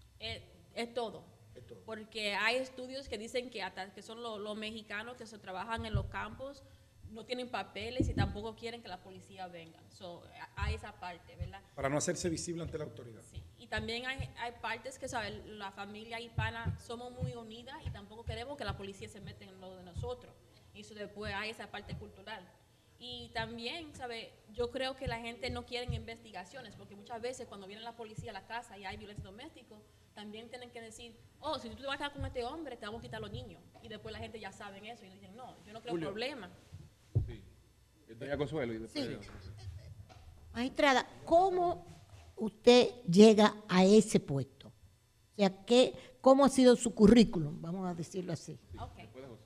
Speaker 11: Es todo. Porque hay estudios que dicen que hasta que son los mexicanos que se trabajan en los campos no tienen papeles y tampoco quieren que la policía venga. Hay esa parte, ¿verdad?
Speaker 7: Para no hacerse visible ante la autoridad.
Speaker 11: Sí. Y también hay partes que, ¿sabes? La familia hispana somos muy unidas y tampoco queremos que la policía se meta en lo de nosotros. Y eso después hay esa parte cultural. Y también, ¿sabes? Yo creo que la gente no quiere investigaciones, porque muchas veces cuando viene la policía a la casa y hay violencia doméstica, también tienen que decir, si tú te vas a quedar con este hombre, te vamos a quitar a los niños. Y después la gente ya sabe eso y dicen, no, yo no creo problema.
Speaker 2: Sí. Doña Consuelo. Y después
Speaker 4: Magistrada, ¿cómo usted llega a ese puesto? O sea, ¿cómo ha sido su currículum? Vamos a decirlo así.
Speaker 11: Okay.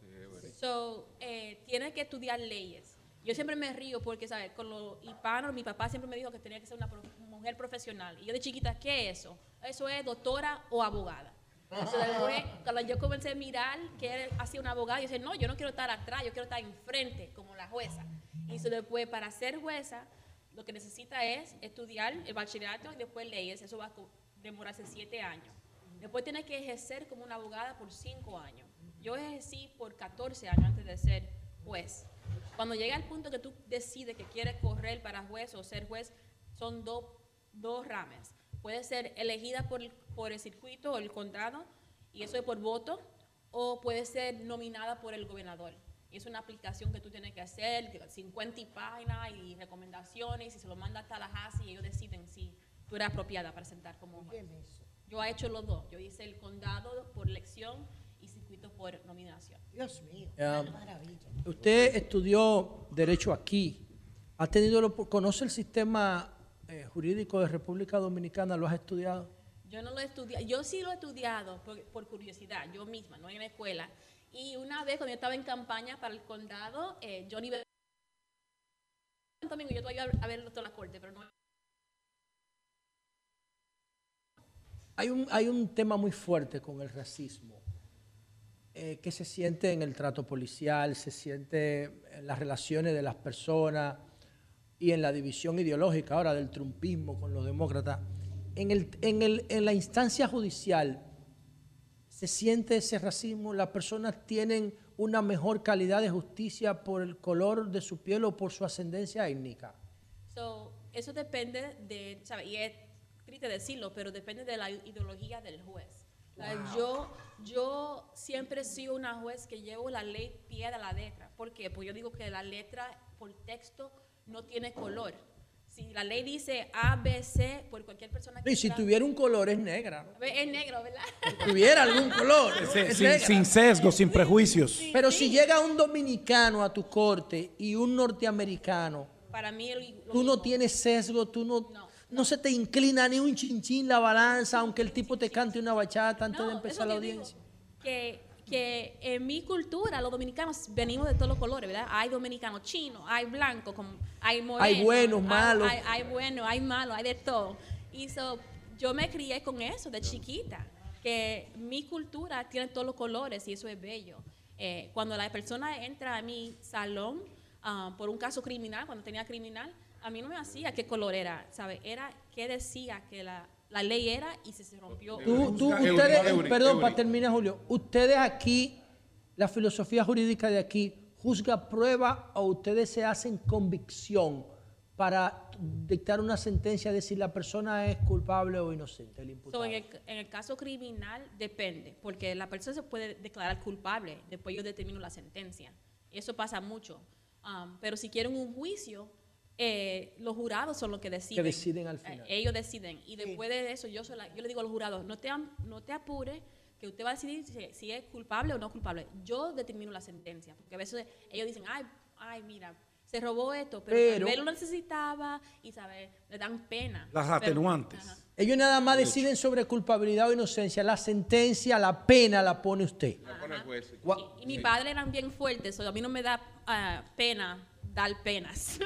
Speaker 11: Tiene que estudiar leyes. Yo siempre me río porque, ¿sabes? Con los hispanos, mi papá siempre me dijo que tenía que ser una mujer profesional. Y yo de chiquita, ¿qué es eso? Eso es doctora o abogada. Después, cuando yo comencé a mirar que él hacía una abogada, yo decía, no, yo no quiero estar atrás, yo quiero estar enfrente, como la jueza. Y después, para ser jueza, lo que necesita es estudiar el bachillerato y después leyes. Eso va a demorarse 7 años. Después tiene que ejercer como una abogada por 5 años. Yo ejercí por 14 años antes de ser juez. Cuando llega el punto que tú decides que quieres correr para juez o ser juez, son dos ramas. Puede ser elegida por el circuito o el condado, y eso es por voto, o puede ser nominada por el gobernador. Y es una aplicación que tú tienes que hacer, 50 páginas y recomendaciones, y se lo manda a Tallahassee y ellos deciden si tú eres apropiada para sentar como juez. Yo he hecho los 2. Yo hice el condado por elección y circuito por nominación.
Speaker 4: Dios mío, maravilla.
Speaker 3: Usted estudió Derecho aquí. ¿Conoce el sistema jurídico de República Dominicana? ¿Lo has estudiado?
Speaker 11: Yo no lo he estudiado. Yo sí lo he estudiado por curiosidad, yo misma, no en la escuela. Y una vez cuando yo estaba en campaña para el condado, Johnny Domingo, yo todavía a ver toda la corte, pero no.
Speaker 3: Hay un tema muy fuerte con el racismo, que se siente en el trato policial, se siente en las relaciones de las personas y en la división ideológica ahora del trumpismo con los demócratas. En la instancia judicial se siente ese racismo, las personas tienen una mejor calidad de justicia por el color de su piel o por su ascendencia étnica.
Speaker 11: Eso depende de, ¿sabes? Y es triste decirlo, pero depende de la ideología del juez. Wow. Yo siempre he sido una juez que llevo la ley pie de la letra. ¿Por qué? Pues yo digo que la letra por texto no tiene color. Si la ley dice A, B, C, por cualquier persona que...
Speaker 3: Y si tuviera un color es negra.
Speaker 11: Es negro, ¿verdad?
Speaker 3: Si tuviera algún color.
Speaker 7: Sin sesgo, sin prejuicios.
Speaker 3: Sí, pero si llega un dominicano a tu corte y un norteamericano,
Speaker 11: para mí
Speaker 3: tú no tienes sesgo, tú no... no se te inclina ni un chinchín la balanza, aunque el tipo te cante una bachata antes de empezar la audiencia.
Speaker 11: Que en mi cultura los dominicanos venimos de todos los colores, ¿verdad? Hay dominicanos chinos, hay blancos, hay morenos.
Speaker 3: Hay buenos, malos.
Speaker 11: Hay buenos, hay malos, hay de todo. Y yo me crié con eso de chiquita, que mi cultura tiene todos los colores y eso es bello. Cuando la persona entra a mi salón por un caso criminal, cuando tenía criminal, a mí no me hacía qué color era, ¿sabes? Era qué decía que la ley era y se rompió.
Speaker 3: Perdón, para terminar, Julio, ustedes aquí, la filosofía jurídica de aquí, ¿juzga prueba o ustedes se hacen convicción para dictar una sentencia de si la persona es culpable o inocente, el imputado?
Speaker 11: En el caso criminal depende, porque la persona se puede declarar culpable, después yo determino la sentencia. Eso pasa mucho. Pero si quieren un juicio, los jurados son los que deciden.
Speaker 3: Que deciden al final.
Speaker 11: Ellos deciden. Y después de eso, yo le digo a los jurados, no te apures, que usted va a decidir si es culpable o no culpable. Yo determino la sentencia. Porque a veces ellos dicen, ay, mira, se robó esto, pero tal vez lo necesitaba y, ¿sabes? Le dan pena.
Speaker 7: Las atenuantes.
Speaker 3: Ellos nada más deciden sobre culpabilidad o inocencia. La sentencia, la pena la pone usted.
Speaker 2: La pone el juez.
Speaker 11: Y mi padre eran bien fuertes, a mí no me da pena dar penas.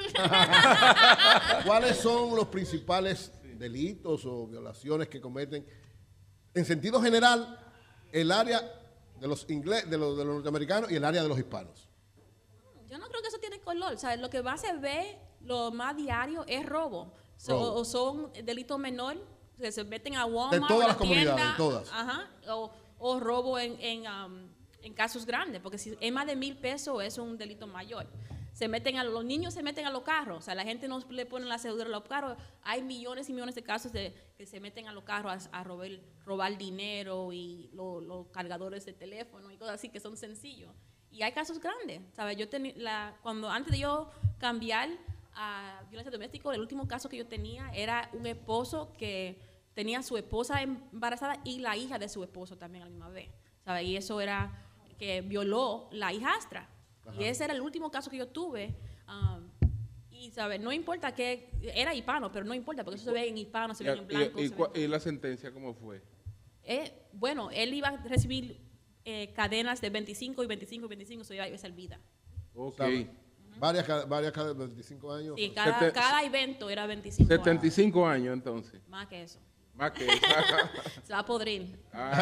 Speaker 8: ¿Cuáles son los principales delitos o violaciones que cometen, en sentido general, el área de los norteamericanos y el área de los hispanos?
Speaker 11: Yo no creo que eso tiene color. ¿Sabes? Lo que más se ve, lo más diario, es robo. O son delitos menores, que se meten a Walmart.
Speaker 8: De todas las comunidades, de todas.
Speaker 11: Ajá. O robo en casos grandes, porque si es más de $1,000 es un delito mayor. Los niños se meten a los carros, o sea, la gente no le pone la cédula a los carros. Hay millones y millones de casos que se meten a los carros a robar dinero y los cargadores de teléfono y cosas así que son sencillos. Y hay casos grandes, ¿sabes? Antes de yo cambiar a violencia doméstica, el último caso que yo tenía era un esposo que tenía a su esposa embarazada y la hija de su esposo también a la misma vez, ¿sabes? Y eso era que violó la hijastra. Ajá. Y ese era el último caso que yo tuve. Y, ¿sabes? No importa que era hispano, pero no importa, porque eso se ve en hispano, se ve en blanco.
Speaker 2: ¿Y la sentencia cómo fue?
Speaker 11: Bueno, él iba a recibir cadenas de 25 y 25 y 25, eso iba a ser vida.
Speaker 2: Ok.
Speaker 8: Varias cadenas de 25 años.
Speaker 11: Sí, cada evento era 25
Speaker 2: 75 años entonces.
Speaker 11: Más que eso.
Speaker 2: Más que eso.
Speaker 11: Se va a podrir.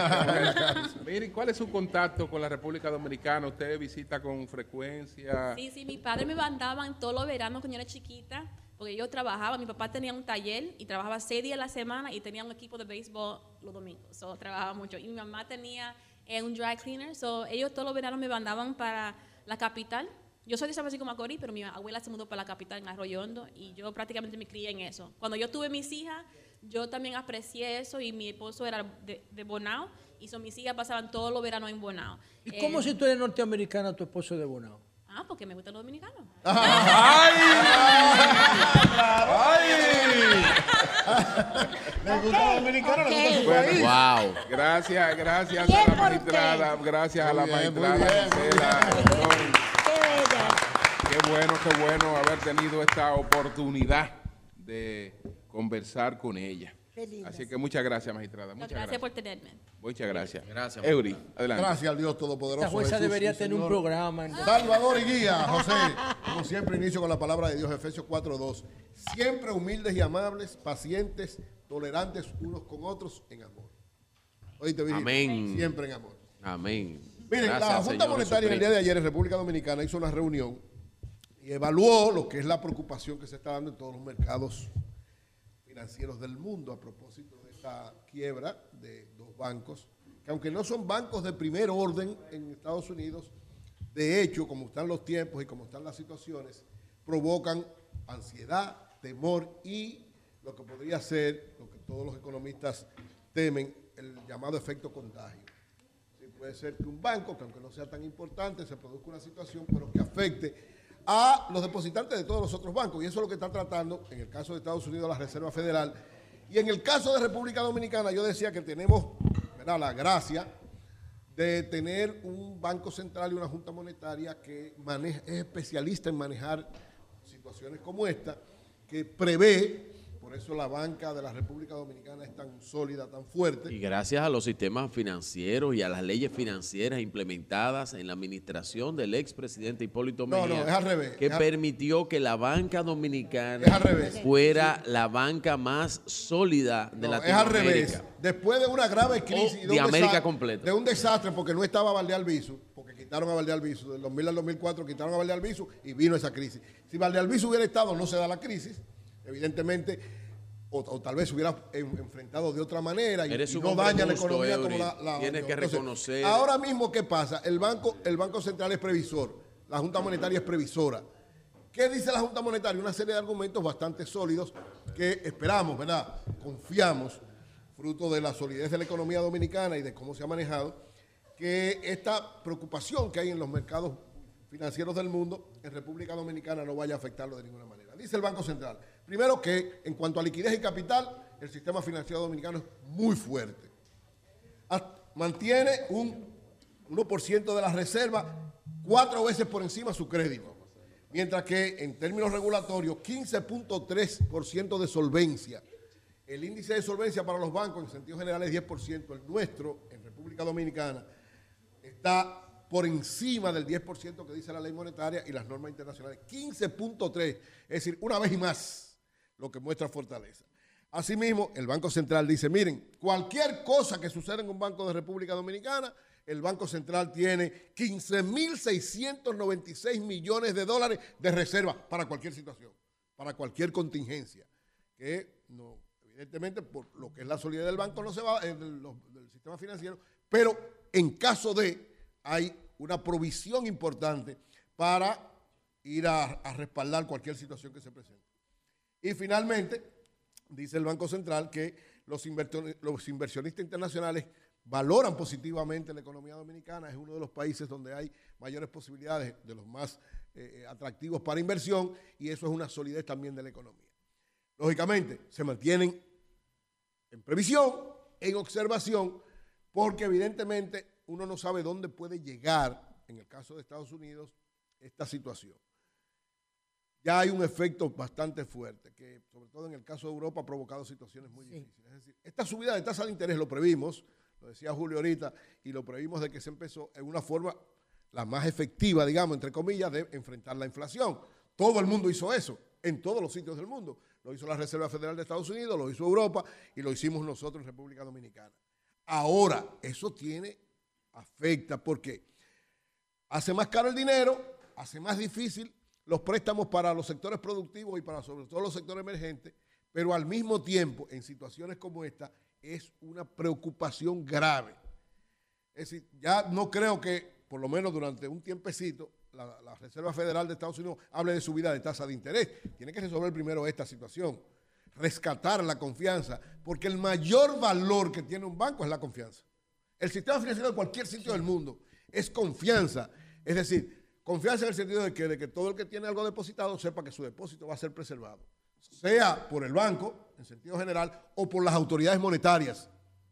Speaker 2: Miren, ¿cuál es su contacto con la República Dominicana? ¿Usted visita con frecuencia?
Speaker 11: Sí, mi padre me mandaba todos los veranos cuando yo era chiquita, porque yo trabajaba, mi papá tenía un taller y trabajaba 6 días a la semana y tenía un equipo de béisbol los domingos, trabajaba mucho. Y mi mamá tenía un dry cleaner, ellos todos los veranos me mandaban para la capital. Yo soy de San Francisco de Macorís, pero mi abuela se mudó para la capital, en Arroyo Hondo, y yo prácticamente me crié en eso. Cuando yo tuve mis hijas, yo también aprecié eso, y mi esposo era de Bonao, y mis hijas pasaban todos los veranos en Bonao.
Speaker 3: ¿Y cómo si tú eres norteamericana, tu esposo es de Bonao?
Speaker 11: Porque me gustan los dominicanos.
Speaker 8: ¡Ay! ¿Le gusta los dominicanos? ¿Le gusta su país?
Speaker 5: ¡Wow!
Speaker 2: Gracias a la magistrada. Gracias a la magistrada. Qué bueno haber tenido esta oportunidad de conversar con ella. Así que muchas gracias, magistrada. Muchas gracias
Speaker 11: por tenerme.
Speaker 2: Muchas gracias.
Speaker 5: Gracias.
Speaker 2: Eury, adelante.
Speaker 8: Gracias al Dios Todopoderoso.
Speaker 3: Esta jueza debería tener un programa.
Speaker 8: Salvador y guía, José. Como siempre, inicio con la palabra de Dios, Efesios 4:2. Siempre humildes y amables, pacientes, tolerantes unos con otros en amor. Oíste, Virgilio.
Speaker 5: Amén.
Speaker 8: Siempre en amor.
Speaker 5: Amén.
Speaker 8: Miren,
Speaker 5: Gracias,
Speaker 8: la Junta
Speaker 5: Señor
Speaker 8: Monetaria en el día de ayer en República Dominicana hizo una reunión y evaluó lo que es la preocupación que se está dando en todos los mercados financieros del mundo a propósito de esta quiebra de 2 bancos, que aunque no son bancos de primer orden en Estados Unidos, de hecho, como están los tiempos y como están las situaciones, provocan ansiedad, temor y lo que podría ser, lo que todos los economistas temen, el llamado efecto contagio. Puede ser que un banco, que aunque no sea tan importante, se produzca una situación, pero que afecte a los depositantes de todos los otros bancos. Y eso es lo que está tratando, en el caso de Estados Unidos, la Reserva Federal. Y en el caso de República Dominicana, yo decía que tenemos, ¿verdad?, la gracia de tener un Banco Central y una Junta Monetaria que es especialista en manejar situaciones como esta, que prevé, por eso la banca de la República Dominicana es tan sólida, tan fuerte.
Speaker 5: Y gracias a los sistemas financieros y a las leyes financieras implementadas en la administración del expresidente Hipólito Mejía.
Speaker 8: No, es al revés.
Speaker 5: Que permitió que la banca dominicana fuera la banca más sólida de Latinoamérica.
Speaker 8: Es al revés. Después de una grave crisis
Speaker 5: de América completa.
Speaker 8: De un desastre, porque no estaba Valdealbizu, porque quitaron a Valdealbizu, del 2000 al 2004 quitaron a Valdealbizu y vino esa crisis. Si Valdealbizu hubiera estado, no se da la crisis, evidentemente, o tal vez se hubiera enfrentado de otra manera y no daña la economía como la
Speaker 5: tienes que reconocer.
Speaker 8: Ahora mismo, ¿qué pasa? El Banco Central es previsor, la Junta Monetaria es previsora. ¿Qué dice la Junta Monetaria? Una serie de argumentos bastante sólidos que esperamos, ¿verdad? Confiamos, fruto de la solidez de la economía dominicana y de cómo se ha manejado, que esta preocupación que hay en los mercados financieros del mundo en República Dominicana no vaya a afectarlo de ninguna manera. Dice el Banco Central, primero que en cuanto a liquidez y capital, el sistema financiero dominicano es muy fuerte. Mantiene un 1% de las reservas 4 veces por encima de su crédito, mientras que en términos regulatorios 15.3% de solvencia. El índice de solvencia para los bancos en sentido general es 10%, el nuestro en República Dominicana está por encima del 10% que dice la ley monetaria y las normas internacionales, 15.3, es decir, una vez y más, lo que muestra fortaleza. Asimismo, el Banco Central dice, miren, cualquier cosa que suceda en un banco de República Dominicana, el Banco Central tiene 15.696 millones de dólares de reservas para cualquier situación, para cualquier contingencia, que no, evidentemente por lo que es la solidez del banco no se va, del sistema financiero, pero en caso de hay una provisión importante para ir a respaldar cualquier situación que se presente. Y finalmente, dice el Banco Central que los inversionistas internacionales valoran positivamente la economía dominicana, es uno de los países donde hay mayores posibilidades, de los más atractivos para inversión, y eso es una solidez también de la economía. Lógicamente, se mantienen en previsión, en observación, porque evidentemente uno no sabe dónde puede llegar, en el caso de Estados Unidos, esta situación. Ya hay un efecto bastante fuerte, que sobre todo en el caso de Europa ha provocado situaciones muy difíciles. Es decir, esta subida de tasa de interés lo previmos, lo decía Julio ahorita, y lo previmos de que se empezó en una forma la más efectiva, digamos, entre comillas, de enfrentar la inflación. Todo el mundo hizo eso, en todos los sitios del mundo. Lo hizo la Reserva Federal de Estados Unidos, lo hizo Europa y lo hicimos nosotros en República Dominicana. Ahora, eso afecta porque hace más caro el dinero, hace más difícil los préstamos para los sectores productivos y para sobre todo los sectores emergentes, pero al mismo tiempo, en situaciones como esta, es una preocupación grave. Es decir, ya no creo que, por lo menos durante un tiempecito, la Reserva Federal de Estados Unidos hable de subida de tasa de interés. Tiene que resolver primero esta situación, rescatar la confianza, porque el mayor valor que tiene un banco es la confianza. El sistema financiero de cualquier sitio del mundo es confianza, es decir, confianza en el sentido de que todo el que tiene algo depositado sepa que su depósito va a ser preservado, sea por el banco, en sentido general, o por las autoridades monetarias.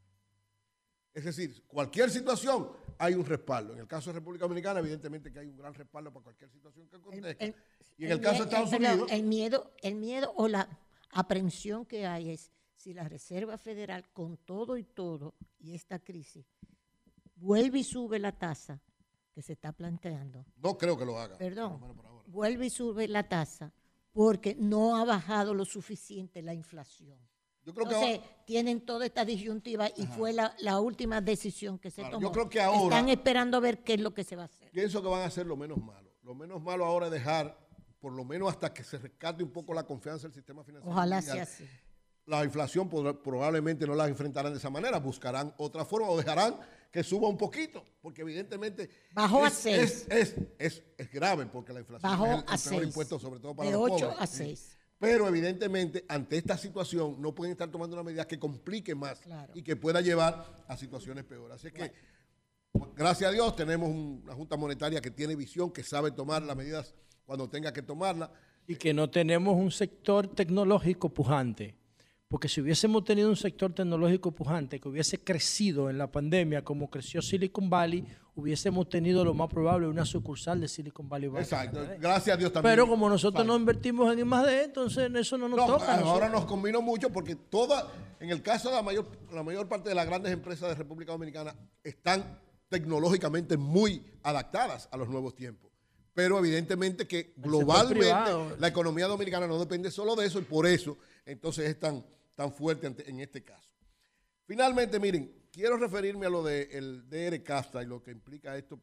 Speaker 8: Es decir, cualquier situación hay un respaldo. En el caso de República Dominicana, evidentemente que hay un gran respaldo para cualquier situación que acontezca. Y en el caso de Estados Unidos...
Speaker 4: El miedo o la aprehensión que hay es si la Reserva Federal, con todo y esta crisis, vuelve y sube la tasa que se está planteando.
Speaker 8: No creo que lo haga.
Speaker 4: Perdón, vuelve y sube la tasa porque no ha bajado lo suficiente la inflación.
Speaker 8: Yo creo
Speaker 4: Entonces, tienen toda esta disyuntiva y fue la última decisión que se tomó.
Speaker 8: Yo creo que ahora...
Speaker 4: Están esperando a ver qué es lo que se va a hacer.
Speaker 8: Pienso que van a hacer lo menos malo. Lo menos malo ahora es dejar, por lo menos hasta que se rescate un poco la confianza del sistema financiero.
Speaker 4: Ojalá sea así.
Speaker 8: La inflación probablemente no la enfrentarán de esa manera, buscarán otra forma o dejarán que suba un poquito, porque evidentemente
Speaker 4: bajó a 6.
Speaker 8: Es grave porque la inflación
Speaker 4: bajó
Speaker 8: es el
Speaker 4: a 6.
Speaker 8: Impuesto, sobre todo para
Speaker 4: de
Speaker 8: los
Speaker 4: 8
Speaker 8: pobres.
Speaker 4: a 6.
Speaker 8: Pero evidentemente ante esta situación no pueden estar tomando una medida que complique más y que pueda llevar a situaciones peores. Así que gracias a Dios tenemos una Junta Monetaria que tiene visión, que sabe tomar las medidas cuando tenga que tomarlas.
Speaker 3: Y que no tenemos un sector tecnológico pujante. Porque si hubiésemos tenido un sector tecnológico pujante que hubiese crecido en la pandemia como creció Silicon Valley, hubiésemos tenido lo más probable una sucursal de Silicon Valley Bank.
Speaker 8: Exacto, gracias a Dios también.
Speaker 3: Pero como nosotros no invertimos en I+D, entonces eso no nos toca.
Speaker 8: Ahora nos combinó mucho porque en el caso de la mayor parte de las grandes empresas de República Dominicana están tecnológicamente muy adaptadas a los nuevos tiempos. Pero evidentemente que globalmente la economía dominicana no depende solo de eso y por eso entonces es tan fuerte en este caso. Finalmente, miren, quiero referirme a lo del DR CAFTA y lo que implica esto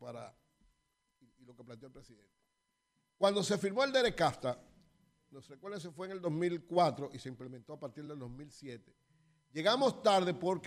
Speaker 8: y lo que planteó el presidente. Cuando se firmó el DR CAFTA, no sé cuál se fue en el 2004 y se implementó a partir del 2007. Llegamos tarde porque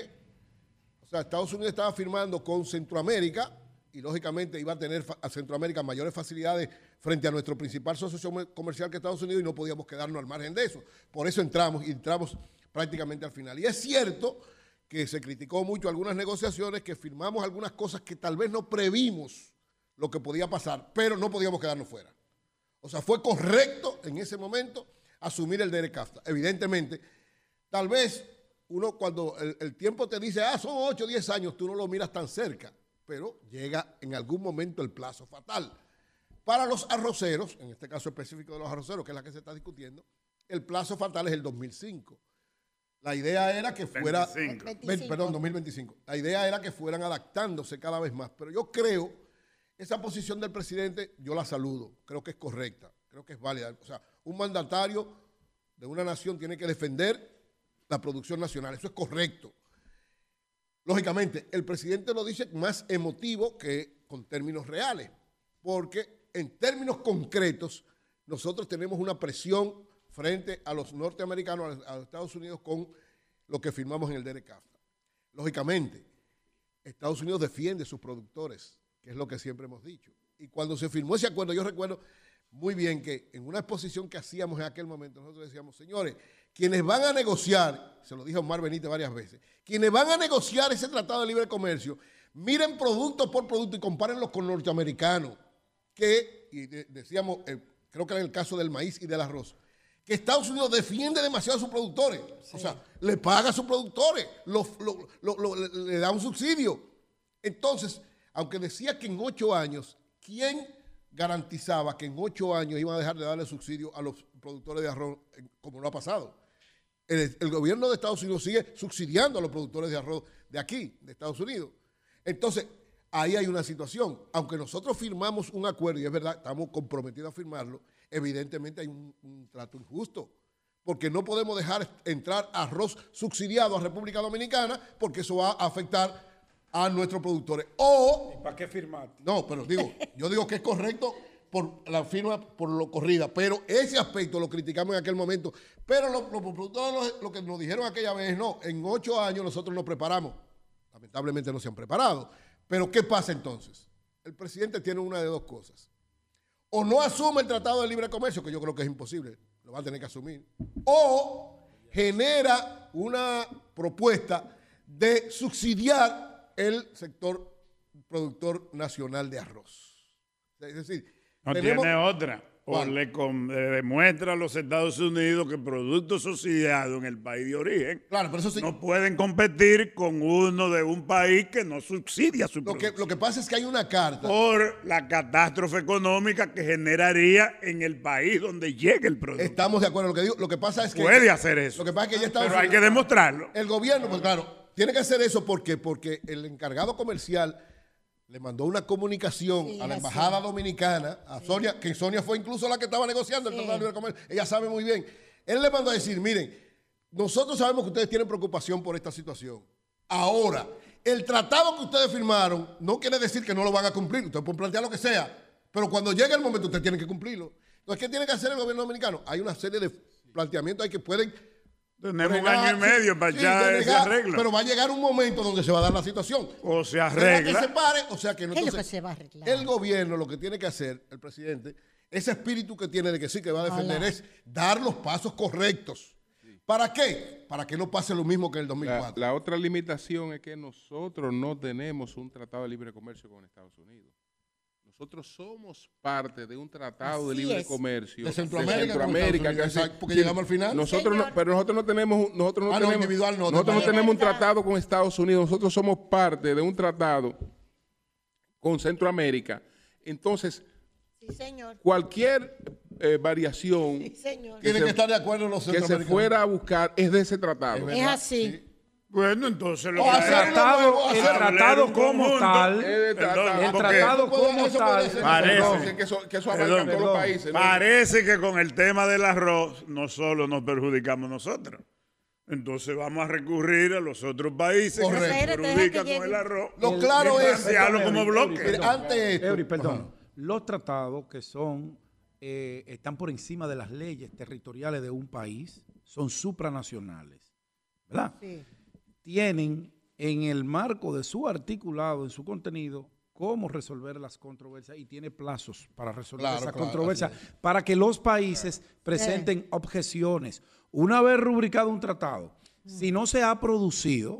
Speaker 8: Estados Unidos estaba firmando con Centroamérica y lógicamente iba a tener a Centroamérica mayores facilidades frente a nuestro principal socio comercial que Estados Unidos y no podíamos quedarnos al margen de eso. Por eso entramos prácticamente al final. Y es cierto que se criticó mucho algunas negociaciones, que firmamos algunas cosas que tal vez no previmos lo que podía pasar, pero no podíamos quedarnos fuera. O sea, fue correcto en ese momento asumir el DR CAFTA. Evidentemente, tal vez uno cuando el tiempo te dice, son 8 o 10 años, tú no lo miras tan cerca, pero llega en algún momento el plazo fatal. Para los arroceros, en este caso específico de los arroceros, que es la que se está discutiendo, el plazo fatal es el 2005. La idea era que fuera... 2025. La idea era que fueran adaptándose cada vez más, pero yo creo, esa posición del presidente, yo la saludo, creo que es correcta, creo que es válida. O sea, un mandatario de una nación tiene que defender la producción nacional, eso es correcto. Lógicamente, el presidente lo dice más emotivo que con términos reales, porque en términos concretos nosotros tenemos una presión frente a los norteamericanos, a los Estados Unidos, con lo que firmamos en el DR CAFTA. Lógicamente, Estados Unidos defiende sus productores, que es lo que siempre hemos dicho. Y cuando se firmó ese acuerdo, yo recuerdo muy bien que en una exposición que hacíamos en aquel momento, nosotros decíamos, señores, quienes van a negociar, se lo dije a Omar Benítez varias veces, quienes van a negociar ese tratado de libre comercio, miren producto por producto y compárenlos con norteamericanos, decíamos, creo que era el caso del maíz y del arroz, que Estados Unidos defiende demasiado a sus productores, sí. O sea, le paga a sus productores, le da un subsidio. Entonces, aunque decía que en 8 años, ¿quién garantizaba que en 8 años iban a dejar de darle subsidio a los productores de arroz, como no ha pasado? El gobierno de Estados Unidos sigue subsidiando a los productores de arroz de aquí, de Estados Unidos. Entonces, ahí hay una situación. Aunque nosotros firmamos un acuerdo, y es verdad, estamos comprometidos a firmarlo, evidentemente hay un trato injusto, porque no podemos dejar entrar arroz subsidiado a República Dominicana, porque eso va a afectar a nuestros productores. ¿Y
Speaker 7: para qué firmar?
Speaker 8: No, pero yo digo que es correcto por la firma, por lo corrida, pero ese aspecto lo criticamos en aquel momento. Pero los productores lo que nos dijeron aquella vez, no, en 8 años nosotros nos preparamos. Lamentablemente no se han preparado. Pero ¿qué pasa entonces? El presidente tiene una de dos cosas. O no asume el Tratado de Libre Comercio, que yo creo que es imposible, lo va a tener que asumir, o genera una propuesta de subsidiar el sector productor nacional de arroz. Es decir,
Speaker 6: no tiene otra. O le demuestra a los Estados Unidos que productos subsidiados en el país de origen
Speaker 8: pero eso sí,
Speaker 6: no pueden competir con uno de un país que no subsidia su producción.
Speaker 8: Lo que pasa es que hay una carta.
Speaker 6: Por la catástrofe económica que generaría en el país donde llegue el producto.
Speaker 8: Estamos de acuerdo en lo que digo. Lo que pasa es que...
Speaker 6: Puede hacer eso.
Speaker 8: Lo que pasa es que ya está...
Speaker 6: Pero hay que demostrarlo.
Speaker 8: El gobierno, pues claro, tiene que hacer eso porque el encargado comercial le mandó una comunicación a la Embajada Dominicana, a Sonia, que Sonia fue incluso la que estaba negociando el Tratado de Libre Comercio. Ella sabe muy bien. Él le mandó a decir, miren, nosotros sabemos que ustedes tienen preocupación por esta situación. Ahora, el tratado que ustedes firmaron no quiere decir que no lo van a cumplir. Ustedes pueden plantear lo que sea, pero cuando llegue el momento ustedes tienen que cumplirlo. Entonces, ¿qué tiene que hacer el gobierno dominicano? Hay una serie de planteamientos ahí que pueden...
Speaker 6: Tenemos un año y medio para ya ese arreglo.
Speaker 8: Pero va a llegar un momento donde se va a dar la situación.
Speaker 6: O se arregla.
Speaker 8: Que se pare, o sea que no.
Speaker 4: ¿Qué es lo que se va a arreglar?
Speaker 8: El gobierno lo que tiene que hacer, el presidente, ese espíritu que tiene de que sí que va a defender es dar los pasos correctos. Sí. ¿Para qué? Para que no pase lo mismo que en el 2004.
Speaker 2: La otra limitación es que nosotros no tenemos un tratado de libre comercio con Estados Unidos. nosotros somos parte de un tratado de libre comercio
Speaker 8: de Centroamérica, porque llegamos al final.
Speaker 2: Pero nosotros no tenemos un tratado con Estados Unidos, nosotros somos parte de un tratado con Centroamérica. Entonces, cualquier variación
Speaker 8: tiene que estar de acuerdo los
Speaker 2: que se fuera a buscar es de ese tratado.
Speaker 4: Es así.
Speaker 6: Sí. Bueno, entonces
Speaker 3: el tratado como tal,
Speaker 6: parece
Speaker 2: que eso abarca a todos los países.
Speaker 6: Parece que con el tema del arroz no solo nos perjudicamos nosotros. Entonces vamos a recurrir a los otros países que se perjudican con el arroz.
Speaker 8: Lo claro es
Speaker 6: como bloque.
Speaker 7: Perdón. Los tratados que son están por encima de las leyes territoriales de un país son supranacionales, ¿verdad? Sí. Tienen en el marco de su articulado, en su contenido, cómo resolver las controversias y tiene plazos para resolver esas controversias para que los países presenten objeciones. Una vez rubricado un tratado, si no se ha producido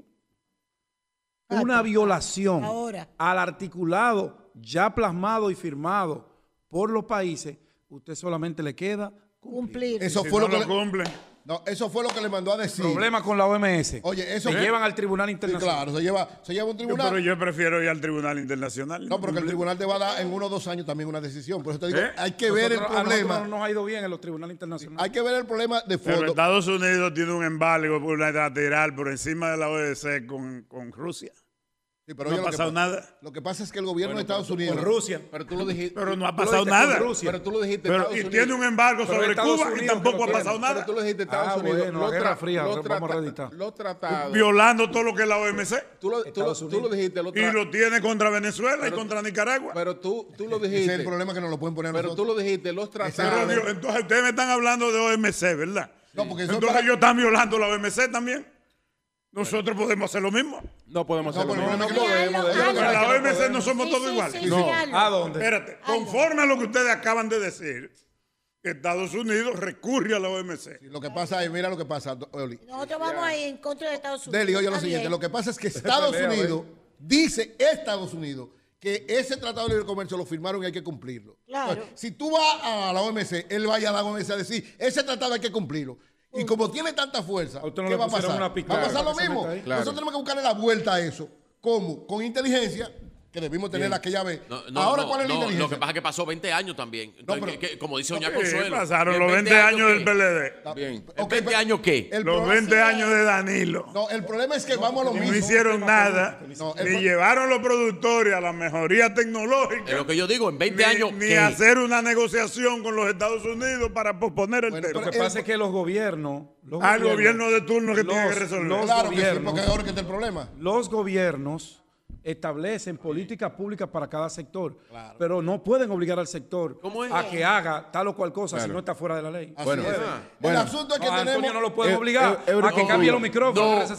Speaker 7: una violación al articulado ya plasmado y firmado por los países, usted solamente le queda cumplir.
Speaker 8: Eso fue lo que cumple. No, eso fue lo que le mandó a decir.
Speaker 7: Problema con la OMS.
Speaker 8: Oye, eso
Speaker 7: se llevan al Tribunal Internacional.
Speaker 8: Sí, claro, se lleva un tribunal.
Speaker 6: Pero yo prefiero ir al Tribunal Internacional.
Speaker 8: No, porque el tribunal te va a dar en 1 o 2 años también una decisión. Por eso te digo, hay que ver el problema.
Speaker 7: No nos ha ido bien en los tribunales internacionales.
Speaker 8: Hay que ver el problema de fondo.
Speaker 6: Pero Estados Unidos tiene un embargo unilateral por encima de la OMC con Rusia.
Speaker 8: Sí, pero
Speaker 6: no ha pasado nada.
Speaker 8: Lo que pasa es que el gobierno de Estados Unidos.
Speaker 7: Con Rusia.
Speaker 2: Pero tú lo dijiste.
Speaker 6: Pero no ha pasado nada.
Speaker 2: Pero tú lo dijiste.
Speaker 6: Y tiene un embargo sobre Cuba y tampoco ha pasado nada.
Speaker 2: Pero tú lo dijiste Estados Unidos.
Speaker 7: Bueno, la Guerra Fría, vamos a reeditar.
Speaker 2: Los tratados.
Speaker 6: Violando todo lo que es la OMC.
Speaker 2: Tú lo dijiste.
Speaker 6: Y lo tiene contra Venezuela y contra Nicaragua.
Speaker 2: Pero tú lo dijiste.
Speaker 8: Ese es el problema que no lo pueden poner
Speaker 2: nosotros. Pero tú lo dijiste, los tratados.
Speaker 6: Entonces ustedes me están hablando de OMC, ¿verdad?
Speaker 8: No, porque
Speaker 6: entonces ellos están violando la OMC también. Nosotros podemos hacer lo mismo.
Speaker 2: No podemos hacer lo mismo.
Speaker 6: No podemos. La OMC no somos todos iguales.
Speaker 7: No. ¿A dónde?
Speaker 6: Espérate. Conforme a lo que ustedes acaban de decir, Estados Unidos recurre a la OMC.
Speaker 8: Lo que pasa es, mira lo que pasa, Oli.
Speaker 4: Nosotros vamos ahí en contra de Estados Unidos.
Speaker 8: Deli, oye lo siguiente. Lo que pasa es que Estados Unidos, dice Estados Unidos, que ese tratado de libre comercio lo firmaron y hay que cumplirlo.
Speaker 4: Claro.
Speaker 8: Entonces, si tú vas a la OMC, él vaya a la OMC a decir, ese tratado hay que cumplirlo. Y como tiene tanta fuerza, ¿qué va a pasar? Va a pasar lo mismo. Nosotros tenemos que buscarle la vuelta a eso. ¿Cómo? Con inteligencia, que debimos tener aquella vez. Ahora, ¿cuál es la inteligencia?
Speaker 5: Lo que pasa es que pasó 20 años también. Entonces, como dice doña Consuelo.
Speaker 6: Pasaron los 20 años del PLD.
Speaker 5: Bien. ¿20 años qué?
Speaker 6: Los 20 años de Danilo.
Speaker 8: No, el problema es que vamos a lo mismo.
Speaker 6: No hicieron nada. Ni llevaron los productores a la mejoría tecnológica.
Speaker 5: Es lo que yo digo, en 20 años.
Speaker 6: Ni hacer una negociación con los Estados Unidos para posponer el tema.
Speaker 7: Lo que pasa es que los gobiernos.
Speaker 6: Al gobierno de turno que tiene que resolver.
Speaker 8: Claro que sí, porque ahora que está el problema.
Speaker 7: Los gobiernos establecen políticas públicas para cada sector, pero no pueden obligar al sector a que haga tal o cual cosa si no está fuera de la ley.
Speaker 8: Bueno, el asunto es que tenemos...
Speaker 7: Antonio no lo puede obligar a que cambie los micrófonos.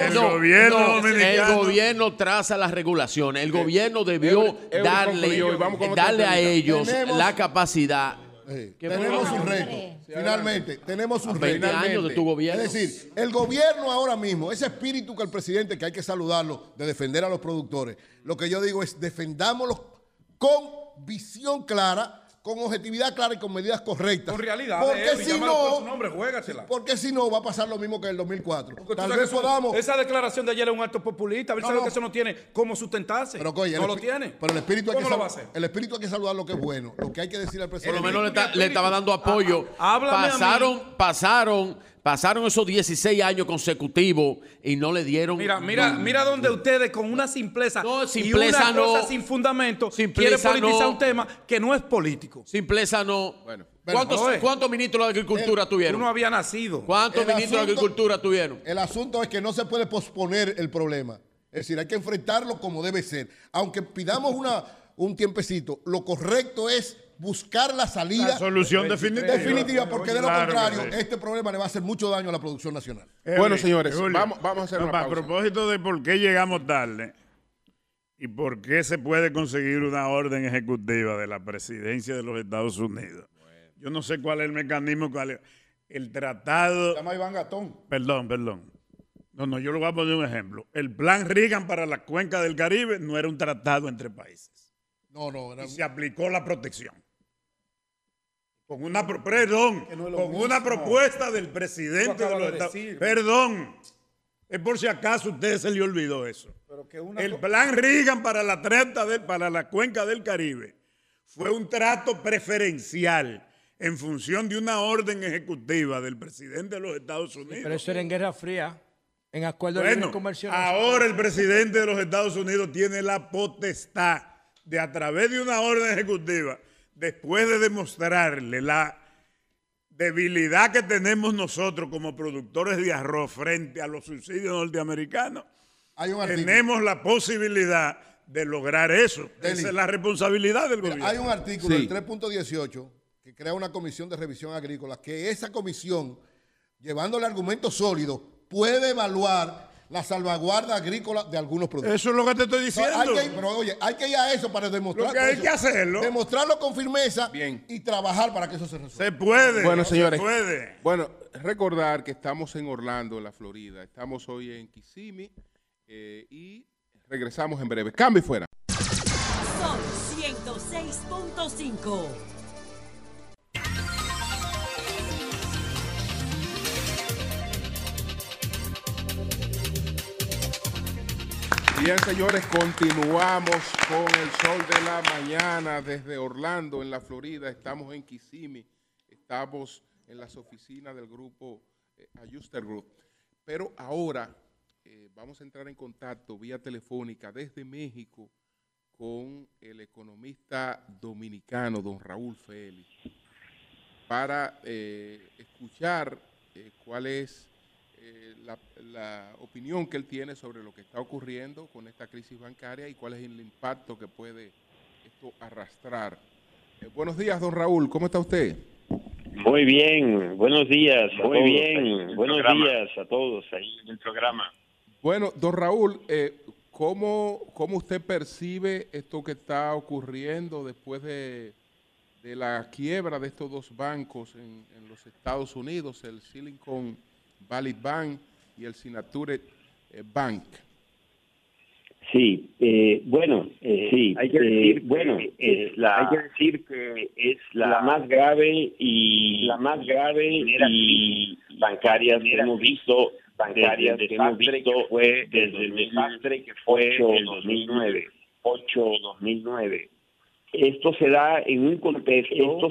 Speaker 5: El gobierno traza las regulaciones. El gobierno debió darle a ellos la capacidad.
Speaker 8: Tenemos un reto, finalmente, tenemos un reto.
Speaker 5: 20 años de tu gobierno.
Speaker 8: Es decir, el gobierno ahora mismo, ese espíritu que el presidente, que hay que saludarlo, de defender a los productores, lo que yo digo es defendámoslos con visión clara, con objetividad clara y con medidas correctas.
Speaker 7: Con realidad.
Speaker 8: Porque si no,
Speaker 7: su nombre, juégasela.
Speaker 8: Porque si no, va a pasar lo mismo que en el 2004. Tal vez podamos...
Speaker 7: Esa declaración de ayer es un acto populista. A ver, que eso no tiene cómo sustentarse.
Speaker 8: Pero, oye,
Speaker 7: no lo tiene.
Speaker 8: Pero el espíritu hay
Speaker 7: ¿Cómo lo va a hacer?
Speaker 8: El espíritu hay que saludar lo que es bueno. Lo que hay que decir al presidente.
Speaker 5: Por lo menos le estaba dando apoyo. Pasaron esos 16 años consecutivos y no le dieron...
Speaker 7: Mira donde ustedes con una simpleza y una cosa sin fundamento quieren politizar un tema que no es político.
Speaker 5: Simpleza no... Bueno, ¿Cuántos ministros de Agricultura tuvieron?
Speaker 7: Uno había nacido.
Speaker 5: ¿Cuántos ministros de Agricultura tuvieron?
Speaker 8: El asunto es que no se puede posponer el problema. Es decir, hay que enfrentarlo como debe ser. Aunque pidamos un tiempecito, lo correcto es buscar la salida.
Speaker 6: La solución definitiva.
Speaker 8: Porque de lo contrario, este problema le va a hacer mucho daño a la producción nacional.
Speaker 2: Bueno, señores, Julio, vamos a hacer una pausa.
Speaker 6: A propósito de por qué llegamos tarde y por qué se puede conseguir una orden ejecutiva de la presidencia de los Estados Unidos. Yo no sé cuál es el mecanismo, el tratado...
Speaker 8: Se llama Iván Gatón.
Speaker 6: Perdón. No, yo le voy a poner un ejemplo. El plan Reagan para la cuenca del Caribe no era un tratado entre países. y se aplicó la protección. Con una propuesta del presidente de los Estados Unidos. Perdón, es por si acaso a ustedes se le olvidó eso. El plan Reagan para la cuenca del Caribe fue un trato preferencial en función de una orden ejecutiva del presidente de los Estados Unidos.
Speaker 3: Pero eso era en Guerra Fría, en acuerdo de libre comercio.
Speaker 6: Ahora el presidente de los Estados Unidos tiene la potestad de, a través de una orden ejecutiva, después de demostrarle la debilidad que tenemos nosotros como productores de arroz frente a los subsidios norteamericanos, tenemos la posibilidad de lograr eso. Esa es la responsabilidad del gobierno.
Speaker 8: Hay un artículo, el 3.18, que crea una comisión de revisión agrícola, que esa comisión, llevándole argumentos sólidos, puede evaluar la salvaguarda agrícola de algunos productos.
Speaker 6: Eso es lo que te estoy diciendo.
Speaker 8: Hay que ir a eso para demostrar.
Speaker 6: Lo que hay que hacerlo.
Speaker 8: Demostrarlo con firmeza y trabajar para que eso se resuelva.
Speaker 6: Se puede.
Speaker 2: Bueno, señores.
Speaker 6: Se puede.
Speaker 2: Bueno, recordar que estamos en Orlando, en la Florida. Estamos hoy en Kissimmee y regresamos en breve. Cambio y fuera.
Speaker 9: Son 106.5.
Speaker 2: Bien, señores, continuamos con el sol de la mañana desde Orlando, en la Florida. Estamos en Kissimmee, estamos en las oficinas del grupo Adjuster Group. Pero ahora vamos a entrar en contacto vía telefónica desde México con el economista dominicano, don Raúl Félix, para escuchar cuál es la opinión que él tiene sobre lo que está ocurriendo con esta crisis bancaria y cuál es el impacto que puede esto arrastrar. Buenos días, don Raúl, ¿cómo está usted?
Speaker 12: Muy bien, buenos días. Muy bien, buenos días a todos ahí en el programa.
Speaker 2: Bueno, don Raúl, ¿cómo usted percibe esto que está ocurriendo después de la quiebra de estos dos bancos en los Estados Unidos, el Silicon Valley Bank y el Signature Bank?
Speaker 12: Sí, hay que decir que es la más grave y bancaria que hemos visto fue desde el desastre que fue el 2009. Esto se da en un contexto,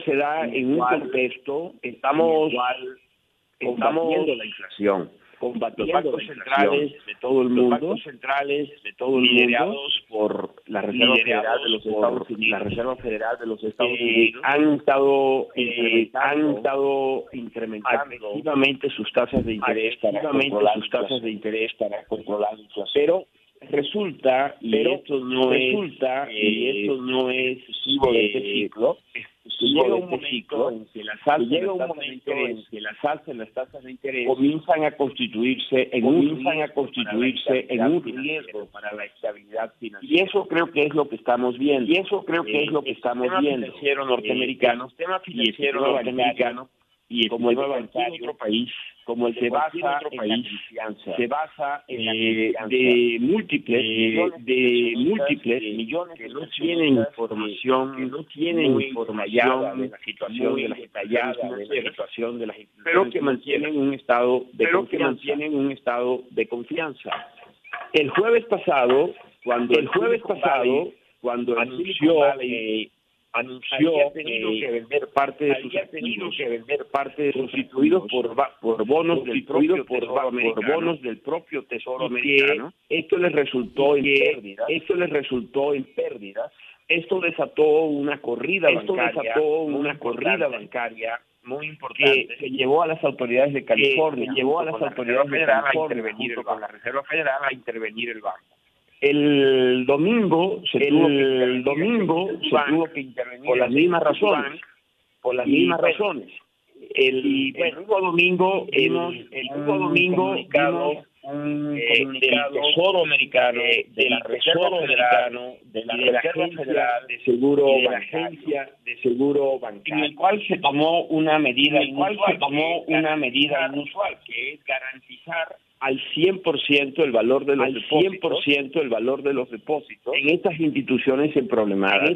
Speaker 12: estamos combatiendo la inflación. Los bancos centrales de todo el mundo, liderados por la Reserva Federal de los Estados Unidos, han estado incrementando activamente sus tasas de interés para controlar la inflación. Pero resulta, y esto no es excesivo de este ciclo, llega un momento en que las alzas en las tasas de interés comienzan a constituirse en un riesgo para la estabilidad financiera. Y eso creo que es lo que estamos viendo. El sistema financiero norteamericano y como el bancario otro país, como el se basa en la confianza, de múltiples millones que no tienen información, detallada de la situación de las instituciones, pero que mantienen un estado de confianza. El jueves pasado, cuando anunció que vender parte de sus activos sustituidos por bonos del propio Tesoro americano. Esto les resultó en pérdidas. Esto desató una corrida bancaria muy importante que llevó a las autoridades de California, con la Reserva Federal a intervenir el banco. El domingo se tuvo que intervenir por las mismas razones. El mismo domingo vimos un comunicado del Tesoro americano, de la Reserva Federal, de la Agencia de Seguro Bancario, en el cual se tomó una medida inusual, que es garantizar al 100% el valor de los depósitos, en estas instituciones emproblemadas,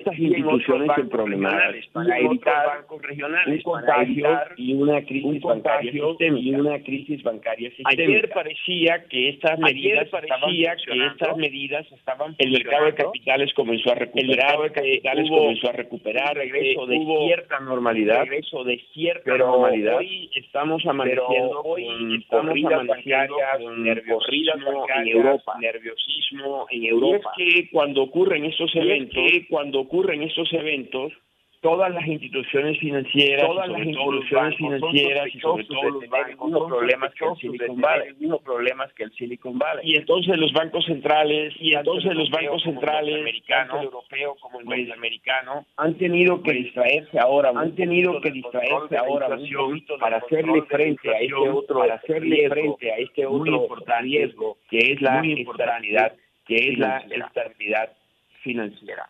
Speaker 12: para evitar bancos regionales, un contagio y una crisis bancaria sistémica. Ayer parecía que estas medidas estaban el mercado de capitales comenzó a recuperar, regreso de cierta normalidad, hoy estamos amaneciendo con corridas bancarias, nerviosismo en Europa. Y es que cuando ocurren esos eventos, todas las instituciones financieras, y sobre todo los bancos, los problemas que el Silicon Valley. Y entonces los bancos centrales, tanto el europeo como el norteamericano, han tenido que distraerse ahora un poquito para hacerle frente a este otro riesgo, que es la estabilidad financiera.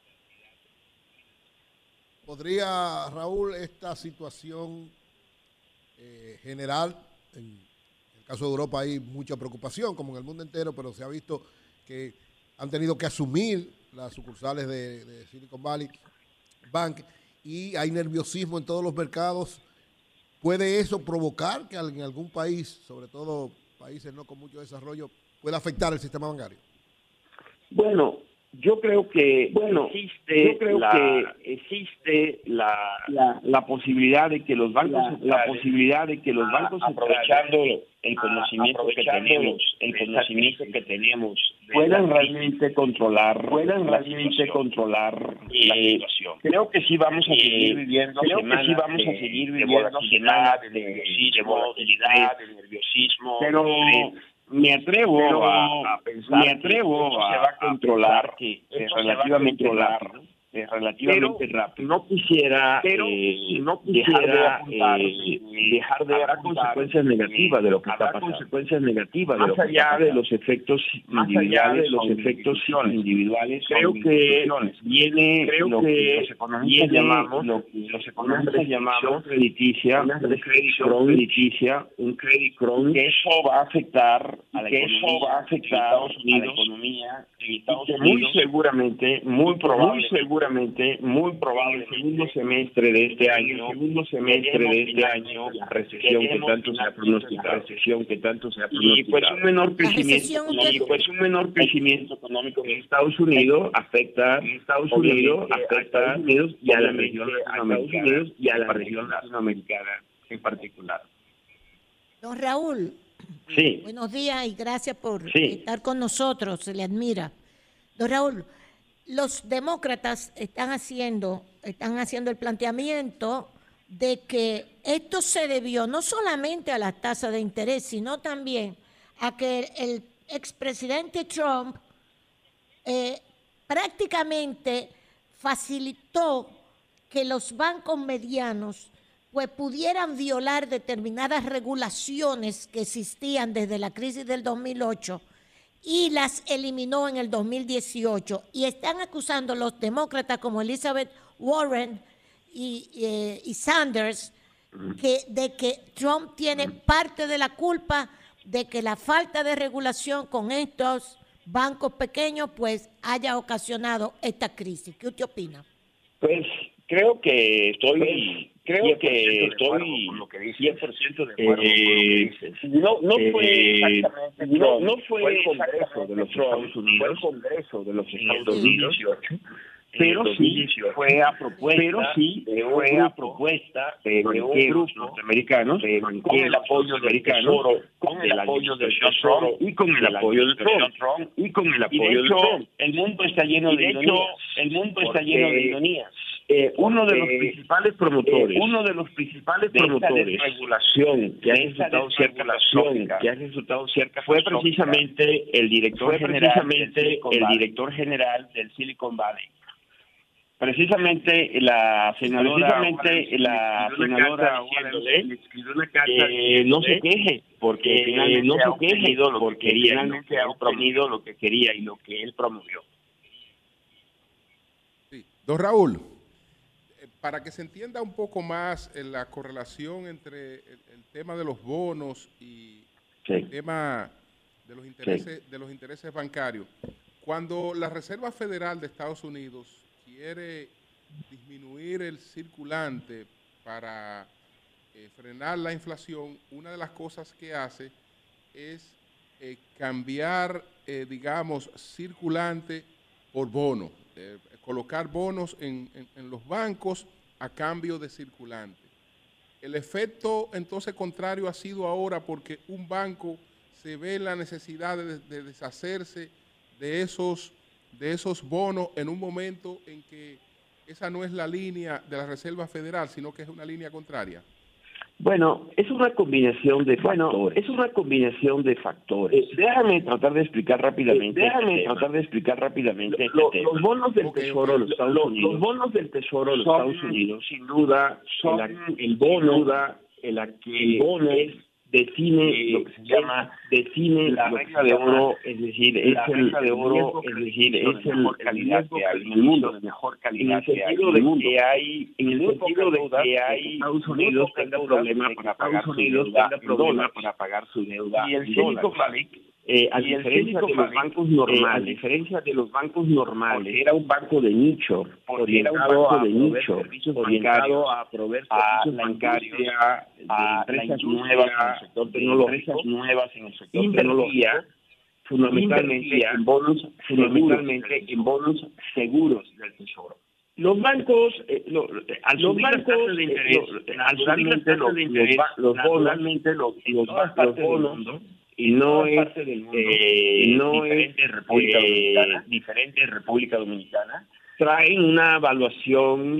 Speaker 8: ¿Podría, Raúl, esta situación general, en el caso de Europa hay mucha preocupación, como en el mundo entero, pero se ha visto que han tenido que asumir las sucursales de Silicon Valley Bank y hay nerviosismo en todos los mercados? ¿Puede eso provocar que en algún país, sobre todo países no con mucho desarrollo, pueda afectar el sistema bancario?
Speaker 12: Bueno, yo creo que existe la posibilidad de que los bancos aprovechando el conocimiento que tenemos puedan realmente controlar la situación. Creo que sí vamos a seguir viviendo semanas de nerviosismo, pero me atrevo a pensar que se va a controlar, que es relativamente rápido. No quisiera dejar de dar consecuencias negativas de lo que está pasando. Más allá de los efectos individuales, creo que viene lo que los economistas llamamos crediticia, un credit crunch, que eso va a afectar a la economía en Estados Unidos, muy probablemente, el segundo semestre de este año, la recesión que tanto se ha pronosticado, y pues un menor crecimiento económico en Estados Unidos afecta a Estados Unidos y a la región latinoamericana en particular.
Speaker 4: Don Raúl,
Speaker 12: sí.
Speaker 4: Buenos días y gracias por estar con nosotros, se le admira. Don Raúl, los demócratas están haciendo el planteamiento de que esto se debió no solamente a las tasas de interés, sino también a que el expresidente Trump prácticamente facilitó que los bancos medianos pues pudieran violar determinadas regulaciones que existían desde la crisis del 2008 y las eliminó en el 2018. Y están acusando los demócratas como Elizabeth Warren y Sanders de que Trump tiene parte de la culpa de que la falta de regulación con estos bancos pequeños pues haya ocasionado esta crisis. ¿Qué usted opina?
Speaker 12: Pues creo que estoy 100% de acuerdo con lo que dices. No fue el Congreso de los Estados Unidos, fue el Congreso de los Estados Unidos, pero sí fue a propuesta de grupos norteamericanos, con el apoyo del Tesoro, con el apoyo del Tesoro y con el apoyo del Trump. El mundo está lleno de ironías. Uno de los principales promotores de esta desregulación que ha resultado cerca fue precisamente el director general del Silicon Valley. Precisamente la senadora le escribió una carta que no se queje porque finalmente ha obtenido lo que quería y lo que él promovió.
Speaker 2: Sí. Don Raúl, para que se entienda un poco más la correlación entre el tema de los bonos y el tema de los intereses bancarios. Cuando la Reserva Federal de Estados Unidos quiere disminuir el circulante para frenar la inflación, una de las cosas que hace es cambiar, digamos, circulante por bono, colocar bonos en los bancos a cambio de circulante. El efecto entonces contrario ha sido ahora porque un banco se ve en la necesidad de deshacerse de esos bonos en un momento en que esa no es la línea de la Reserva Federal, sino que es una línea contraria.
Speaker 12: Bueno, es una combinación de factores. Déjame tratar de explicar rápidamente. Los bonos del Tesoro de los Estados Unidos. Los bonos del Tesoro de los Estados Unidos, sin duda, el bono define lo que se llama la regla de oro, es decir, es la regla de oro, es decir, es el mejor calidad que hay en el mundo, de mejor calidad que hay en el mundo. En el sentido de que hay Estados Unidos tenga problemas para pagar su deuda, y el Silicon Valley, a diferencia de los bancos normales, era un banco de nicho, orientado a proveer servicios bancarios a empresas nuevas en el sector tecnológico, fundamentalmente en bonos seguros del Tesoro. Los bancos, al subir las tasas de interés, los bonos, y no es diferente de República Dominicana, traen una evaluación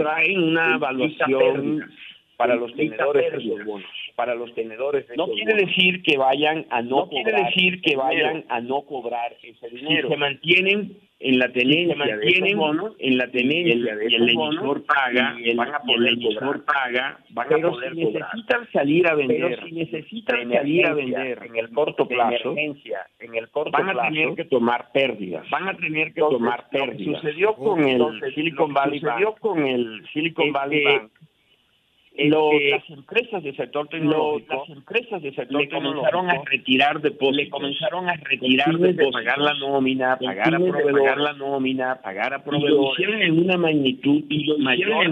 Speaker 12: para los tenedores de los bonos. No quiere decir que vayan a no cobrar ese dinero. Si se mantienen en la tenencia de esos bonos, y el emisor paga, van a poder cobrar. Pero si necesitan salir a vender en el corto plazo, van a tener que tomar pérdidas. Sucedió con el Silicon Valley Bank. Las empresas del sector tecnológico le comenzaron a retirar depósitos, pagar la nómina, pagar a proveedores, lo hicieron en una magnitud mayor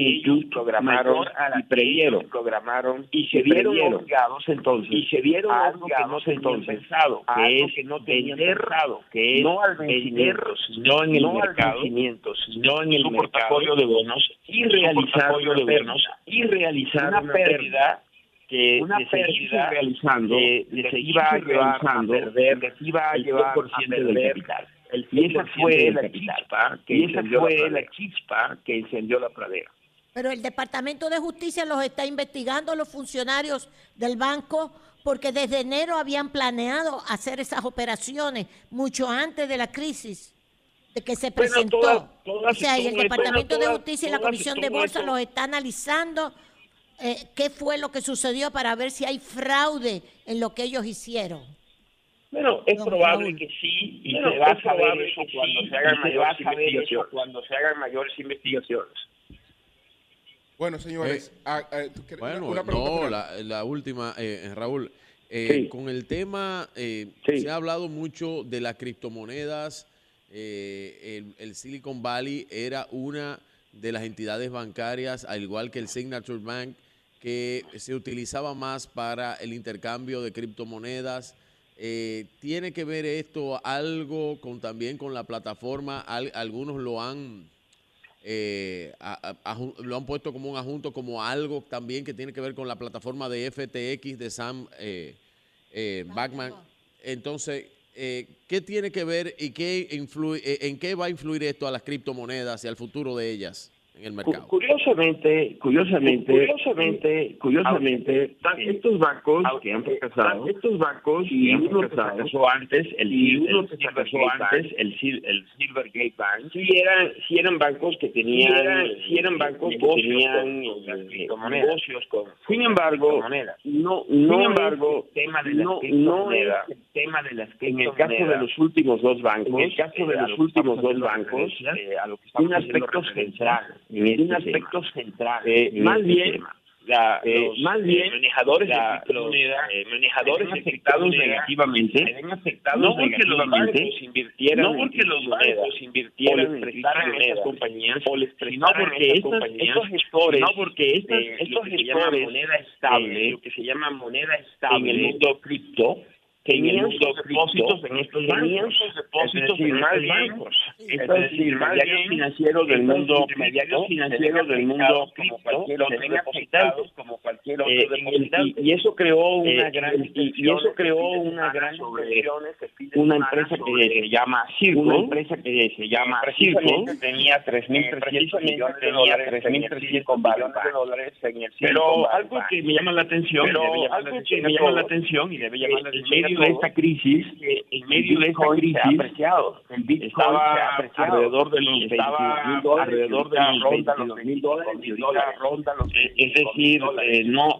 Speaker 12: y se vieron obligados entonces a algo que no tenían pensado, que es no al vencimiento, sino en el mercado, su portafolio de bonos y realizar una pérdida que les iba a llevar a perder el 10% del capital. Y esa fue la chispa que encendió la pradera.
Speaker 4: Pero el Departamento de Justicia los está investigando, los funcionarios del banco, porque desde enero habían planeado hacer esas operaciones mucho antes de la crisis de que se presentó. Y el Departamento de Justicia y la Comisión de Bolsa los está analizando qué fue lo que sucedió para ver si hay fraude en lo que ellos hicieron.
Speaker 12: Bueno, es probable que sí, y se va a saber eso cuando se hagan mayores investigaciones.
Speaker 2: Bueno, señores,
Speaker 5: la última, Raúl, con el tema, se ha hablado mucho de las criptomonedas. El Silicon Valley era una de las entidades bancarias, al igual que el Signature Bank, que se utilizaba más para el intercambio de criptomonedas. ¿Tiene que ver esto algo también con la plataforma? Algunos lo han puesto como un adjunto, como algo también que tiene que ver con la plataforma de FTX de Sam Bankman. Entonces, ¿qué tiene que ver y en qué va a influir esto a las criptomonedas y al futuro de ellas en el mercado?
Speaker 12: Curiosamente, estos bancos que han fracasado, y uno que fracasó antes, el Silvergate Bank, sí eran bancos que tenían negocios con. Sin embargo, en el caso de los últimos dos bancos, un aspecto central, más bien más bien manejadores de afectados negativamente, no porque los bancos invirtieran o les prestaran a esas compañías, sino porque estos gestores, estos gestores moneda estable, lo que se llama moneda estable en el mundo cripto, tenían sus depósitos en estos bancos, es decir, más bancos, es decir, mediarios financieros del mundo, como cualquier otro depositante, y eso creó una gran una empresa que se llama Circle, tenía 3.300 millones de dólares en el pero algo que me llama la atención y debe llamar la atención en medio de esta crisis, el Bitcoin estaba alrededor de los $22,000, es decir, no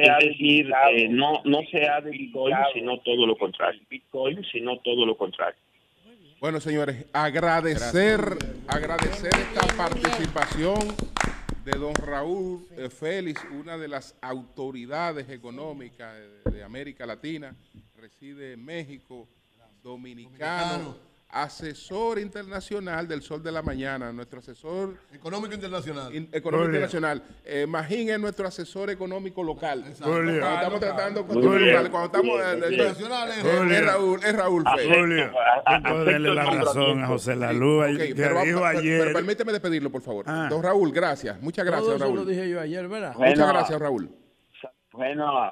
Speaker 12: se ha de Bitcoin, sino todo lo contrario.
Speaker 2: Bueno, señores, agradecer esta participación de don Raúl Félix, una de las autoridades económicas de América Latina, reside en México, dominicano, asesor internacional del Sol de la Mañana, nuestro asesor
Speaker 8: económico internacional.
Speaker 2: Magín es nuestro asesor económico local.
Speaker 6: Cuando
Speaker 2: estamos tratando con cuando estamos internacionales, es Raúl Félix.
Speaker 6: Puedo darle la razón a José Lalúa, que dijo ayer.
Speaker 2: Pero permíteme despedirlo, por favor. Don Raúl, gracias. Muchas gracias,
Speaker 3: Todo
Speaker 2: Raúl.
Speaker 3: Eso lo dije yo ayer, ¿verdad?
Speaker 2: Muchas gracias, Raúl.
Speaker 12: Bueno.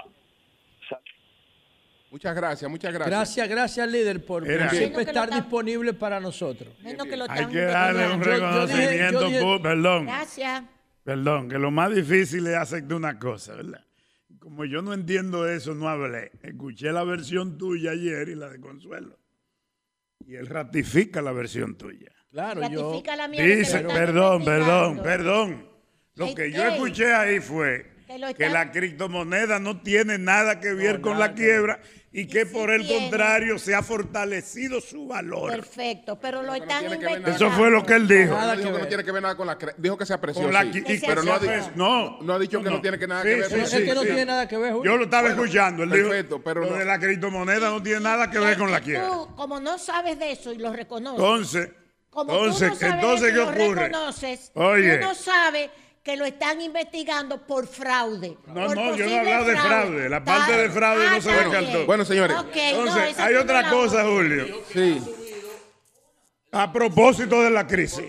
Speaker 2: Muchas gracias.
Speaker 3: Gracias, líder, por siempre estar disponible para nosotros.
Speaker 6: Hay que darle un reconocimiento.
Speaker 4: Gracias.
Speaker 6: Perdón, que lo más difícil es aceptar una cosa, ¿verdad? Como yo no entiendo eso, no hablé. Escuché la versión tuya ayer y la de Consuelo. Y él ratifica la versión tuya.
Speaker 3: Claro,
Speaker 4: ratifica la mía.
Speaker 6: Dice, perdón. Lo que yo escuché ahí fue que la criptomoneda no tiene nada que ver con la quiebra y que por el contrario se ha fortalecido su valor.
Speaker 4: Perfecto, pero lo están investigando.
Speaker 6: Eso fue lo que él dijo.
Speaker 2: Dijo que no tiene que ver nada con la dijo que se apreció,
Speaker 6: pero
Speaker 2: no ha dicho que no tiene nada que ver.
Speaker 3: Es que no tiene nada que ver, Julio.
Speaker 6: Yo lo estaba escuchando. Él dijo, pero lo de la criptomoneda no tiene nada que ver con la quiebra.
Speaker 4: Tú, como no sabes de eso y lo reconoces.
Speaker 6: Entonces, ¿qué ocurre?
Speaker 4: Oye, tú no sabes que lo están investigando por fraude.
Speaker 6: No, yo no he hablado de fraude. La parte de fraude no se descartó.
Speaker 2: Bueno, señores.
Speaker 6: Entonces, hay otra cosa, Julio.
Speaker 2: Sí.
Speaker 6: A propósito de la crisis.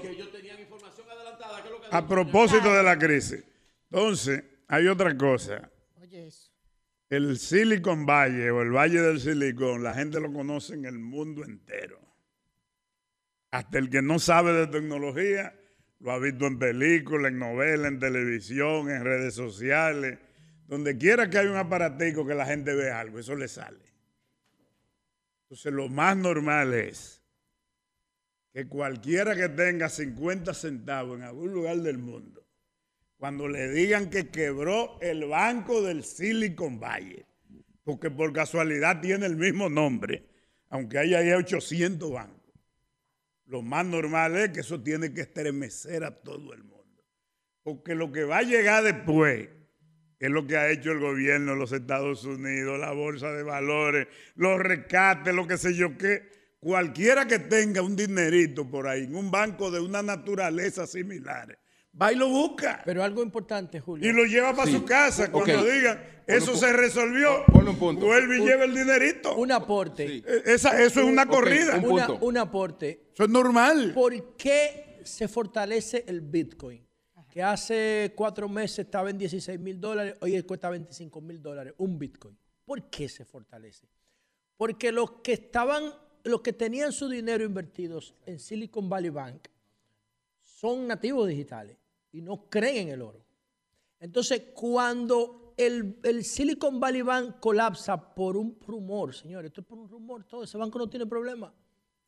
Speaker 6: Entonces, hay otra cosa. El Silicon Valley o el Valle del Silicon, la gente lo conoce en el mundo entero. Hasta el que no sabe de tecnología lo ha visto en películas, en novelas, en televisión, en redes sociales. Donde quiera que haya un aparatico que la gente ve algo, eso le sale. Entonces, lo más normal es que cualquiera que tenga 50 centavos en algún lugar del mundo, cuando le digan que quebró el banco del Silicon Valley, porque por casualidad tiene el mismo nombre, aunque haya ahí 800 bancos, lo más normal es que eso tiene que estremecer a todo el mundo. Porque lo que va a llegar después, que es lo que ha hecho el gobierno de los Estados Unidos, la bolsa de valores, los rescates, lo que sé yo qué, cualquiera que tenga un dinerito por ahí en un banco de una naturaleza similar, va y lo busca.
Speaker 3: Pero algo importante, Julio.
Speaker 6: Y lo lleva para su casa. Cuando digan, eso se resolvió, vuelve y lleva el dinerito.
Speaker 3: Un aporte.
Speaker 6: Sí. Eso es una corrida.
Speaker 3: Un aporte.
Speaker 6: Eso es normal.
Speaker 3: ¿Por qué se fortalece el Bitcoin? Que hace 4 meses estaba en $16,000, hoy cuesta $25,000, un Bitcoin. ¿Por qué se fortalece? Porque los que tenían su dinero invertidos en Silicon Valley Bank son nativos digitales y no creen en el oro. Entonces, cuando el Silicon Valley Bank colapsa por un rumor, señores, esto es por un rumor, todo ese banco no tiene problema.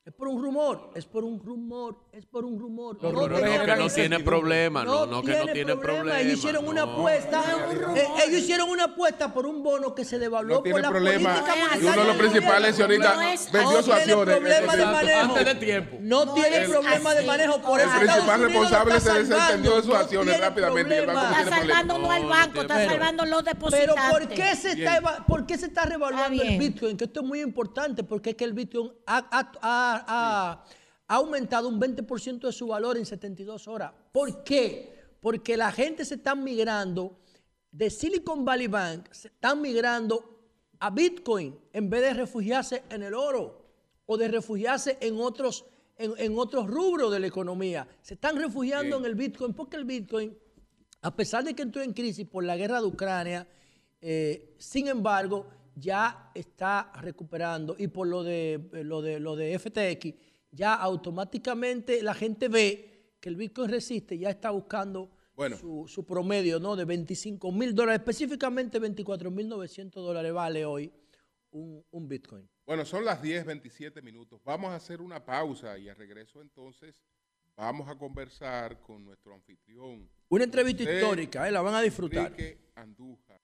Speaker 3: Es por un rumor, es por un rumor, es por un rumor.
Speaker 5: Los rumores que no tiene problema, no que no tiene problema.
Speaker 3: Ellos hicieron una apuesta, ellos hicieron una apuesta por un bono que se devaluó por la política monetaria.
Speaker 2: Y uno de los principales ahorita vendió sus acciones.
Speaker 5: Antes de tiempo.
Speaker 3: No tiene problema de manejo, por eso
Speaker 2: el principal responsable se desentendió de sus acciones rápidamente.
Speaker 4: Está salvando no al banco, está salvando los depositantes.
Speaker 3: Pero ¿por qué se está revaluando el Bitcoin? Que esto es muy importante, porque es que el Bitcoin ha aumentado un 20% de su valor en 72 horas. ¿Por qué? Porque la gente se está migrando de Silicon Valley Bank, se están migrando a Bitcoin en vez de refugiarse en el oro o de refugiarse en otros rubros de la economía. Se están refugiando en el Bitcoin porque el Bitcoin, a pesar de que entró en crisis por la guerra de Ucrania, sin embargo, ya está recuperando, y por lo de FTX, ya automáticamente la gente ve que el Bitcoin resiste, ya está buscando su promedio, ¿no? De $25,000, específicamente $24,900 vale hoy un Bitcoin.
Speaker 2: Bueno, son las 10:27 minutos. Vamos a hacer una pausa y al regreso entonces vamos a conversar con nuestro anfitrión.
Speaker 3: Una entrevista histórica, la van a disfrutar.
Speaker 2: Enrique Andújar.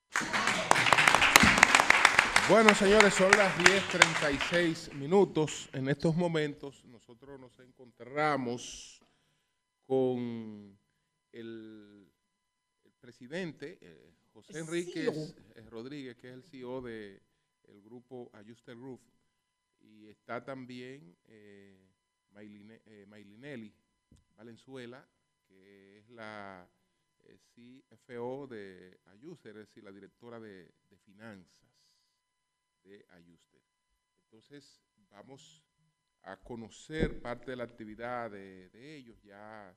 Speaker 2: Bueno, señores, son las 10:36 minutos. En estos momentos nosotros nos encontramos con el presidente José Enríquez Rodríguez, que es el CEO del grupo Adjusted Group, y está también Maylinelli Valenzuela, que es la CFO de Adjusted, es decir, la directora de finanzas de Adjusted. Entonces vamos a conocer parte de la actividad de ellos. Ya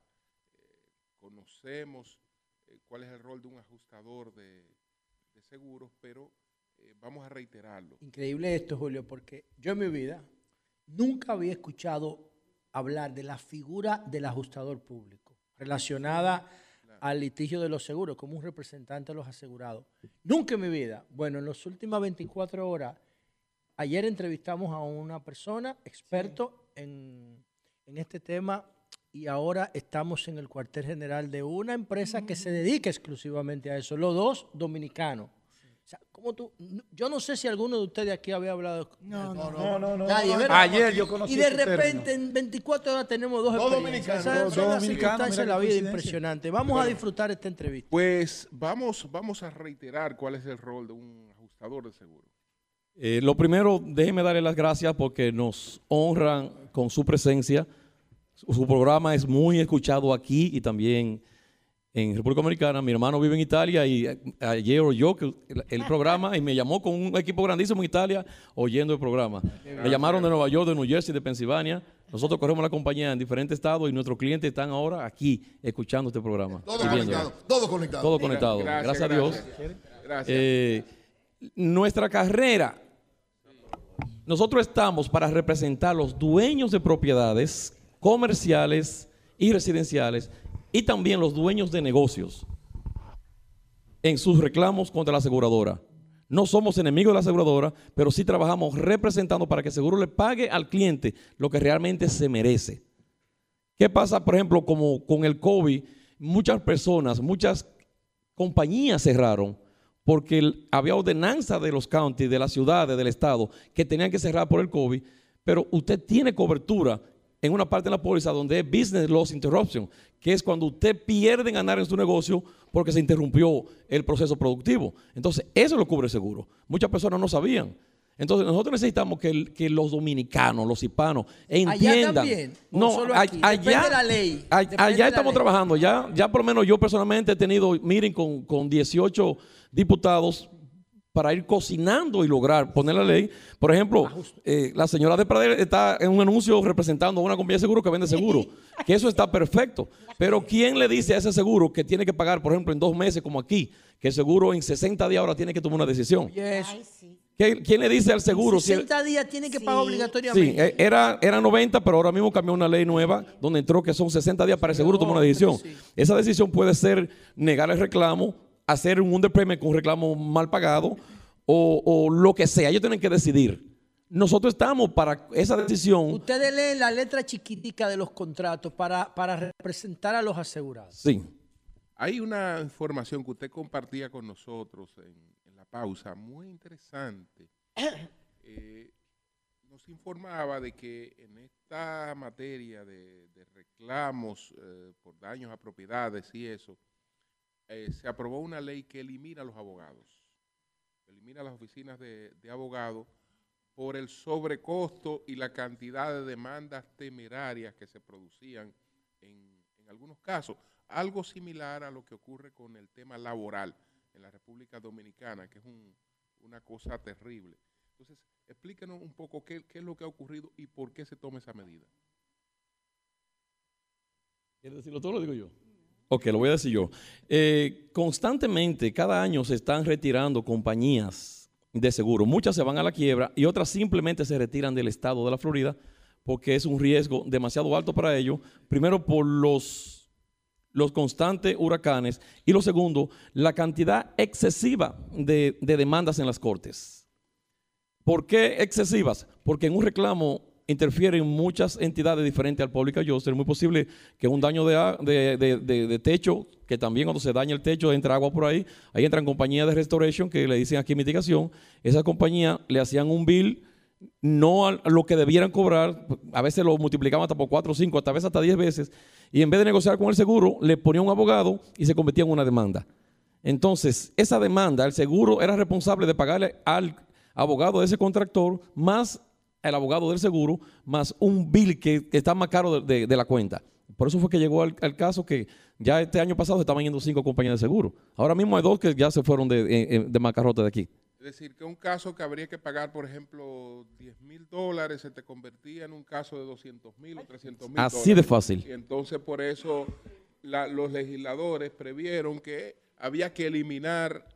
Speaker 2: conocemos cuál es el rol de un ajustador de seguros, pero vamos a reiterarlo.
Speaker 3: Increíble esto, Julio, porque yo en mi vida nunca había escuchado hablar de la figura del ajustador público relacionada al litigio de los seguros, como un representante de los asegurados. Nunca en mi vida. Bueno, en las últimas 24 horas, ayer entrevistamos a una persona experto en este tema, y ahora estamos en el cuartel general de una empresa que se dedica exclusivamente a eso, los dos dominicanos. O sea, yo no sé si alguno de ustedes aquí había hablado. No. Nadie, ¿verdad? Ayer yo conocí. Y de repente en 24 horas tenemos dos dominicanos. Son las circunstancias de la vida impresionante. Vamos a disfrutar esta entrevista.
Speaker 2: Pues vamos a reiterar cuál es el rol de un ajustador de seguro.
Speaker 13: Lo primero, déjenme darle las gracias porque nos honran con su presencia. Su programa es muy escuchado aquí y también en República Dominicana. Mi hermano vive en Italia y ayer oyó el programa y me llamó con un equipo grandísimo en Italia oyendo el programa. Me llamaron de Nueva York, de New Jersey, de Pensilvania. Nosotros corremos la compañía en diferentes estados y nuestros clientes están ahora aquí escuchando este programa.
Speaker 8: Todo conectado.
Speaker 13: Todo conectado. Gracias a Dios. Gracias. Nuestra carrera, nosotros estamos para representar los dueños de propiedades comerciales y residenciales y también los dueños de negocios en sus reclamos contra la aseguradora. No somos enemigos de la aseguradora, pero sí trabajamos representando para que el seguro le pague al cliente lo que realmente se merece. ¿Qué pasa, por ejemplo, como con el COVID? Muchas personas, muchas compañías cerraron porque había ordenanza de los counties, de las ciudades, del estado, que tenían que cerrar por el COVID, pero usted tiene cobertura en una parte de la póliza donde es business loss interruption, que es cuando usted pierde ganar en su negocio porque se interrumpió el proceso productivo. Entonces, eso lo cubre el seguro. Muchas personas no sabían. Entonces, nosotros necesitamos que los dominicanos, los hispanos, entiendan. Allá también, no solo aquí. Depende de la ley. Allá estamos trabajando. Ya por lo menos yo personalmente he tenido meeting con 18 diputados para ir cocinando y lograr poner la ley. Por ejemplo, la señora de Pradel está en un anuncio representando a una compañía de seguro que vende seguro, que eso está perfecto. Pero ¿quién le dice a ese seguro que tiene que pagar, por ejemplo, en 2 meses como aquí, que el seguro en 60 días ahora tiene que tomar una decisión? ¿Quién le dice al seguro?
Speaker 3: 60 días tiene que pagar obligatoriamente.
Speaker 13: Sí, era 90, pero ahora mismo cambió una ley nueva donde entró que son 60 días para el seguro tomar una decisión. Esa decisión puede ser negar el reclamo, hacer un underpayment con un reclamo mal pagado o lo que sea. Ellos tienen que decidir. nosotros estamos para esa decisión.
Speaker 3: Ustedes leen la letra chiquitica de los contratos para representar a los asegurados.
Speaker 13: Sí.
Speaker 2: Hay una información que usted compartía con nosotros en la pausa, muy interesante. Nos informaba de que en esta materia de reclamos por daños a propiedades y eso, se aprobó una ley que elimina a los abogados, elimina las oficinas de abogados por el sobrecosto y la cantidad de demandas temerarias que se producían en algunos casos. Algo similar a lo que ocurre con el tema laboral en la República Dominicana, que es una cosa terrible. Entonces, explíquenos un poco qué es lo que ha ocurrido y por qué se toma esa medida.
Speaker 13: ¿Quieres decirlo todo o lo digo yo? Ok, lo voy a decir yo. Constantemente, cada año se están retirando compañías de seguro. Muchas se van a la quiebra y otras simplemente se retiran del estado de la Florida porque es un riesgo demasiado alto para ellos. Primero, por los constantes huracanes y lo segundo, la cantidad excesiva de demandas en las cortes. ¿Por qué excesivas? Porque en un reclamo interfieren muchas entidades diferentes al public adjuster. Es muy posible que un daño de techo, que también cuando se daña el techo entra agua por ahí entran compañías de restoration que le dicen aquí mitigación. Esa compañía le hacían un bill no a lo que debieran cobrar, a veces lo multiplicaban hasta por 4, 5, hasta veces hasta 10 veces, y en vez de negociar con el seguro, le ponía un abogado y se convertía en una demanda. Entonces, esa demanda, el seguro era responsable de pagarle al abogado de ese contractor, más el abogado del seguro, más un bill que está más caro de la cuenta. Por eso fue que llegó al caso que ya este año pasado se estaban yendo 5 compañías de seguro. Ahora mismo hay 2 que ya se fueron de bancarrota de aquí.
Speaker 2: Es decir, que un caso que habría que pagar, por ejemplo, $10,000 se te convertía en un caso de $200,000 o $300,000.
Speaker 13: Así de fácil.
Speaker 2: Y entonces por eso los legisladores previeron que había que eliminar,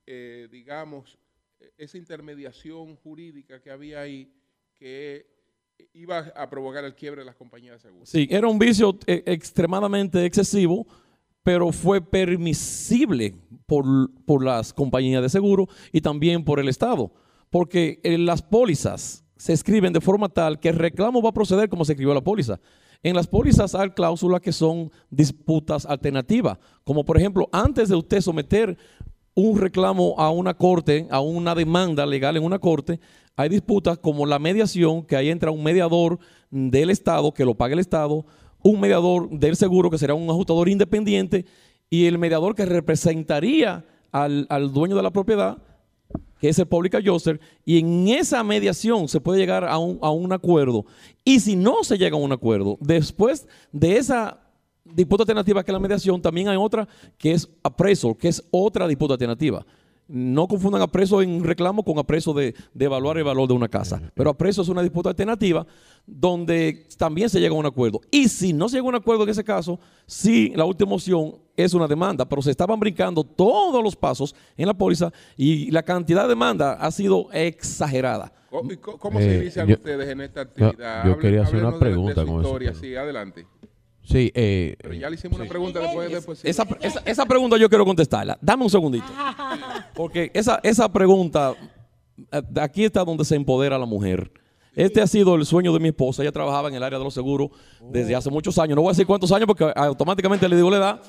Speaker 2: digamos, esa intermediación jurídica que había ahí que iba a provocar el quiebre de las compañías de seguros.
Speaker 13: Sí, era un vicio extremadamente excesivo, pero fue permisible por las compañías de seguro y también por el Estado, porque las pólizas se escriben de forma tal que el reclamo va a proceder como se escribió la póliza. En las pólizas hay cláusulas que son disputas alternativas, como por ejemplo, antes de usted someter un reclamo a una corte, a una demanda legal en una corte, hay disputas como la mediación, que ahí entra un mediador del Estado, que lo paga el Estado, un mediador del seguro, que será un ajustador independiente, y el mediador que representaría al dueño de la propiedad, que es el public adjuster, y en esa mediación se puede llegar a un acuerdo. Y si no se llega a un acuerdo, después de esa disputa alternativa que es la mediación, también hay otra que es appraisal, que es otra disputa alternativa. No confundan appraisal en reclamo con appraisal de evaluar el valor de una casa. Pero appraisal es una disputa alternativa donde también se llega a un acuerdo. Y si no se llega a un acuerdo en ese caso, sí, la última opción es una demanda. Pero se estaban brincando todos los pasos en la póliza y la cantidad de demanda ha sido exagerada.
Speaker 2: ¿Cómo se inician ustedes en esta actividad?
Speaker 5: Yo quería hacer una pregunta con
Speaker 2: eso. Sí, adelante.
Speaker 5: Sí,
Speaker 2: pero ya le hicimos una pregunta después. Sí.
Speaker 13: Esa pregunta yo quiero contestarla. Dame un segundito. Porque esa pregunta, aquí está donde se empodera a la mujer. Este ha sido el sueño de mi esposa. Ella trabajaba en el área de los seguros desde hace muchos años. No voy a decir cuántos años porque automáticamente le digo la edad.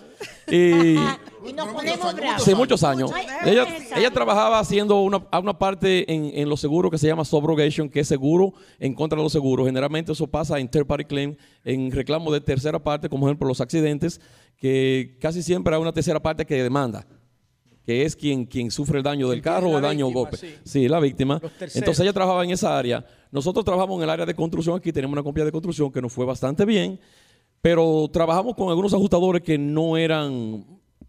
Speaker 13: Y
Speaker 4: nos ponemos bravos.
Speaker 13: Sí, muchos años. Ella trabajaba haciendo una parte en los seguros que se llama subrogation, que es seguro en contra de los seguros. Generalmente eso pasa en third party claim, en reclamo de tercera parte, como ejemplo los accidentes, que casi siempre hay una tercera parte que demanda, que es quien sufre el daño del carro o el daño o golpe. Sí, la víctima. Entonces ella trabajaba en esa área. Nosotros trabajamos en el área de construcción. Aquí tenemos una compañía de construcción que nos fue bastante bien, pero trabajamos con algunos ajustadores que no eran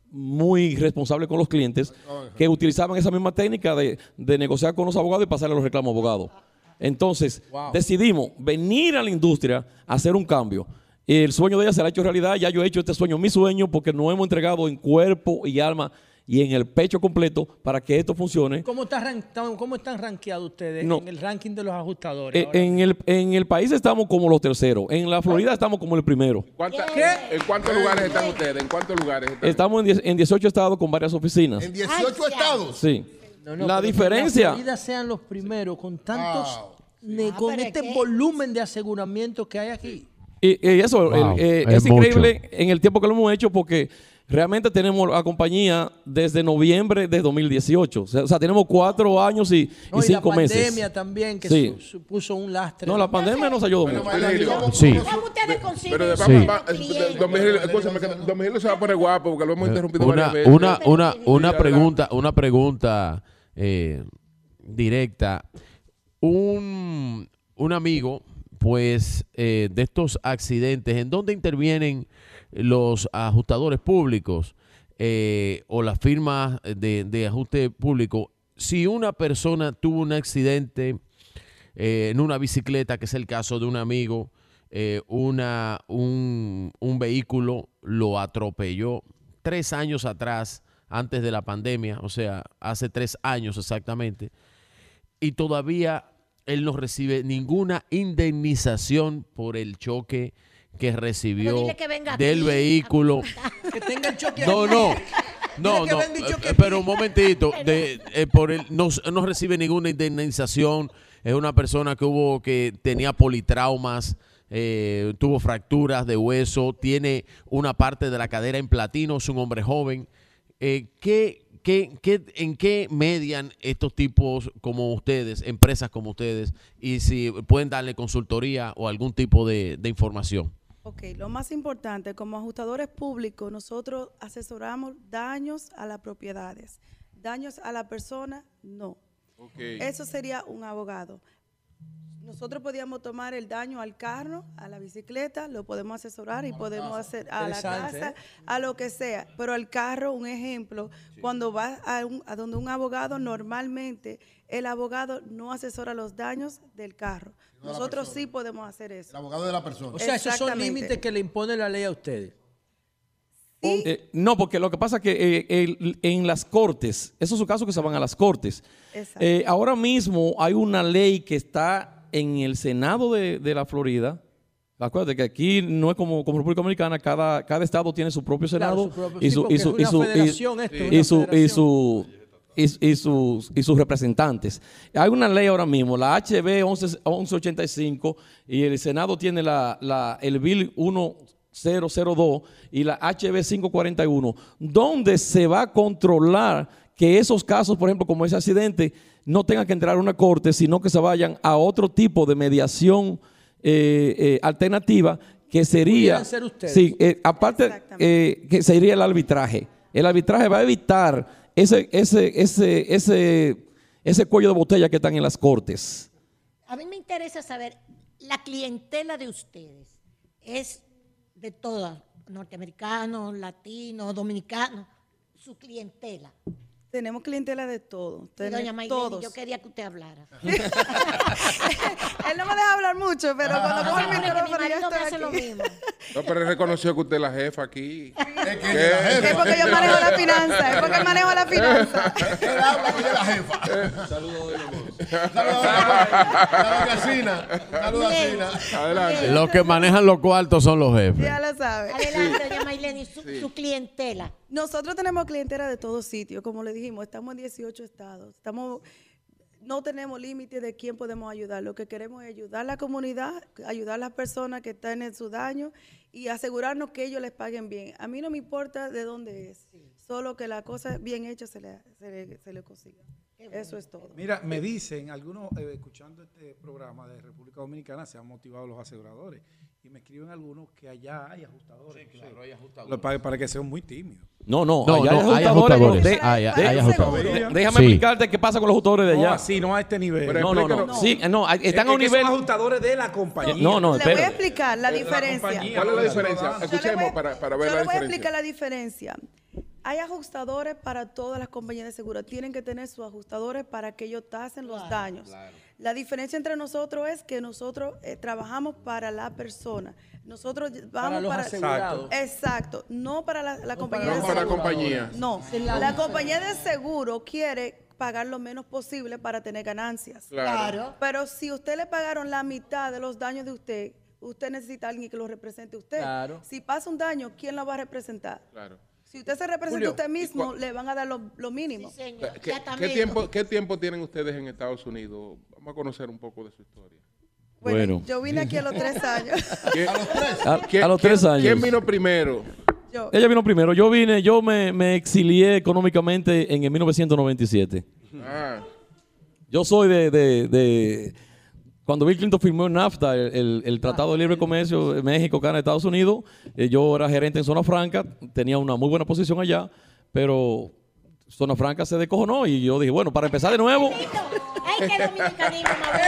Speaker 13: muy responsables con los clientes, que utilizaban esa misma técnica de negociar con los abogados y pasarle los reclamos a abogados. Entonces decidimos venir a la industria a hacer un cambio. El sueño de ella se ha hecho realidad. Ya yo he hecho este sueño mi sueño porque nos hemos entregado en cuerpo y alma y en el pecho completo para que esto funcione.
Speaker 3: ¿Cómo están rankeados ustedes en el ranking de los ajustadores?
Speaker 13: En el país estamos como los terceros. En la Florida estamos como el primero.
Speaker 2: ¿En cuántos lugares están ustedes? ¿En cuántos lugares están?
Speaker 13: Estamos en 18 estados con varias oficinas.
Speaker 8: ¿En 18 estados?
Speaker 13: Sí.
Speaker 3: No,
Speaker 13: la diferencia.
Speaker 3: Que la Florida sean los primeros con tantos con este volumen de aseguramiento que hay aquí.
Speaker 13: Y eso es increíble en el tiempo que lo hemos hecho, porque realmente tenemos la compañía desde noviembre de 2018. O sea, tenemos 4 años y 5 meses.
Speaker 3: La pandemia también, que supuso un lastre.
Speaker 13: No, la pandemia nos ayudó mucho.
Speaker 4: Sí. ¿Cómo ustedes consiguen?
Speaker 2: Pero don Miguel se va a poner guapo porque lo hemos interrumpido varias veces.
Speaker 5: Una pregunta directa. Un amigo, pues, de estos accidentes, ¿en dónde intervienen los ajustadores públicos o las firmas de ajuste público? Si una persona tuvo un accidente en una bicicleta, que es el caso de un amigo, un vehículo lo atropelló 3 años atrás, antes de la pandemia, o sea, hace 3 años exactamente, y todavía él no recibe ninguna indemnización por el choque que recibió del vehículo.
Speaker 3: Que tenga el choque.
Speaker 5: No, pero un momentito, no recibe ninguna indemnización. Es una persona que tenía politraumas, tuvo fracturas de hueso, tiene una parte de la cadera en platino, es un hombre joven. ¿En qué median estos tipos como ustedes, empresas como ustedes, y si pueden darle consultoría o algún tipo de información?
Speaker 14: Ok, lo más importante, como ajustadores públicos, nosotros asesoramos daños a las propiedades. Daños a la persona, no. Okay. Eso sería un abogado. Nosotros podíamos tomar el daño al carro, a la bicicleta, lo podemos asesorar y podemos hacer a la casa, a lo que sea. Pero al carro, un ejemplo, cuando vas a donde un abogado, normalmente el abogado no asesora los daños del carro. Nosotros sí podemos hacer eso.
Speaker 8: El abogado de la persona.
Speaker 3: O sea, esos son límites que le impone la ley a ustedes.
Speaker 14: Sí.
Speaker 13: No, porque lo que pasa es que en las cortes, esos son casos que se van a las cortes. Ahora mismo hay una ley que está en el Senado de la Florida. Acuérdate que aquí no es como República Dominicana, cada estado tiene su propio Senado y sus representantes. Hay una ley ahora mismo, la HB 1185, y el Senado tiene el Bill 1002 y la HB 541, donde se va a controlar que esos casos, por ejemplo, como ese accidente, no tengan que entrar a una corte, sino que se vayan a otro tipo de mediación alternativa, que sería,
Speaker 3: ser ustedes.
Speaker 13: Sí, aparte que sería el arbitraje. El arbitraje va a evitar ese cuello de botella que están en las cortes.
Speaker 4: A mí me interesa saber, la clientela de ustedes es de todas, norteamericanos, latinos, dominicanos, su clientela.
Speaker 14: Tenemos clientela de todo.
Speaker 4: Doña Maylene, yo quería que usted hablara.
Speaker 14: Él no me deja hablar mucho, pero cuando coge el micrófono yo estoy aquí.
Speaker 4: Lo mismo.
Speaker 2: No, pero él reconoció que usted es la jefa aquí.
Speaker 14: Es porque yo manejo la finanza. Es porque manejo la finanza.
Speaker 8: Él habla que ella es la jefa.
Speaker 5: Saludos de
Speaker 8: Saludos a Sina.
Speaker 2: Adelante.
Speaker 5: Los que manejan los cuartos son los jefes.
Speaker 14: Ya lo sabe.
Speaker 4: Adelante, doña Maylene, su clientela.
Speaker 14: Nosotros tenemos clientela de todos sitios, como le dijimos, estamos en 18 estados. No tenemos límite de quién podemos ayudar. Lo que queremos es ayudar a la comunidad, ayudar a las personas que están en su daño y asegurarnos que ellos les paguen bien. A mí no me importa de dónde es, solo que la cosa bien hecha se le consiga. Eso es todo.
Speaker 7: Mira, me dicen, algunos escuchando este programa de República Dominicana se han motivado los aseguradores y me escriben algunos que allá hay ajustadores. Sí, claro, hay ajustadores. Para que sean muy tímidos.
Speaker 13: No, hay ajustadores. Déjame explicarte qué pasa con los ajustadores de allá.
Speaker 7: No, así, no a este nivel.
Speaker 13: No. Sí, están a un nivel.
Speaker 7: Son ajustadores de la compañía.
Speaker 14: Le voy a explicar la diferencia.
Speaker 2: ¿Cuál es la diferencia? Escuchemos para ver la diferencia.
Speaker 14: Yo le voy a explicar la diferencia. Hay ajustadores para todas las compañías de seguro. Tienen que tener sus ajustadores para que ellos tasen los daños. Claro. La diferencia entre nosotros es que nosotros trabajamos para la persona. Nosotros vamos para los asegurados. Exacto. No para la compañía de seguro.
Speaker 2: No para la compañía.
Speaker 14: No. La compañía de seguro quiere pagar lo menos posible para tener ganancias.
Speaker 4: Claro.
Speaker 14: Pero si usted le pagaron la mitad de los daños de usted necesita a alguien que lo represente a usted.
Speaker 3: Claro.
Speaker 14: Si pasa un daño, ¿quién lo va a representar?
Speaker 2: Claro.
Speaker 14: Si usted se representa a usted mismo, le van a dar lo mínimo.
Speaker 4: Sí, señor.
Speaker 2: ¿Qué tiempo tienen ustedes en Estados Unidos? Vamos a conocer un poco de su historia.
Speaker 14: Bueno. Yo vine aquí a los 3 años.
Speaker 13: A los 3 años.
Speaker 2: ¿Quién vino primero?
Speaker 14: Yo.
Speaker 13: Ella vino primero. Yo me exilié económicamente en el 1997. Yo soy de cuando Bill Clinton firmó el NAFTA, el Tratado de Libre Comercio de México, Canadá, Estados Unidos, yo era gerente en Zona Franca, tenía una muy buena posición allá, pero Zona Franca se descojonó y yo dije, bueno, para empezar de nuevo.
Speaker 4: ¡Ay, qué dominicanismo!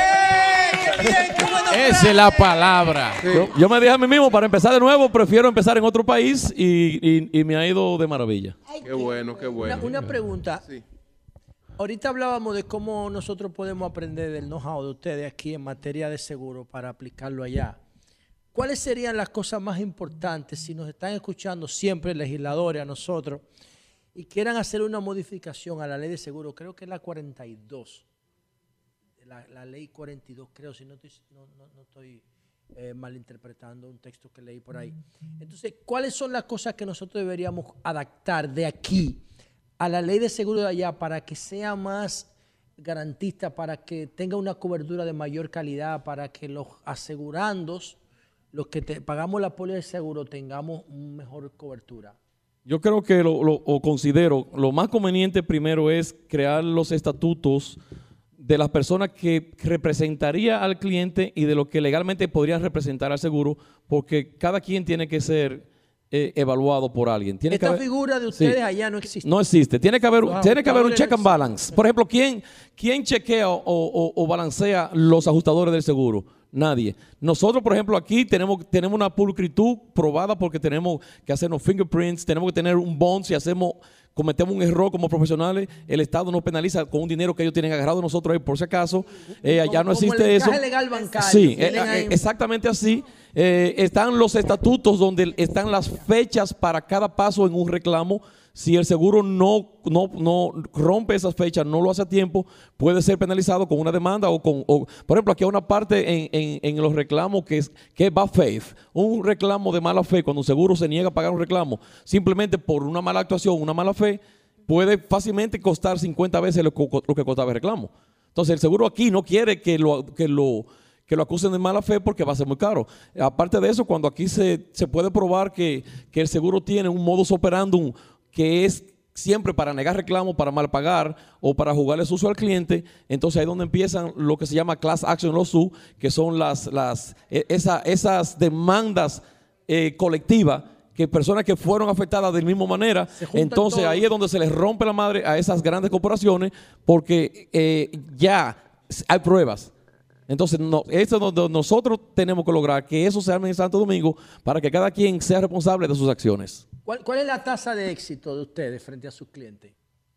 Speaker 15: Esa es la palabra.
Speaker 13: Sí. Yo me dije a mí mismo, para empezar de nuevo, prefiero empezar en otro país y me ha ido de maravilla.
Speaker 2: Qué bueno, qué bueno.
Speaker 3: Una pregunta.
Speaker 2: Sí.
Speaker 3: Ahorita hablábamos de cómo nosotros podemos aprender del know-how de ustedes aquí en materia de seguro para aplicarlo allá. ¿Cuáles serían las cosas más importantes si nos están escuchando siempre legisladores, a nosotros, y quieran hacer una modificación a la ley de seguro? Creo que es la 42. La ley 42, creo, si no estoy malinterpretando un texto que leí por ahí. Entonces, ¿cuáles son las cosas que nosotros deberíamos adaptar de aquí a la ley de seguro de allá para que sea más garantista, para que tenga una cobertura de mayor calidad, para que los asegurandos, los que pagamos la póliza de seguro, tengamos una mejor cobertura?
Speaker 13: Yo creo que considero lo más conveniente primero es crear los estatutos de las personas que representaría al cliente y de lo que legalmente podría representar al seguro, porque cada quien tiene que ser evaluado por alguien.
Speaker 3: Esta figura de ustedes allá no existe.
Speaker 13: No existe. Tiene que haber un check and balance. Por ejemplo, ¿quién chequea o balancea los ajustadores del seguro? Nadie. Nosotros, por ejemplo, aquí tenemos una pulcritud probada porque tenemos que hacernos fingerprints, tenemos que tener un bond si cometemos un error como profesionales, el Estado nos penaliza con un dinero que ellos tienen agarrado nosotros ahí por si acaso. Allá no existe eso.
Speaker 3: Como el legal bancario.
Speaker 13: Sí, exactamente así. Están los estatutos donde están las fechas para cada paso en un reclamo. Si el seguro no rompe esas fechas, no lo hace a tiempo, puede ser penalizado con una demanda por ejemplo, aquí hay una parte en los reclamos que es bad faith, un reclamo de mala fe. Cuando un seguro se niega a pagar un reclamo simplemente por una mala actuación, una mala fe, puede fácilmente costar 50 veces lo que costaba el reclamo. Entonces el seguro aquí no quiere que lo acusen de mala fe porque va a ser muy caro. Aparte de eso, cuando aquí se puede probar que el seguro tiene un modus operandum que es siempre para negar reclamos, para mal pagar o para jugarle sucio al cliente, entonces ahí es donde empiezan lo que se llama class action lawsuit, que son esas demandas colectivas que personas que fueron afectadas de la misma manera, entonces ahí es donde se les rompe la madre a esas grandes corporaciones porque ya hay pruebas. Entonces, eso es donde nosotros tenemos que lograr que eso se arme en Santo Domingo para que cada quien sea responsable de sus acciones.
Speaker 3: ¿Cuál es la tasa de éxito de ustedes frente a sus clientes?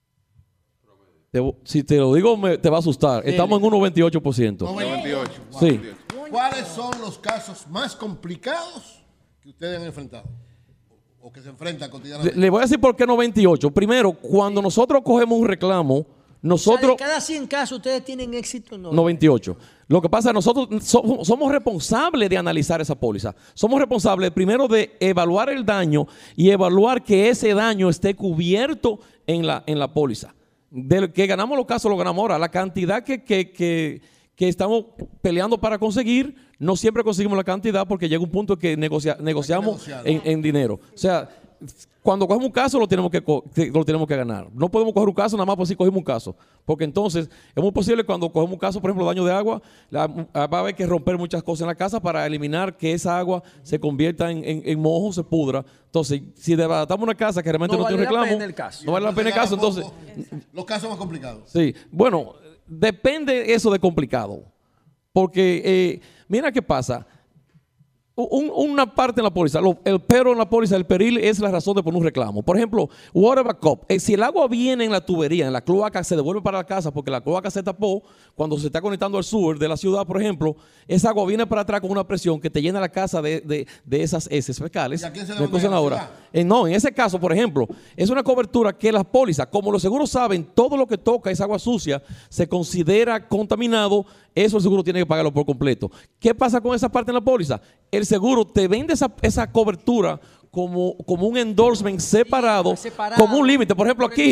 Speaker 13: Si te lo digo, te va a asustar. Estamos en un 98%.
Speaker 8: 98.
Speaker 13: Sí.
Speaker 8: ¿Cuáles son los casos más complicados que ustedes han enfrentado o que se enfrentan cotidianamente?
Speaker 13: Le voy a decir por qué 98. Primero, cuando nosotros cogemos un reclamo, nosotros...
Speaker 3: O sea, de cada 100 casos, ¿ustedes tienen éxito?
Speaker 13: 98. Lo que pasa es que nosotros somos responsables de analizar esa póliza. Somos responsables primero de evaluar el daño y evaluar que ese daño esté cubierto en la póliza. De que ganamos los casos, lo ganamos ahora. La cantidad que estamos peleando para conseguir, no siempre conseguimos la cantidad porque llega un punto que negociamos en dinero. O sea, cuando cogemos un caso lo tenemos que ganar. No podemos coger un caso nada más por si cogemos un caso. Porque entonces es muy posible cuando cogemos un caso, por ejemplo, daño de agua, va a haber que romper muchas cosas en la casa para eliminar que esa agua se convierta en mojo, se pudra. Entonces, si desbaratamos una casa que realmente no tiene reclamo, no vale la pena el caso. Entonces,
Speaker 8: los casos más complicados.
Speaker 13: Sí, bueno, depende eso de complicado. Porque, mira qué pasa. Una parte en la póliza, el pero en la póliza, el peril es la razón de poner un reclamo. Por ejemplo, water backup. Si el agua viene en la tubería, en la cloaca, se devuelve para la casa porque la cloaca se tapó, cuando se está conectando al sewer de la ciudad, por ejemplo, esa agua viene para atrás con una presión que te llena la casa de esas heces fecales.
Speaker 8: ¿Y a quién se le
Speaker 13: ahora? No, en ese caso, por ejemplo, es una cobertura que las pólizas, como los seguros saben, todo lo que toca es agua sucia, se considera contaminado, eso el seguro tiene que pagarlo por completo. ¿Qué pasa con esa parte en la póliza? El seguro te vende esa cobertura como un endorsement separado, como un límite. Por ejemplo, aquí,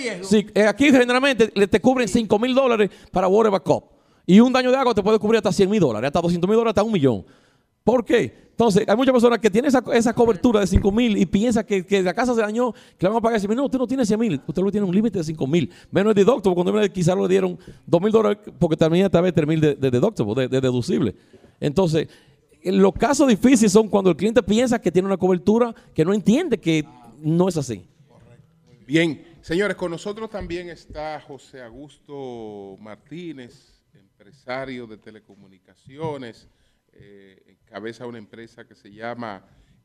Speaker 13: aquí generalmente te cubren $5,000 para water backup. Y un daño de agua te puede cubrir hasta $100,000, hasta $200,000, hasta $1 millón. ¿Por qué? Entonces, hay muchas personas que tienen esa cobertura de $5,000 y piensan que la casa se dañó, que le van a pagar $100,000. No, usted no tiene $100,000, usted lo tiene un límite de $5,000. Menos el deductible, cuando quizás le dieron $2,000 porque también esta vez $3,000 de deductible, de deducible. Entonces, los casos difíciles son cuando el cliente piensa que tiene una cobertura que no entiende que no es así.
Speaker 2: Bien, señores, con nosotros también está José Augusto Martínez, empresario de telecomunicaciones, encabeza una empresa que se llama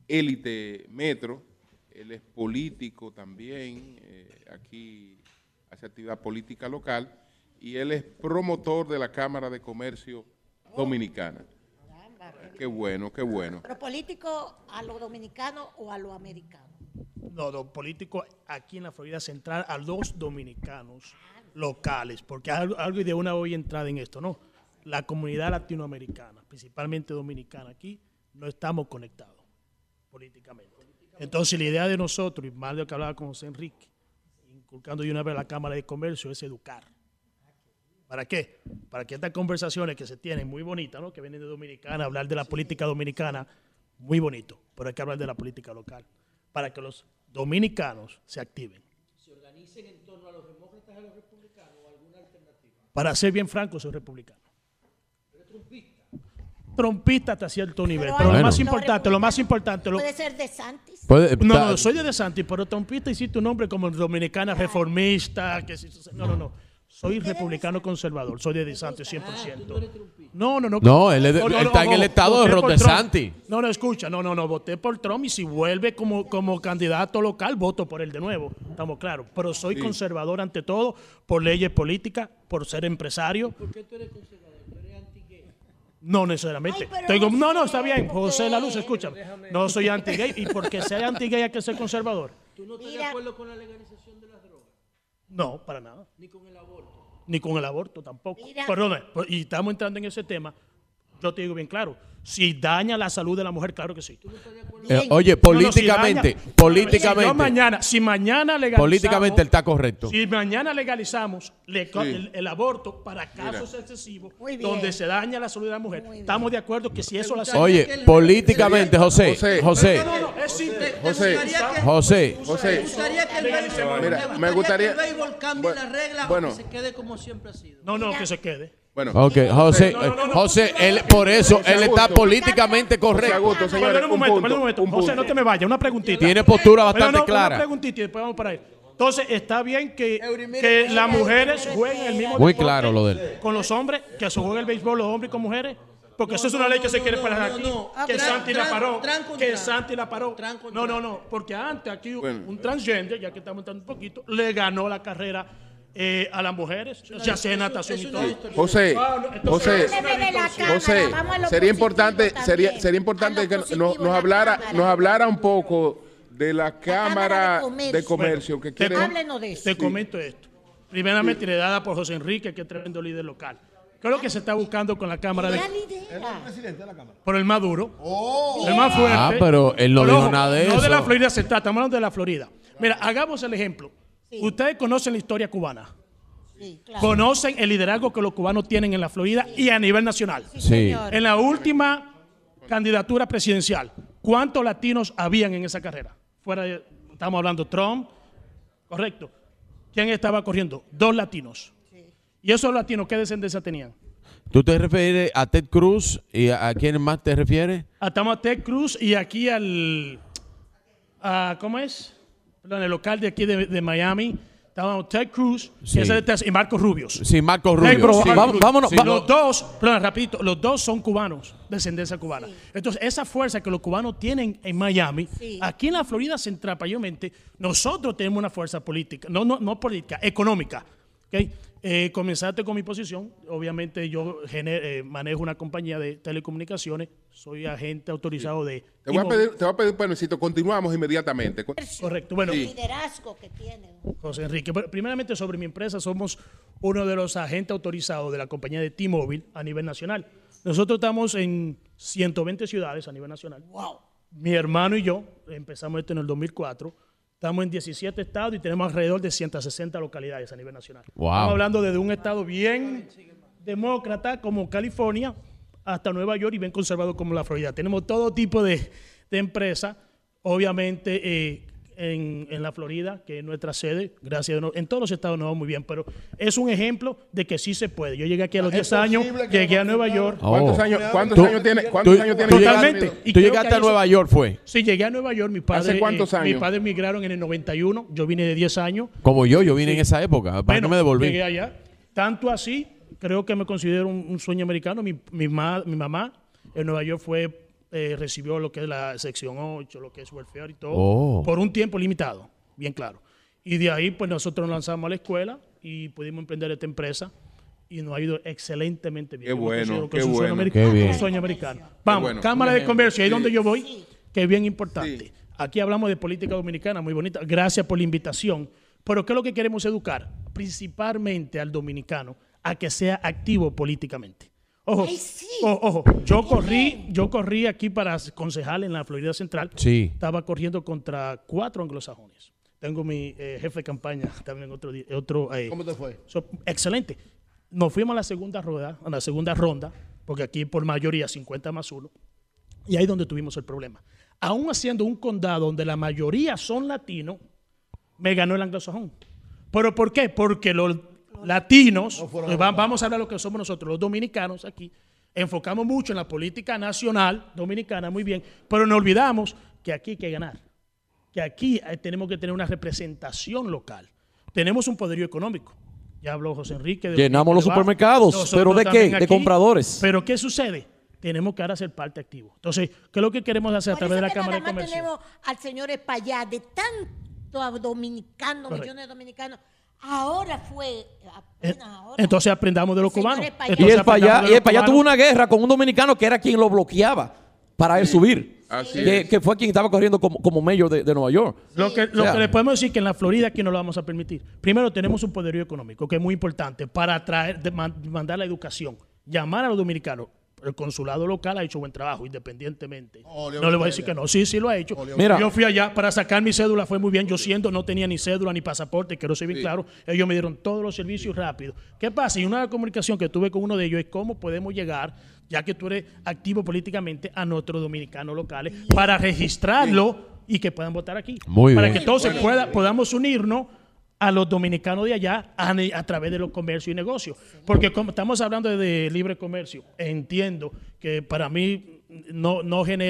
Speaker 2: Élite Metro. Él es político también, aquí hace actividad política local, y él es promotor de la Cámara de Comercio Dominicana. Qué bueno, qué bueno.
Speaker 4: ¿Pero político a lo dominicano o a lo americano?
Speaker 16: No, político aquí en la Florida Central a los dominicanos locales, porque algo de una hoy entrada en esto, ¿no? La comunidad latinoamericana, principalmente dominicana, aquí no estamos conectados políticamente. Entonces la idea de nosotros, y más de lo que hablaba con José Enrique, inculcando de una vez la Cámara de Comercio, es educar. ¿Para qué? Para que estas conversaciones que se tienen muy bonitas, ¿no? Que vienen de Dominicana, hablar de la política dominicana, muy bonito, pero hay que hablar de la política local, para que los dominicanos se activen.
Speaker 3: ¿Se organicen en torno a los demócratas y a los republicanos o alguna alternativa?
Speaker 16: Para ser bien franco, soy republicano. ¿Pero es trumpista? Trumpista hasta cierto nivel, pero lo más importante...
Speaker 4: ¿Puede ser DeSantis?
Speaker 16: No, soy de DeSantis, pero trumpista hiciste un nombre como dominicana reformista, que no. Soy republicano conservador, soy de DeSantis 100%. No.
Speaker 5: No, él está en el estado de Ron DeSantis.
Speaker 16: No, escucha, voté por Trump y si vuelve como candidato local, voto por él de nuevo, estamos claros. Pero soy conservador ante todo, por leyes políticas, por ser empresario.
Speaker 3: ¿Por qué tú eres conservador? ¿Tú eres anti-gay?
Speaker 16: No necesariamente. No, está bien, José La Luz, escúchame. No soy anti-gay y porque sea anti-gay hay que ser conservador.
Speaker 3: ¿Tú no estás de acuerdo con la legalización de las drogas?
Speaker 16: No, para nada.
Speaker 3: ¿Ni con el aborto?
Speaker 16: Ni con el aborto tampoco. Perdón, y estamos entrando en ese tema. Yo te digo bien claro, si daña la salud de la mujer, claro que sí.
Speaker 5: Oye, políticamente,
Speaker 16: si mañana legalizamos,
Speaker 5: políticamente él está correcto.
Speaker 16: Si mañana legalizamos el aborto para casos excesivos donde se daña la salud de la mujer, estamos de acuerdo que si eso lo hacemos.
Speaker 5: Oye, políticamente, José.
Speaker 2: Me gustaría
Speaker 3: que el béisbol cambie la regla o que se quede como siempre ha sido.
Speaker 16: No, que se quede.
Speaker 5: Bueno, José, él, por eso él está políticamente correcto.
Speaker 16: Perdón un momento. José, no te me vayas, una preguntita.
Speaker 5: Tiene postura bastante clara.
Speaker 16: Una preguntita y después vamos para ahí. Entonces, está bien que las mujeres jueguen el mismo
Speaker 5: muy claro lo de él.
Speaker 16: Con los hombres, que se juegue el béisbol los hombres con mujeres. Porque eso es una ley que se quiere parar aquí. Que Santi la paró. No. Porque antes aquí un transgender, ya que estamos entrando un poquito, le ganó la carrera a las mujeres, ya sea natación y todo.
Speaker 2: José, sería importante que nos hablara un poco de la Cámara de Comercio.
Speaker 16: Bueno, te comento esto. Primeramente, liderada por José Enrique, que es tremendo líder local. ¿Qué es lo que se está buscando con la Cámara? ¿Es el presidente de la Cámara? Por el más duro, el más fuerte.
Speaker 5: Pero él no dijo nada de eso.
Speaker 16: No de la Florida se trata, estamos hablando de la Florida. Mira, hagamos el ejemplo. Sí. Ustedes conocen la historia cubana. Sí, claro. Conocen el liderazgo que los cubanos tienen en la Florida y a nivel nacional.
Speaker 5: Sí.
Speaker 16: En la última candidatura presidencial, ¿cuántos latinos habían en esa carrera? Estamos hablando Trump, correcto. ¿Quién estaba corriendo? 2 latinos. ¿Y esos latinos qué descendencia tenían?
Speaker 5: ¿Tú te refieres a Ted Cruz y a quién más te refieres?
Speaker 16: Estamos a Ted Cruz y aquí ¿cómo es? Perdón, el local de aquí de Miami. Estábamos Ted Cruz y Marcos Rubio.
Speaker 5: Sí, Marcos Rubio. Vámonos.
Speaker 16: Los dos, perdón, rapidito, los dos son cubanos, descendencia cubana. Sí. Entonces, esa fuerza que los cubanos tienen en Miami, aquí en la Florida Central, mayormente, nosotros tenemos una fuerza política, no política, económica. ¿Okay? Comenzaste con mi posición. Obviamente yo manejo una compañía de telecomunicaciones. Soy agente autorizado de...
Speaker 2: Te voy a pedir permisito. Continuamos inmediatamente.
Speaker 16: Correcto. Bueno,
Speaker 4: el liderazgo que tiene
Speaker 16: José Enrique. Primeramente, sobre mi empresa, somos uno de los agentes autorizados de la compañía de T-Mobile a nivel nacional. Nosotros estamos en 120 ciudades a nivel nacional.
Speaker 4: Wow.
Speaker 16: mi hermano y yo empezamos esto en el 2004. Estamos en 17 estados y tenemos alrededor de 160 localidades a nivel nacional.
Speaker 15: Wow.
Speaker 16: Estamos hablando desde un estado bien demócrata como California hasta Nueva York y bien conservado como la Florida. Tenemos todo tipo de empresas, obviamente en la Florida, que es nuestra sede, gracias a Dios, en todos los estados nos va muy bien, pero es un ejemplo de que sí se puede. Yo llegué aquí a los 10 años, llegué a Nueva York.
Speaker 2: ¿Cuántos años tiene?
Speaker 16: Totalmente.
Speaker 15: ¿Tú llegaste a Nueva York, fue?
Speaker 16: Sí, llegué a Nueva York.
Speaker 2: ¿Hace cuántos años?
Speaker 16: Mis padres emigraron en el 91, yo vine de 10 años.
Speaker 15: Como yo vine en esa época, ¿para qué me devolví?
Speaker 16: Llegué allá. Tanto así, creo que me considero un sueño americano. Mi mamá en Nueva York recibió lo que es la sección 8, lo que es welfare y todo, por un tiempo limitado, bien claro. Y de ahí, pues nosotros nos lanzamos a la escuela y pudimos emprender esta empresa y nos ha ido excelentemente bien.
Speaker 2: Qué bueno,
Speaker 16: qué bueno. Un sueño americano. Vamos, bueno. Cámara de Comercio, ahí es donde yo voy, que es bien importante. Sí. Aquí hablamos de política dominicana, muy bonita. Gracias por la invitación. Pero ¿qué es lo que queremos educar? Principalmente al dominicano a que sea activo políticamente. Ojo, ay, sí. Ojo, yo corrí aquí para concejal en la Florida Central.
Speaker 15: Sí.
Speaker 16: Estaba corriendo contra 4 anglosajones. Tengo mi jefe de campaña también otro.
Speaker 8: ¿Cómo te fue?
Speaker 16: Excelente. Nos fuimos a la segunda ronda, porque aquí por mayoría 50+1, y ahí es donde tuvimos el problema. Aún haciendo un condado donde la mayoría son latinos, me ganó el anglosajón. ¿Pero por qué? Porque los latinos, vamos a hablar de lo que somos nosotros, los dominicanos aquí, enfocamos mucho en la política nacional dominicana, muy bien, pero nos olvidamos que aquí hay que ganar, que aquí tenemos que tener una representación local. Tenemos un poderío económico. Ya habló José Enrique.
Speaker 13: Llenamos los supermercados, ¿pero de qué? De compradores.
Speaker 16: Pero ¿qué sucede? Tenemos que ahora ser parte activo. Entonces, ¿qué es lo que queremos hacer a través de la Cámara de Comercio?
Speaker 4: Tenemos al señor Espaillat, de tantos dominicanos, millones de dominicanos. Ahora fue, ahora.
Speaker 16: Entonces aprendamos de los cubanos.
Speaker 13: Y el Espaillat tuvo una guerra con un dominicano que era quien lo bloqueaba para él subir. Que fue quien estaba corriendo como mayor de Nueva York.
Speaker 16: Lo que le podemos decir que en la Florida aquí no lo vamos a permitir. Primero tenemos un poderío económico que es muy importante para mandar la educación, llamar a los dominicanos. El consulado local ha hecho buen trabajo independientemente. No le voy a decir que no. Sí lo ha hecho. Mira, yo fui allá para sacar mi cédula, fue muy bien. Yo no tenía ni cédula ni pasaporte, quiero ser bien claro. Ellos me dieron todos los servicios rápido. ¿Qué pasa? Y una comunicación que tuve con uno de ellos es cómo podemos llegar, ya que tú eres activo políticamente, a nuestros dominicanos locales para registrarlo y que puedan votar aquí. Para que entonces podamos unirnos a los dominicanos de allá a través de los comercios y negocios. Porque como estamos hablando de libre comercio, entiendo que para mí no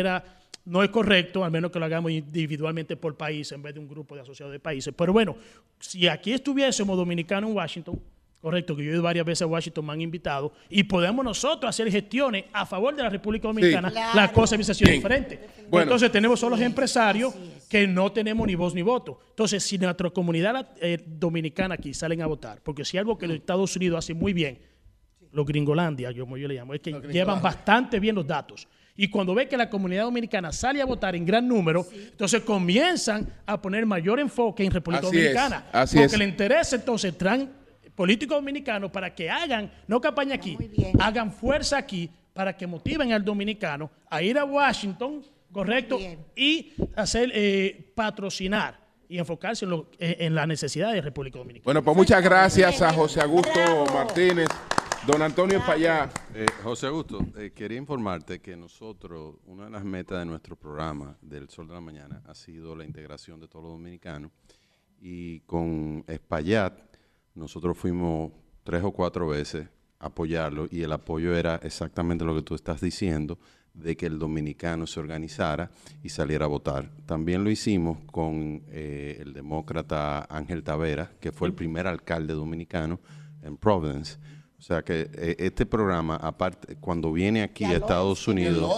Speaker 16: es correcto, al menos que lo hagamos individualmente por país en vez de un grupo de asociados de países. Pero bueno, si aquí estuviésemos dominicanos en Washington, correcto, que yo he ido varias veces a Washington, me han invitado, y podemos nosotros hacer gestiones a favor de la República Dominicana, la cosa hubiese sido diferente. Bueno. Entonces tenemos solo los empresarios que no tenemos ni voz ni voto. Entonces, si nuestra comunidad dominicana aquí salen a votar, porque si algo que los Estados Unidos hacen muy bien, los Gringolandia, como yo le llamo, es que llevan bastante bien los datos. Y cuando ve que la comunidad dominicana sale a votar en gran número, entonces comienzan a poner mayor enfoque en República Dominicana. Porque le interesa entonces políticos dominicanos para que hagan, no campaña aquí, hagan fuerza aquí para que motiven al dominicano a ir a Washington, correcto, y hacer patrocinar y enfocarse en la necesidad de República Dominicana.
Speaker 2: Bueno, pues muchas gracias a José Augusto Martínez. Don Antonio Espaillat.
Speaker 5: José Augusto, quería informarte que nosotros, una de las metas de nuestro programa del Sol de la Mañana ha sido la integración de todos los dominicanos, y con Espaillat nosotros fuimos 3 o 4 veces a apoyarlo, y el apoyo era exactamente lo que tú estás diciendo, de que el dominicano se organizara y saliera a votar. También lo hicimos con el demócrata Ángel Tavera, que fue el primer alcalde dominicano en Providence. O sea que este programa, aparte, cuando viene aquí a Estados Unidos,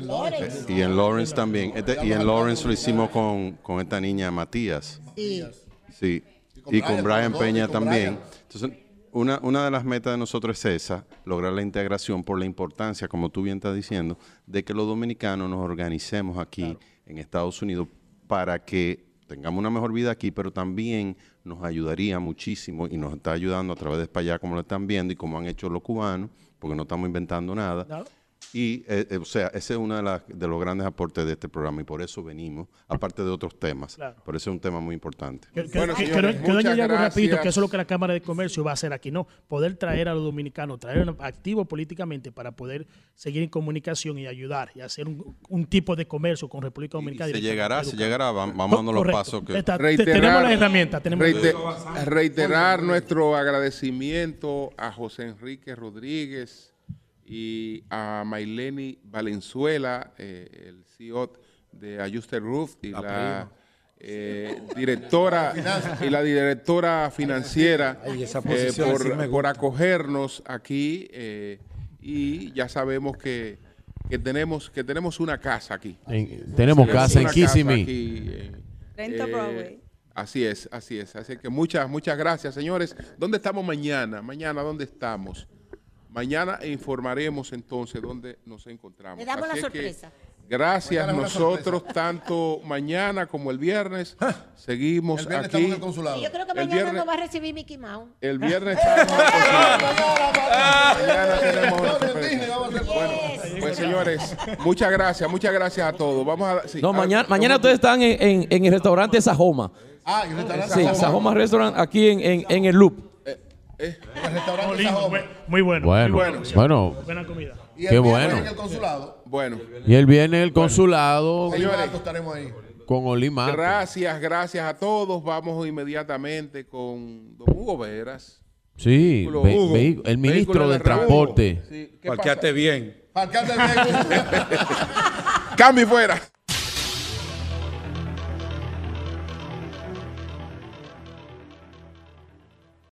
Speaker 5: y en Lawrence también, y en Lawrence lo hicimos con esta niña Matías, sí, y con Brian Peña también. Entonces, una de las metas de nosotros es esa, lograr la integración por la importancia, como tú bien estás diciendo, de que los dominicanos nos organicemos aquí en Estados Unidos para que tengamos una mejor vida aquí, pero también nos ayudaría muchísimo, y nos está ayudando a través de Espaillat, como lo están viendo y como han hecho los cubanos, porque no estamos inventando nada,
Speaker 17: Y, o sea, ese es uno de los grandes aportes de este programa y por eso venimos, aparte de otros temas. Claro. Por eso es un tema muy importante.
Speaker 16: Bueno, señores, quiero añadir algo rapidito, que eso es lo que la Cámara de Comercio va a hacer aquí, ¿no? Poder traer a los dominicanos, traer activos políticamente para poder seguir en comunicación y ayudar y hacer un tipo de comercio con República Dominicana.
Speaker 17: Se llegará, vamos dando los pasos. Que...
Speaker 16: Tenemos las herramientas.
Speaker 2: Reiterar nuestro agradecimiento a José Enrique Rodríguez y a Mayleni Valenzuela, el CEO de Ajuste Group y la directora financiera por acogernos aquí y ya sabemos que tenemos una casa aquí.
Speaker 15: Tenemos casa en Kissimmee.
Speaker 14: 30 Broadway.
Speaker 2: Así es. Así que muchas gracias, señores. ¿Dónde estamos mañana? ¿Dónde estamos? Mañana informaremos entonces dónde nos encontramos.
Speaker 4: Le damos la sorpresa.
Speaker 2: Gracias, nosotros tanto mañana como el viernes seguimos
Speaker 8: el viernes
Speaker 2: aquí.
Speaker 8: Estamos en el consulado.
Speaker 4: Yo creo que mañana nos va a recibir Mickey Mouse.
Speaker 2: El viernes estamos en el consulado. Mañana tenemos una sorpresa. Bueno, pues señores, muchas gracias a todos. Vamos a
Speaker 13: sí, mañana ustedes están en el restaurante Sajoma.
Speaker 8: Ah, el restaurante
Speaker 13: Sajoma. Sí, Sajoma Restaurant aquí en el Loop.
Speaker 8: El restaurante Sajoma.
Speaker 16: Muy bueno.
Speaker 15: Bueno.
Speaker 16: Buena comida.
Speaker 8: Y
Speaker 15: qué
Speaker 8: bueno. En el consulado.
Speaker 2: Bueno.
Speaker 15: Y él viene el consulado.
Speaker 2: Señores,
Speaker 8: estaremos ahí.
Speaker 15: Con Olimar.
Speaker 2: Gracias a todos. Vamos inmediatamente con don Hugo Veras.
Speaker 15: Sí, el ministro de Transporte.
Speaker 7: Sí, parqueate bien.
Speaker 8: Parqueate bien.
Speaker 2: Cambio fuera.